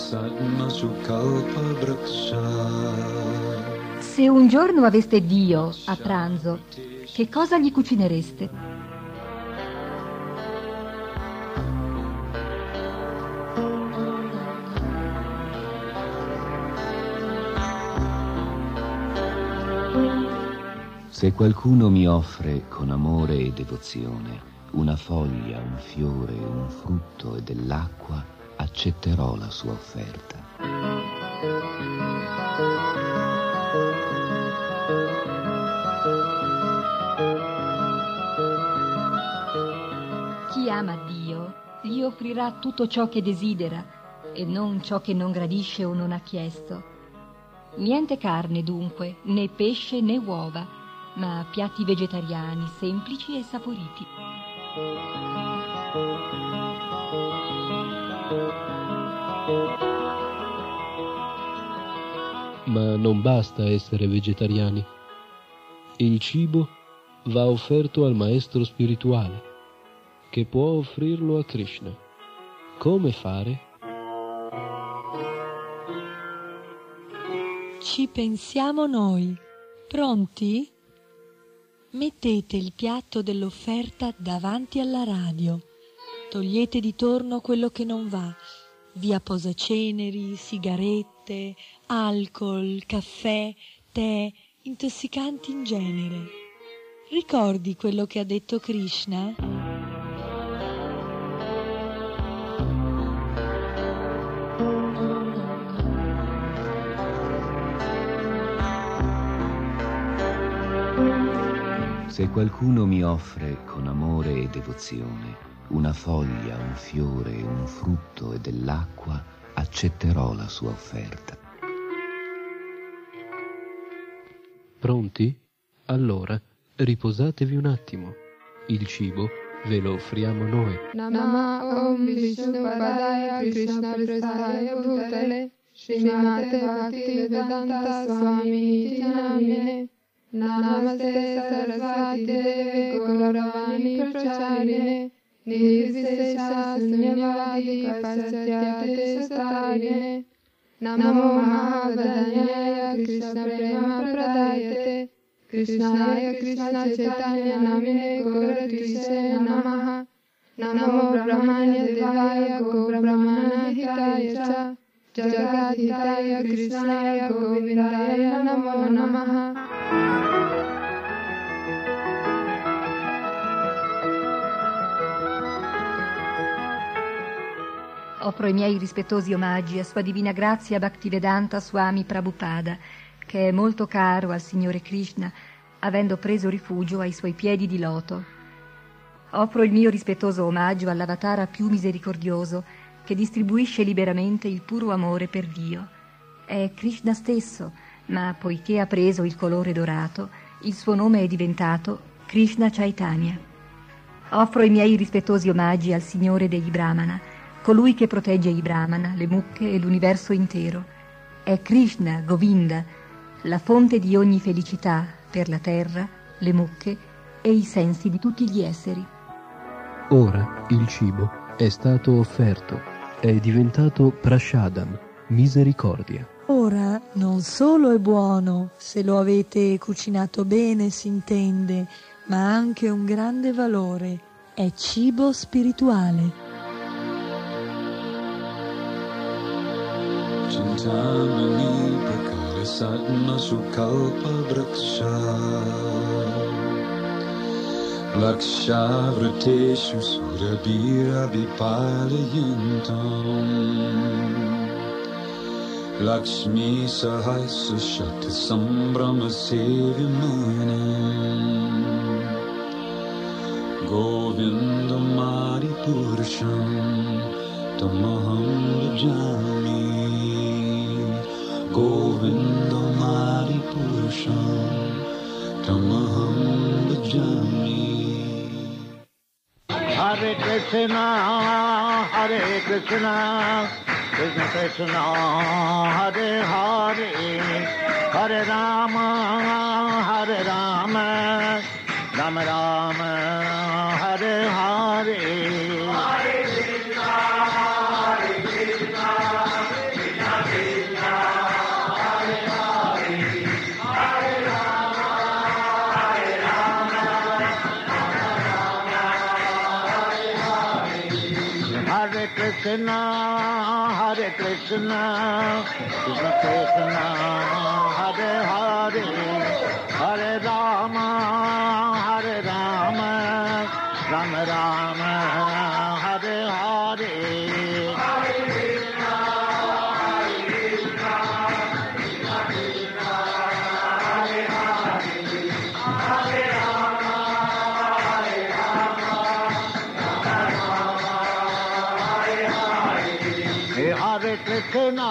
Se un giorno aveste Dio a pranzo, che cosa gli cucinereste? Se qualcuno mi offre con amore e devozione una foglia, un fiore, un frutto e dell'acqua, accetterò la sua offerta. Chi ama Dio gli offrirà tutto ciò che desidera e non ciò che non gradisce o non ha chiesto. Niente carne dunque, né pesce né uova, ma piatti vegetariani semplici e saporiti. Ma non basta essere vegetariani. Il cibo va offerto al maestro spirituale, che può offrirlo a Krishna. Come fare? Ci pensiamo noi. Pronti? Mettete il piatto dell'offerta davanti alla radio. Togliete di torno quello che non va. Via posaceneri, sigarette, alcol, caffè, tè, intossicanti in genere. Ricordi quello che ha detto Krishna? Se qualcuno mi offre con amore e devozione una foglia, un fiore, un frutto e dell'acqua, accetterò la sua offerta. Pronti? Allora, riposatevi un attimo. Il cibo ve lo offriamo noi. Nama Om Vishnu Padaya Krishna Prasthaya Bhutale Srimate Bhaktivedanta Swami Namine Namaste Sarasvati Deve Gauravani Pracharine Nirvisesha Sunyavadi Pachatyate Satarine Namo Mahadanyaya Krishna Prema Pradayate Krishnaya Krishna Chaitanya Namine Gauratrise Namaha Namo Brahmanya Devaya Go Brahmana Hitaya Cha Jagadhitaya Krishnaya Govindaya Namo Namaha. Offro i miei rispettosi omaggi a Sua Divina Grazia Bhaktivedanta Swami Prabhupada, che è molto caro al Signore Krishna, avendo preso rifugio ai suoi piedi di loto. Offro il mio rispettoso omaggio all'avatara più misericordioso, che distribuisce liberamente il puro amore per Dio. È Krishna stesso, ma poiché ha preso il colore dorato, il suo nome è diventato Krishna Chaitanya. Offro i miei rispettosi omaggi al Signore dei Brahmana, colui che protegge i Brahmana, le mucche e l'universo intero. È Krishna Govinda, la fonte di ogni felicità per la terra, le mucche e i sensi di tutti gli esseri. Ora il cibo è stato offerto, è diventato prashadam, misericordia. Ora non solo è buono, se lo avete cucinato bene si intende, ma ha anche un grande valore. È cibo spirituale. Chintamani prakara satma sukalpa vraksha Laksha vrateshu surabhira vipalayantam Lakshmi sahasra shata sambrama sevimanam Govinda Mari Purusham Tamaham Bhajami Govinda Mari Purusham Tamaham Bhajami. Hare Krishna, Krishna Krishna, Hare Hare, Hare Rama, Rama Rama, Hare Hare. Hare Krishna, Krishna Krishna, Hare Krishna, Krishna Krishna, Hare Hare, Hare Rama, Rama Rama, Hare Hare. Hare Krishna,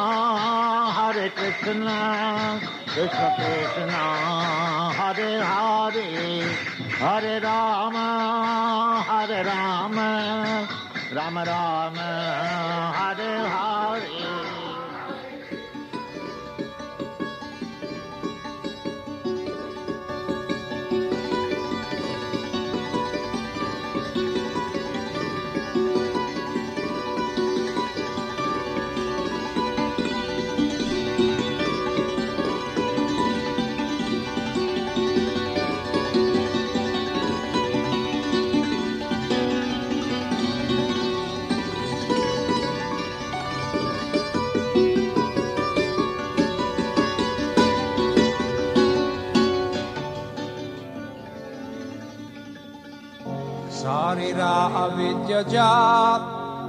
Krishna Krishna, Hare Hare, Hare Rama, Rama Rama, Hare Hare. Sarira avidya jat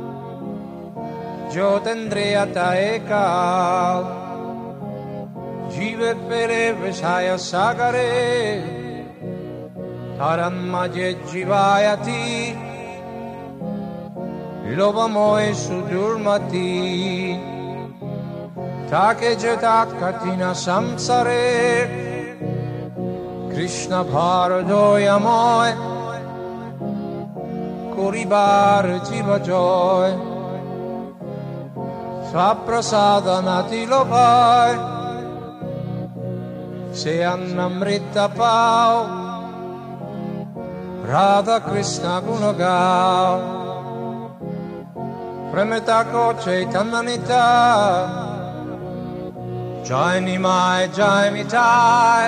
Jyotendriya taeka Jive pere vishaya sagare Taranmaje jivayati Lovamoe sudurmati Take jetat katina samsare Krishna bharadoyamoe Koribar jiva joy Svaprasadanati lopai Se annamrita pao Radha Krishna gunagao Premetako Chaitananita Jai Nimai Jai Mitai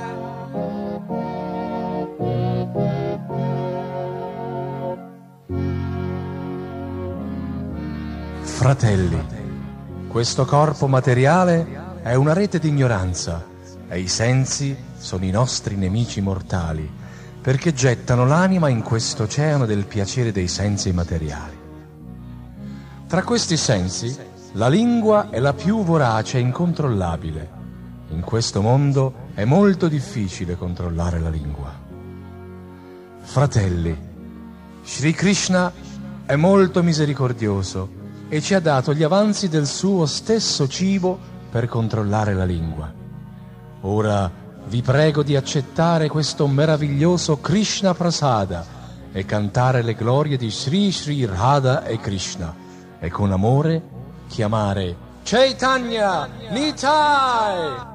Fratelli, questo corpo materiale è una rete di ignoranza e i sensi sono i nostri nemici mortali perché gettano l'anima in questo oceano del piacere dei sensi materiali. Tra questi sensi, la lingua è la più vorace e incontrollabile. In questo mondo è molto difficile controllare la lingua. Fratelli, Sri Krishna è molto misericordioso e ci ha dato gli avanzi del suo stesso cibo per controllare la lingua. Ora vi prego di accettare questo meraviglioso Krishna Prasada e cantare le glorie di Sri Sri Radha e Krishna e con amore chiamare Chaitanya Nitai!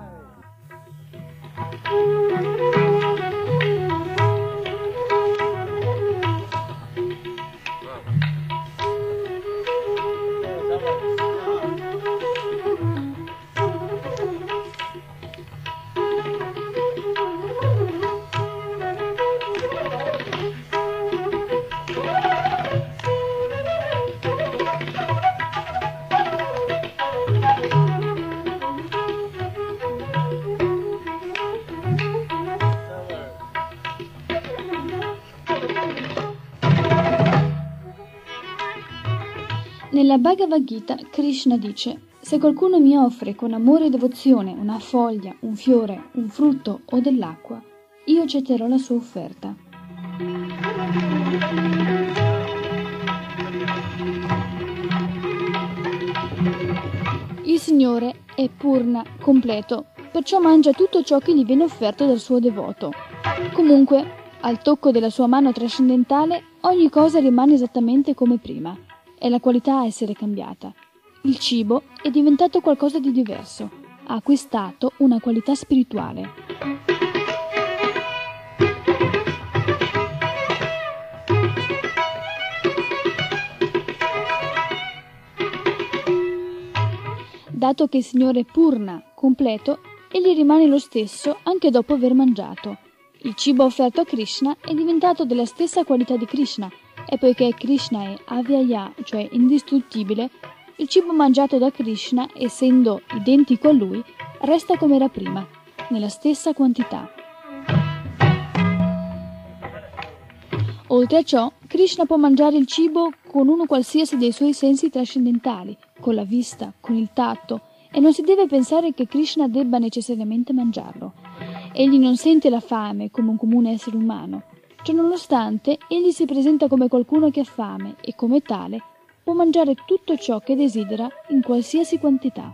Nella Bhagavad Gita, Krishna dice: se qualcuno mi offre con amore e devozione una foglia, un fiore, un frutto o dell'acqua, io accetterò la sua offerta. Il Signore è Purna, completo, perciò mangia tutto ciò che gli viene offerto dal suo devoto. Comunque, al tocco della sua mano trascendentale, ogni cosa rimane esattamente come prima. È la qualità a essere cambiata. Il cibo è diventato qualcosa di diverso, ha acquistato una qualità spirituale. Dato che il Signore è Purna, completo, egli rimane lo stesso anche dopo aver mangiato. Il cibo offerto a Krishna è diventato della stessa qualità di Krishna e poiché Krishna è avyaya, cioè indistruttibile, il cibo mangiato da Krishna, essendo identico a lui, resta come era prima, nella stessa quantità. Oltre a ciò, Krishna può mangiare il cibo con uno qualsiasi dei suoi sensi trascendentali, con la vista, con il tatto, e non si deve pensare che Krishna debba necessariamente mangiarlo. Egli non sente la fame come un comune essere umano. Ciononostante, egli si presenta come qualcuno che ha fame e, come tale, può mangiare tutto ciò che desidera in qualsiasi quantità.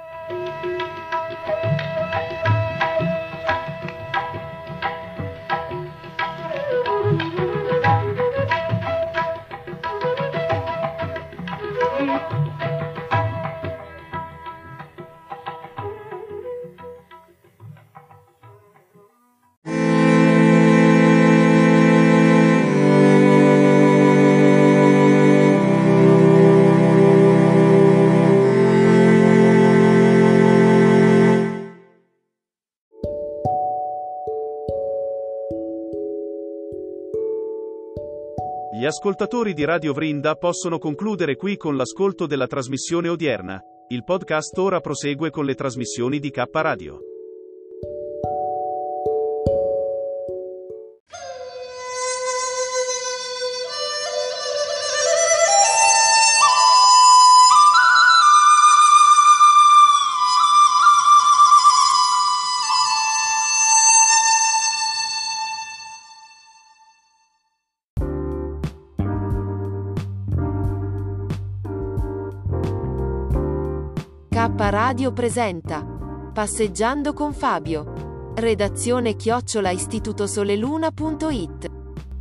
Gli ascoltatori di Radio Vrinda possono concludere qui con l'ascolto della trasmissione odierna. Il podcast ora prosegue con le trasmissioni di K Radio. K Radio presenta Passeggiando con Fabio. Redazione @istitutosoleluna.it.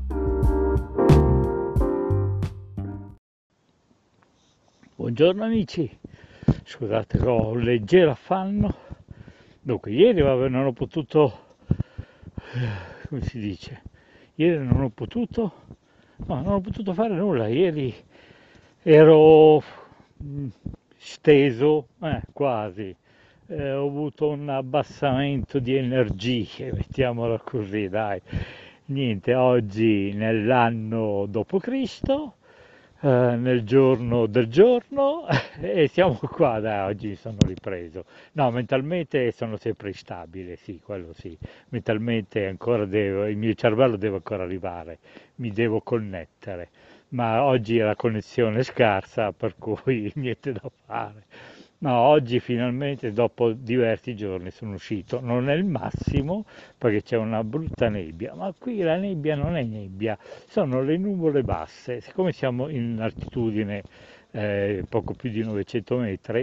Buongiorno amici, scusate, ho un leggero affanno. Dunque, ieri non ho potuto, come si dice, non ho potuto fare nulla. Ieri ero steso, quasi, ho avuto un abbassamento di energie, mettiamola così, dai. Niente, oggi nell'anno dopo Cristo, nel giorno del giorno, e siamo qua, dai, oggi mi sono ripreso. No, mentalmente sono sempre instabile, sì, quello sì. Mentalmente ancora il mio cervello deve ancora arrivare, mi devo connettere. Ma oggi la connessione è scarsa, per cui niente da fare. No, oggi finalmente dopo diversi giorni sono uscito, non è il massimo perché c'è una brutta nebbia, ma qui la nebbia non è nebbia, sono le nuvole basse. Siccome siamo in altitudine poco più di 900 metri,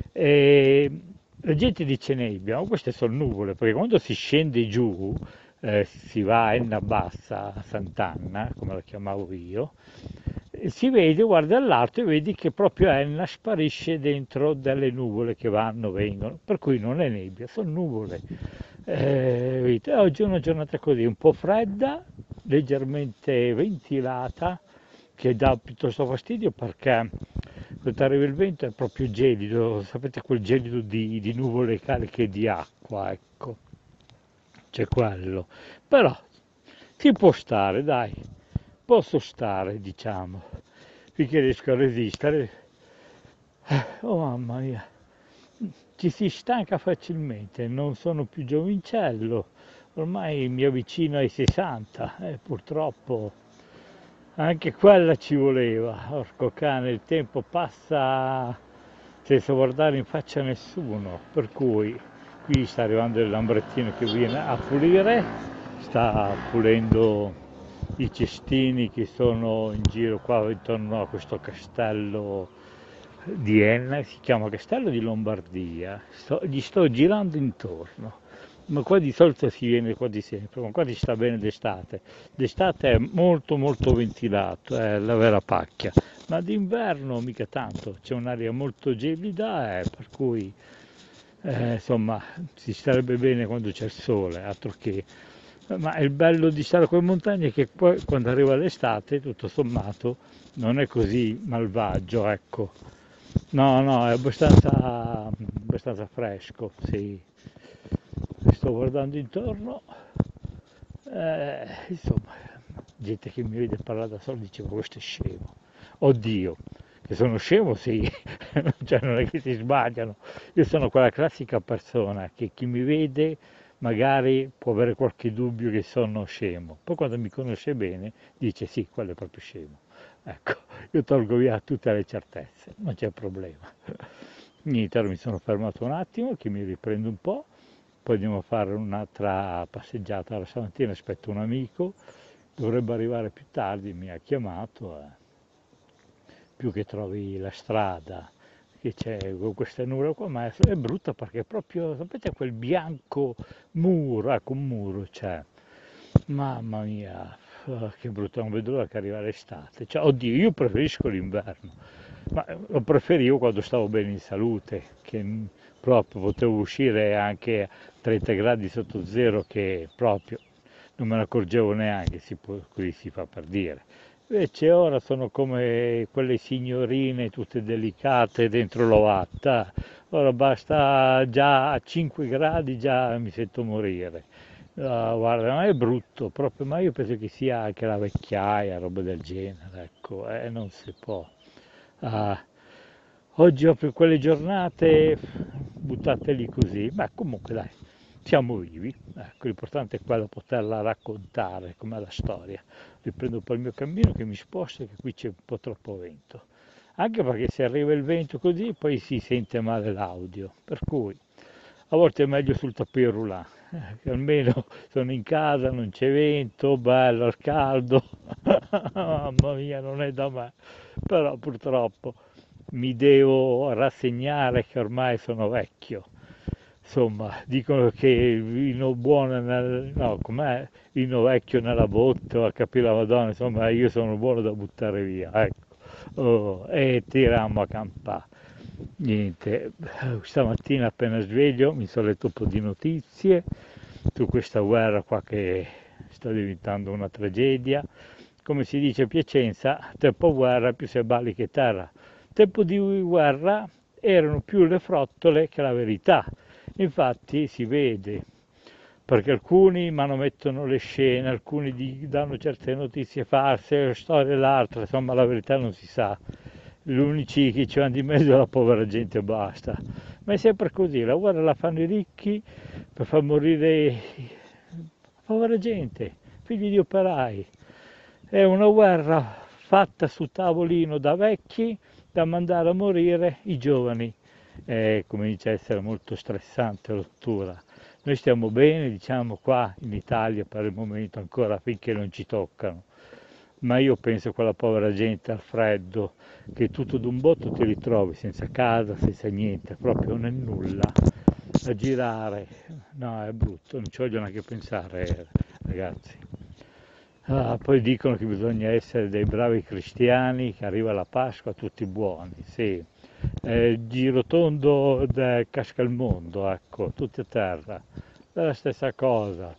la gente dice nebbia, ma queste sono nuvole, perché quando si scende giù, si va a Enna Bassa, a Sant'Anna, come la chiamavo io, si vede, guarda all'alto e vedi che proprio Enna sparisce dentro delle nuvole che vengono, per cui non è nebbia, sono nuvole. Oggi è una giornata così, un po' fredda, leggermente ventilata, che dà piuttosto fastidio perché quando arriva il vento è proprio gelido, sapete quel gelido di nuvole cariche di acqua, ecco. C'è quello, però si può stare, dai, posso stare, diciamo, finché riesco a resistere. Oh mamma mia, ci si stanca facilmente, non sono più giovincello, ormai mi avvicino ai 60, purtroppo anche quella ci voleva, orco cane, il tempo passa senza guardare in faccia a nessuno, per cui qui sta arrivando il lambrettino che viene a pulire, sta pulendo i cestini che sono in giro qua intorno a questo castello di Enna, si chiama Castello di Lombardia, gli sto girando intorno, ma qua di solito si viene quasi sempre, ma qua si sta bene d'estate. D'estate è molto molto ventilato, è la vera pacchia, ma d'inverno mica tanto, c'è un'aria molto gelida, per cui insomma si starebbe bene quando c'è il sole, altro che. Ma il bello di stare con le montagne è che poi quando arriva l'estate, tutto sommato, non è così malvagio, ecco. No, è abbastanza fresco, sì. Sto guardando intorno, insomma, gente che mi vede parlare da solo diceva questo è scemo. Oddio, che sono scemo sì, cioè non è che si sbagliano. Io sono quella classica persona che chi mi vede magari può avere qualche dubbio che sono scemo, poi quando mi conosce bene dice sì, quello è proprio scemo. Ecco, io tolgo via tutte le certezze, non c'è problema. Niente, allora mi sono fermato un attimo, che mi riprendo un po', poi andiamo a fare un'altra passeggiata. La stamattina aspetto un amico, dovrebbe arrivare più tardi, mi ha chiamato, più che trovi la strada, che c'è questa nuvole qua, ma è brutta perché è proprio, sapete, quel bianco muro, ecco un muro c'è, mamma mia, che brutto, non vedo l'ora che arriva l'estate, cioè, oddio, io preferisco l'inverno, ma lo preferivo quando stavo bene in salute, che proprio potevo uscire anche a 30 gradi sotto zero, che proprio non me ne accorgevo neanche, così si fa per dire. Invece ora sono come quelle signorine tutte delicate dentro l'ovatta, ora basta già a 5 gradi già mi sento morire. Guarda, ma è brutto proprio, ma io penso che sia anche la vecchiaia, roba del genere, ecco, non si può. Oggi ho per quelle giornate buttate lì così, ma comunque dai, siamo vivi, ecco, l'importante è quello, poterla raccontare come la storia. Riprendo poi il mio cammino che mi sposta, che qui c'è un po' troppo vento, anche perché se arriva il vento così poi si sente male l'audio, per cui a volte è meglio sul tapis roulant, che almeno sono in casa, non c'è vento, bello al caldo, mamma mia, non è da me, però purtroppo mi devo rassegnare che ormai sono vecchio. Insomma, dicono che il vino buono, com'è? Vino vecchio nella botte, o a capire la Madonna, insomma, io sono buono da buttare via, ecco. E tiriamo a campà. Niente, stamattina appena sveglio mi sono letto un po' di notizie su questa guerra qua che sta diventando una tragedia. Come si dice a Piacenza, tempo guerra più sebali che terra. Tempo di guerra erano più le frottole che la verità. Infatti si vede, perché alcuni manomettono le scene, alcuni danno certe notizie false, storie l'altra, insomma la verità non si sa. Gli unici che ci vanno di mezzo è la povera gente e basta. Ma è sempre così, la guerra la fanno i ricchi per far morire la povera gente, figli di operai. È una guerra fatta su tavolino da vecchi, da mandare a morire i giovani. Comincia a essere molto stressante l'ottura. Noi stiamo bene, diciamo, qua in Italia per il momento ancora, finché non ci toccano, ma io penso a quella povera gente al freddo, che tutto d'un botto ti ritrovi senza casa, senza niente, proprio nel nulla, a girare. No, è brutto, non ci voglio neanche pensare, ragazzi. Poi dicono che bisogna essere dei bravi cristiani, che arriva la Pasqua tutti buoni, sì. Giro tondo casca il mondo, ecco, tutti a terra, è la stessa cosa.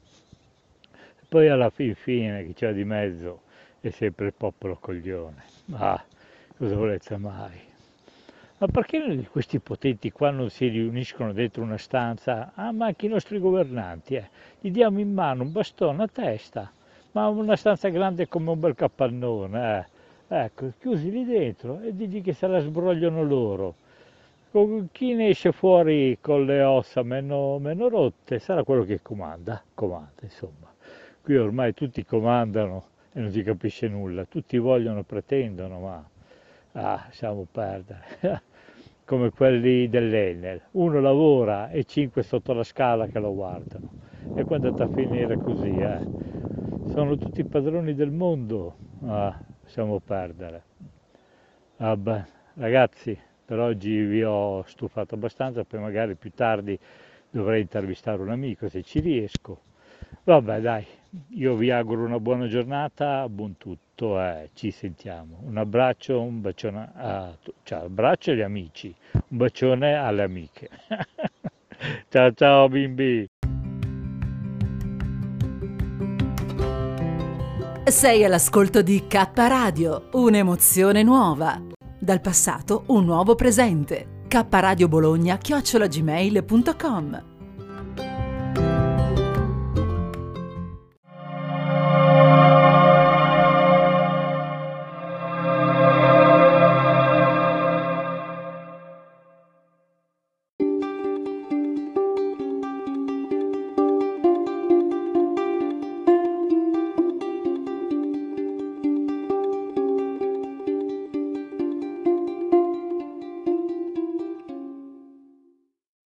Poi alla fine che c'è di mezzo è sempre il popolo coglione. Cosa volete mai? Ma perché questi potenti qua non si riuniscono dentro una stanza? Ma anche i nostri governanti, gli diamo in mano un bastone a testa, ma una stanza grande come un bel capannone, ecco, chiusi lì dentro e digli che se la sbrogliano loro. Chi ne esce fuori con le ossa meno rotte sarà quello che comanda, insomma. Qui ormai tutti comandano e non si capisce nulla, tutti vogliono, pretendono, ma lasciamo perdere. Come quelli dell'Enel, uno lavora e 5 sotto la scala che lo guardano. E quando è andata a finire così, sono tutti padroni del mondo, lasciamo perdere. Vabbè, ragazzi, per oggi vi ho stufato abbastanza, poi magari più tardi dovrei intervistare un amico se ci riesco. Vabbè, dai, io vi auguro una buona giornata, buon tutto e ci sentiamo. Un abbraccio, un bacione abbraccio agli amici, un bacione alle amiche. Ciao bimbi. Sei all'ascolto di K Radio, un'emozione nuova. Dal passato un nuovo presente. kradiobologna@gmail.com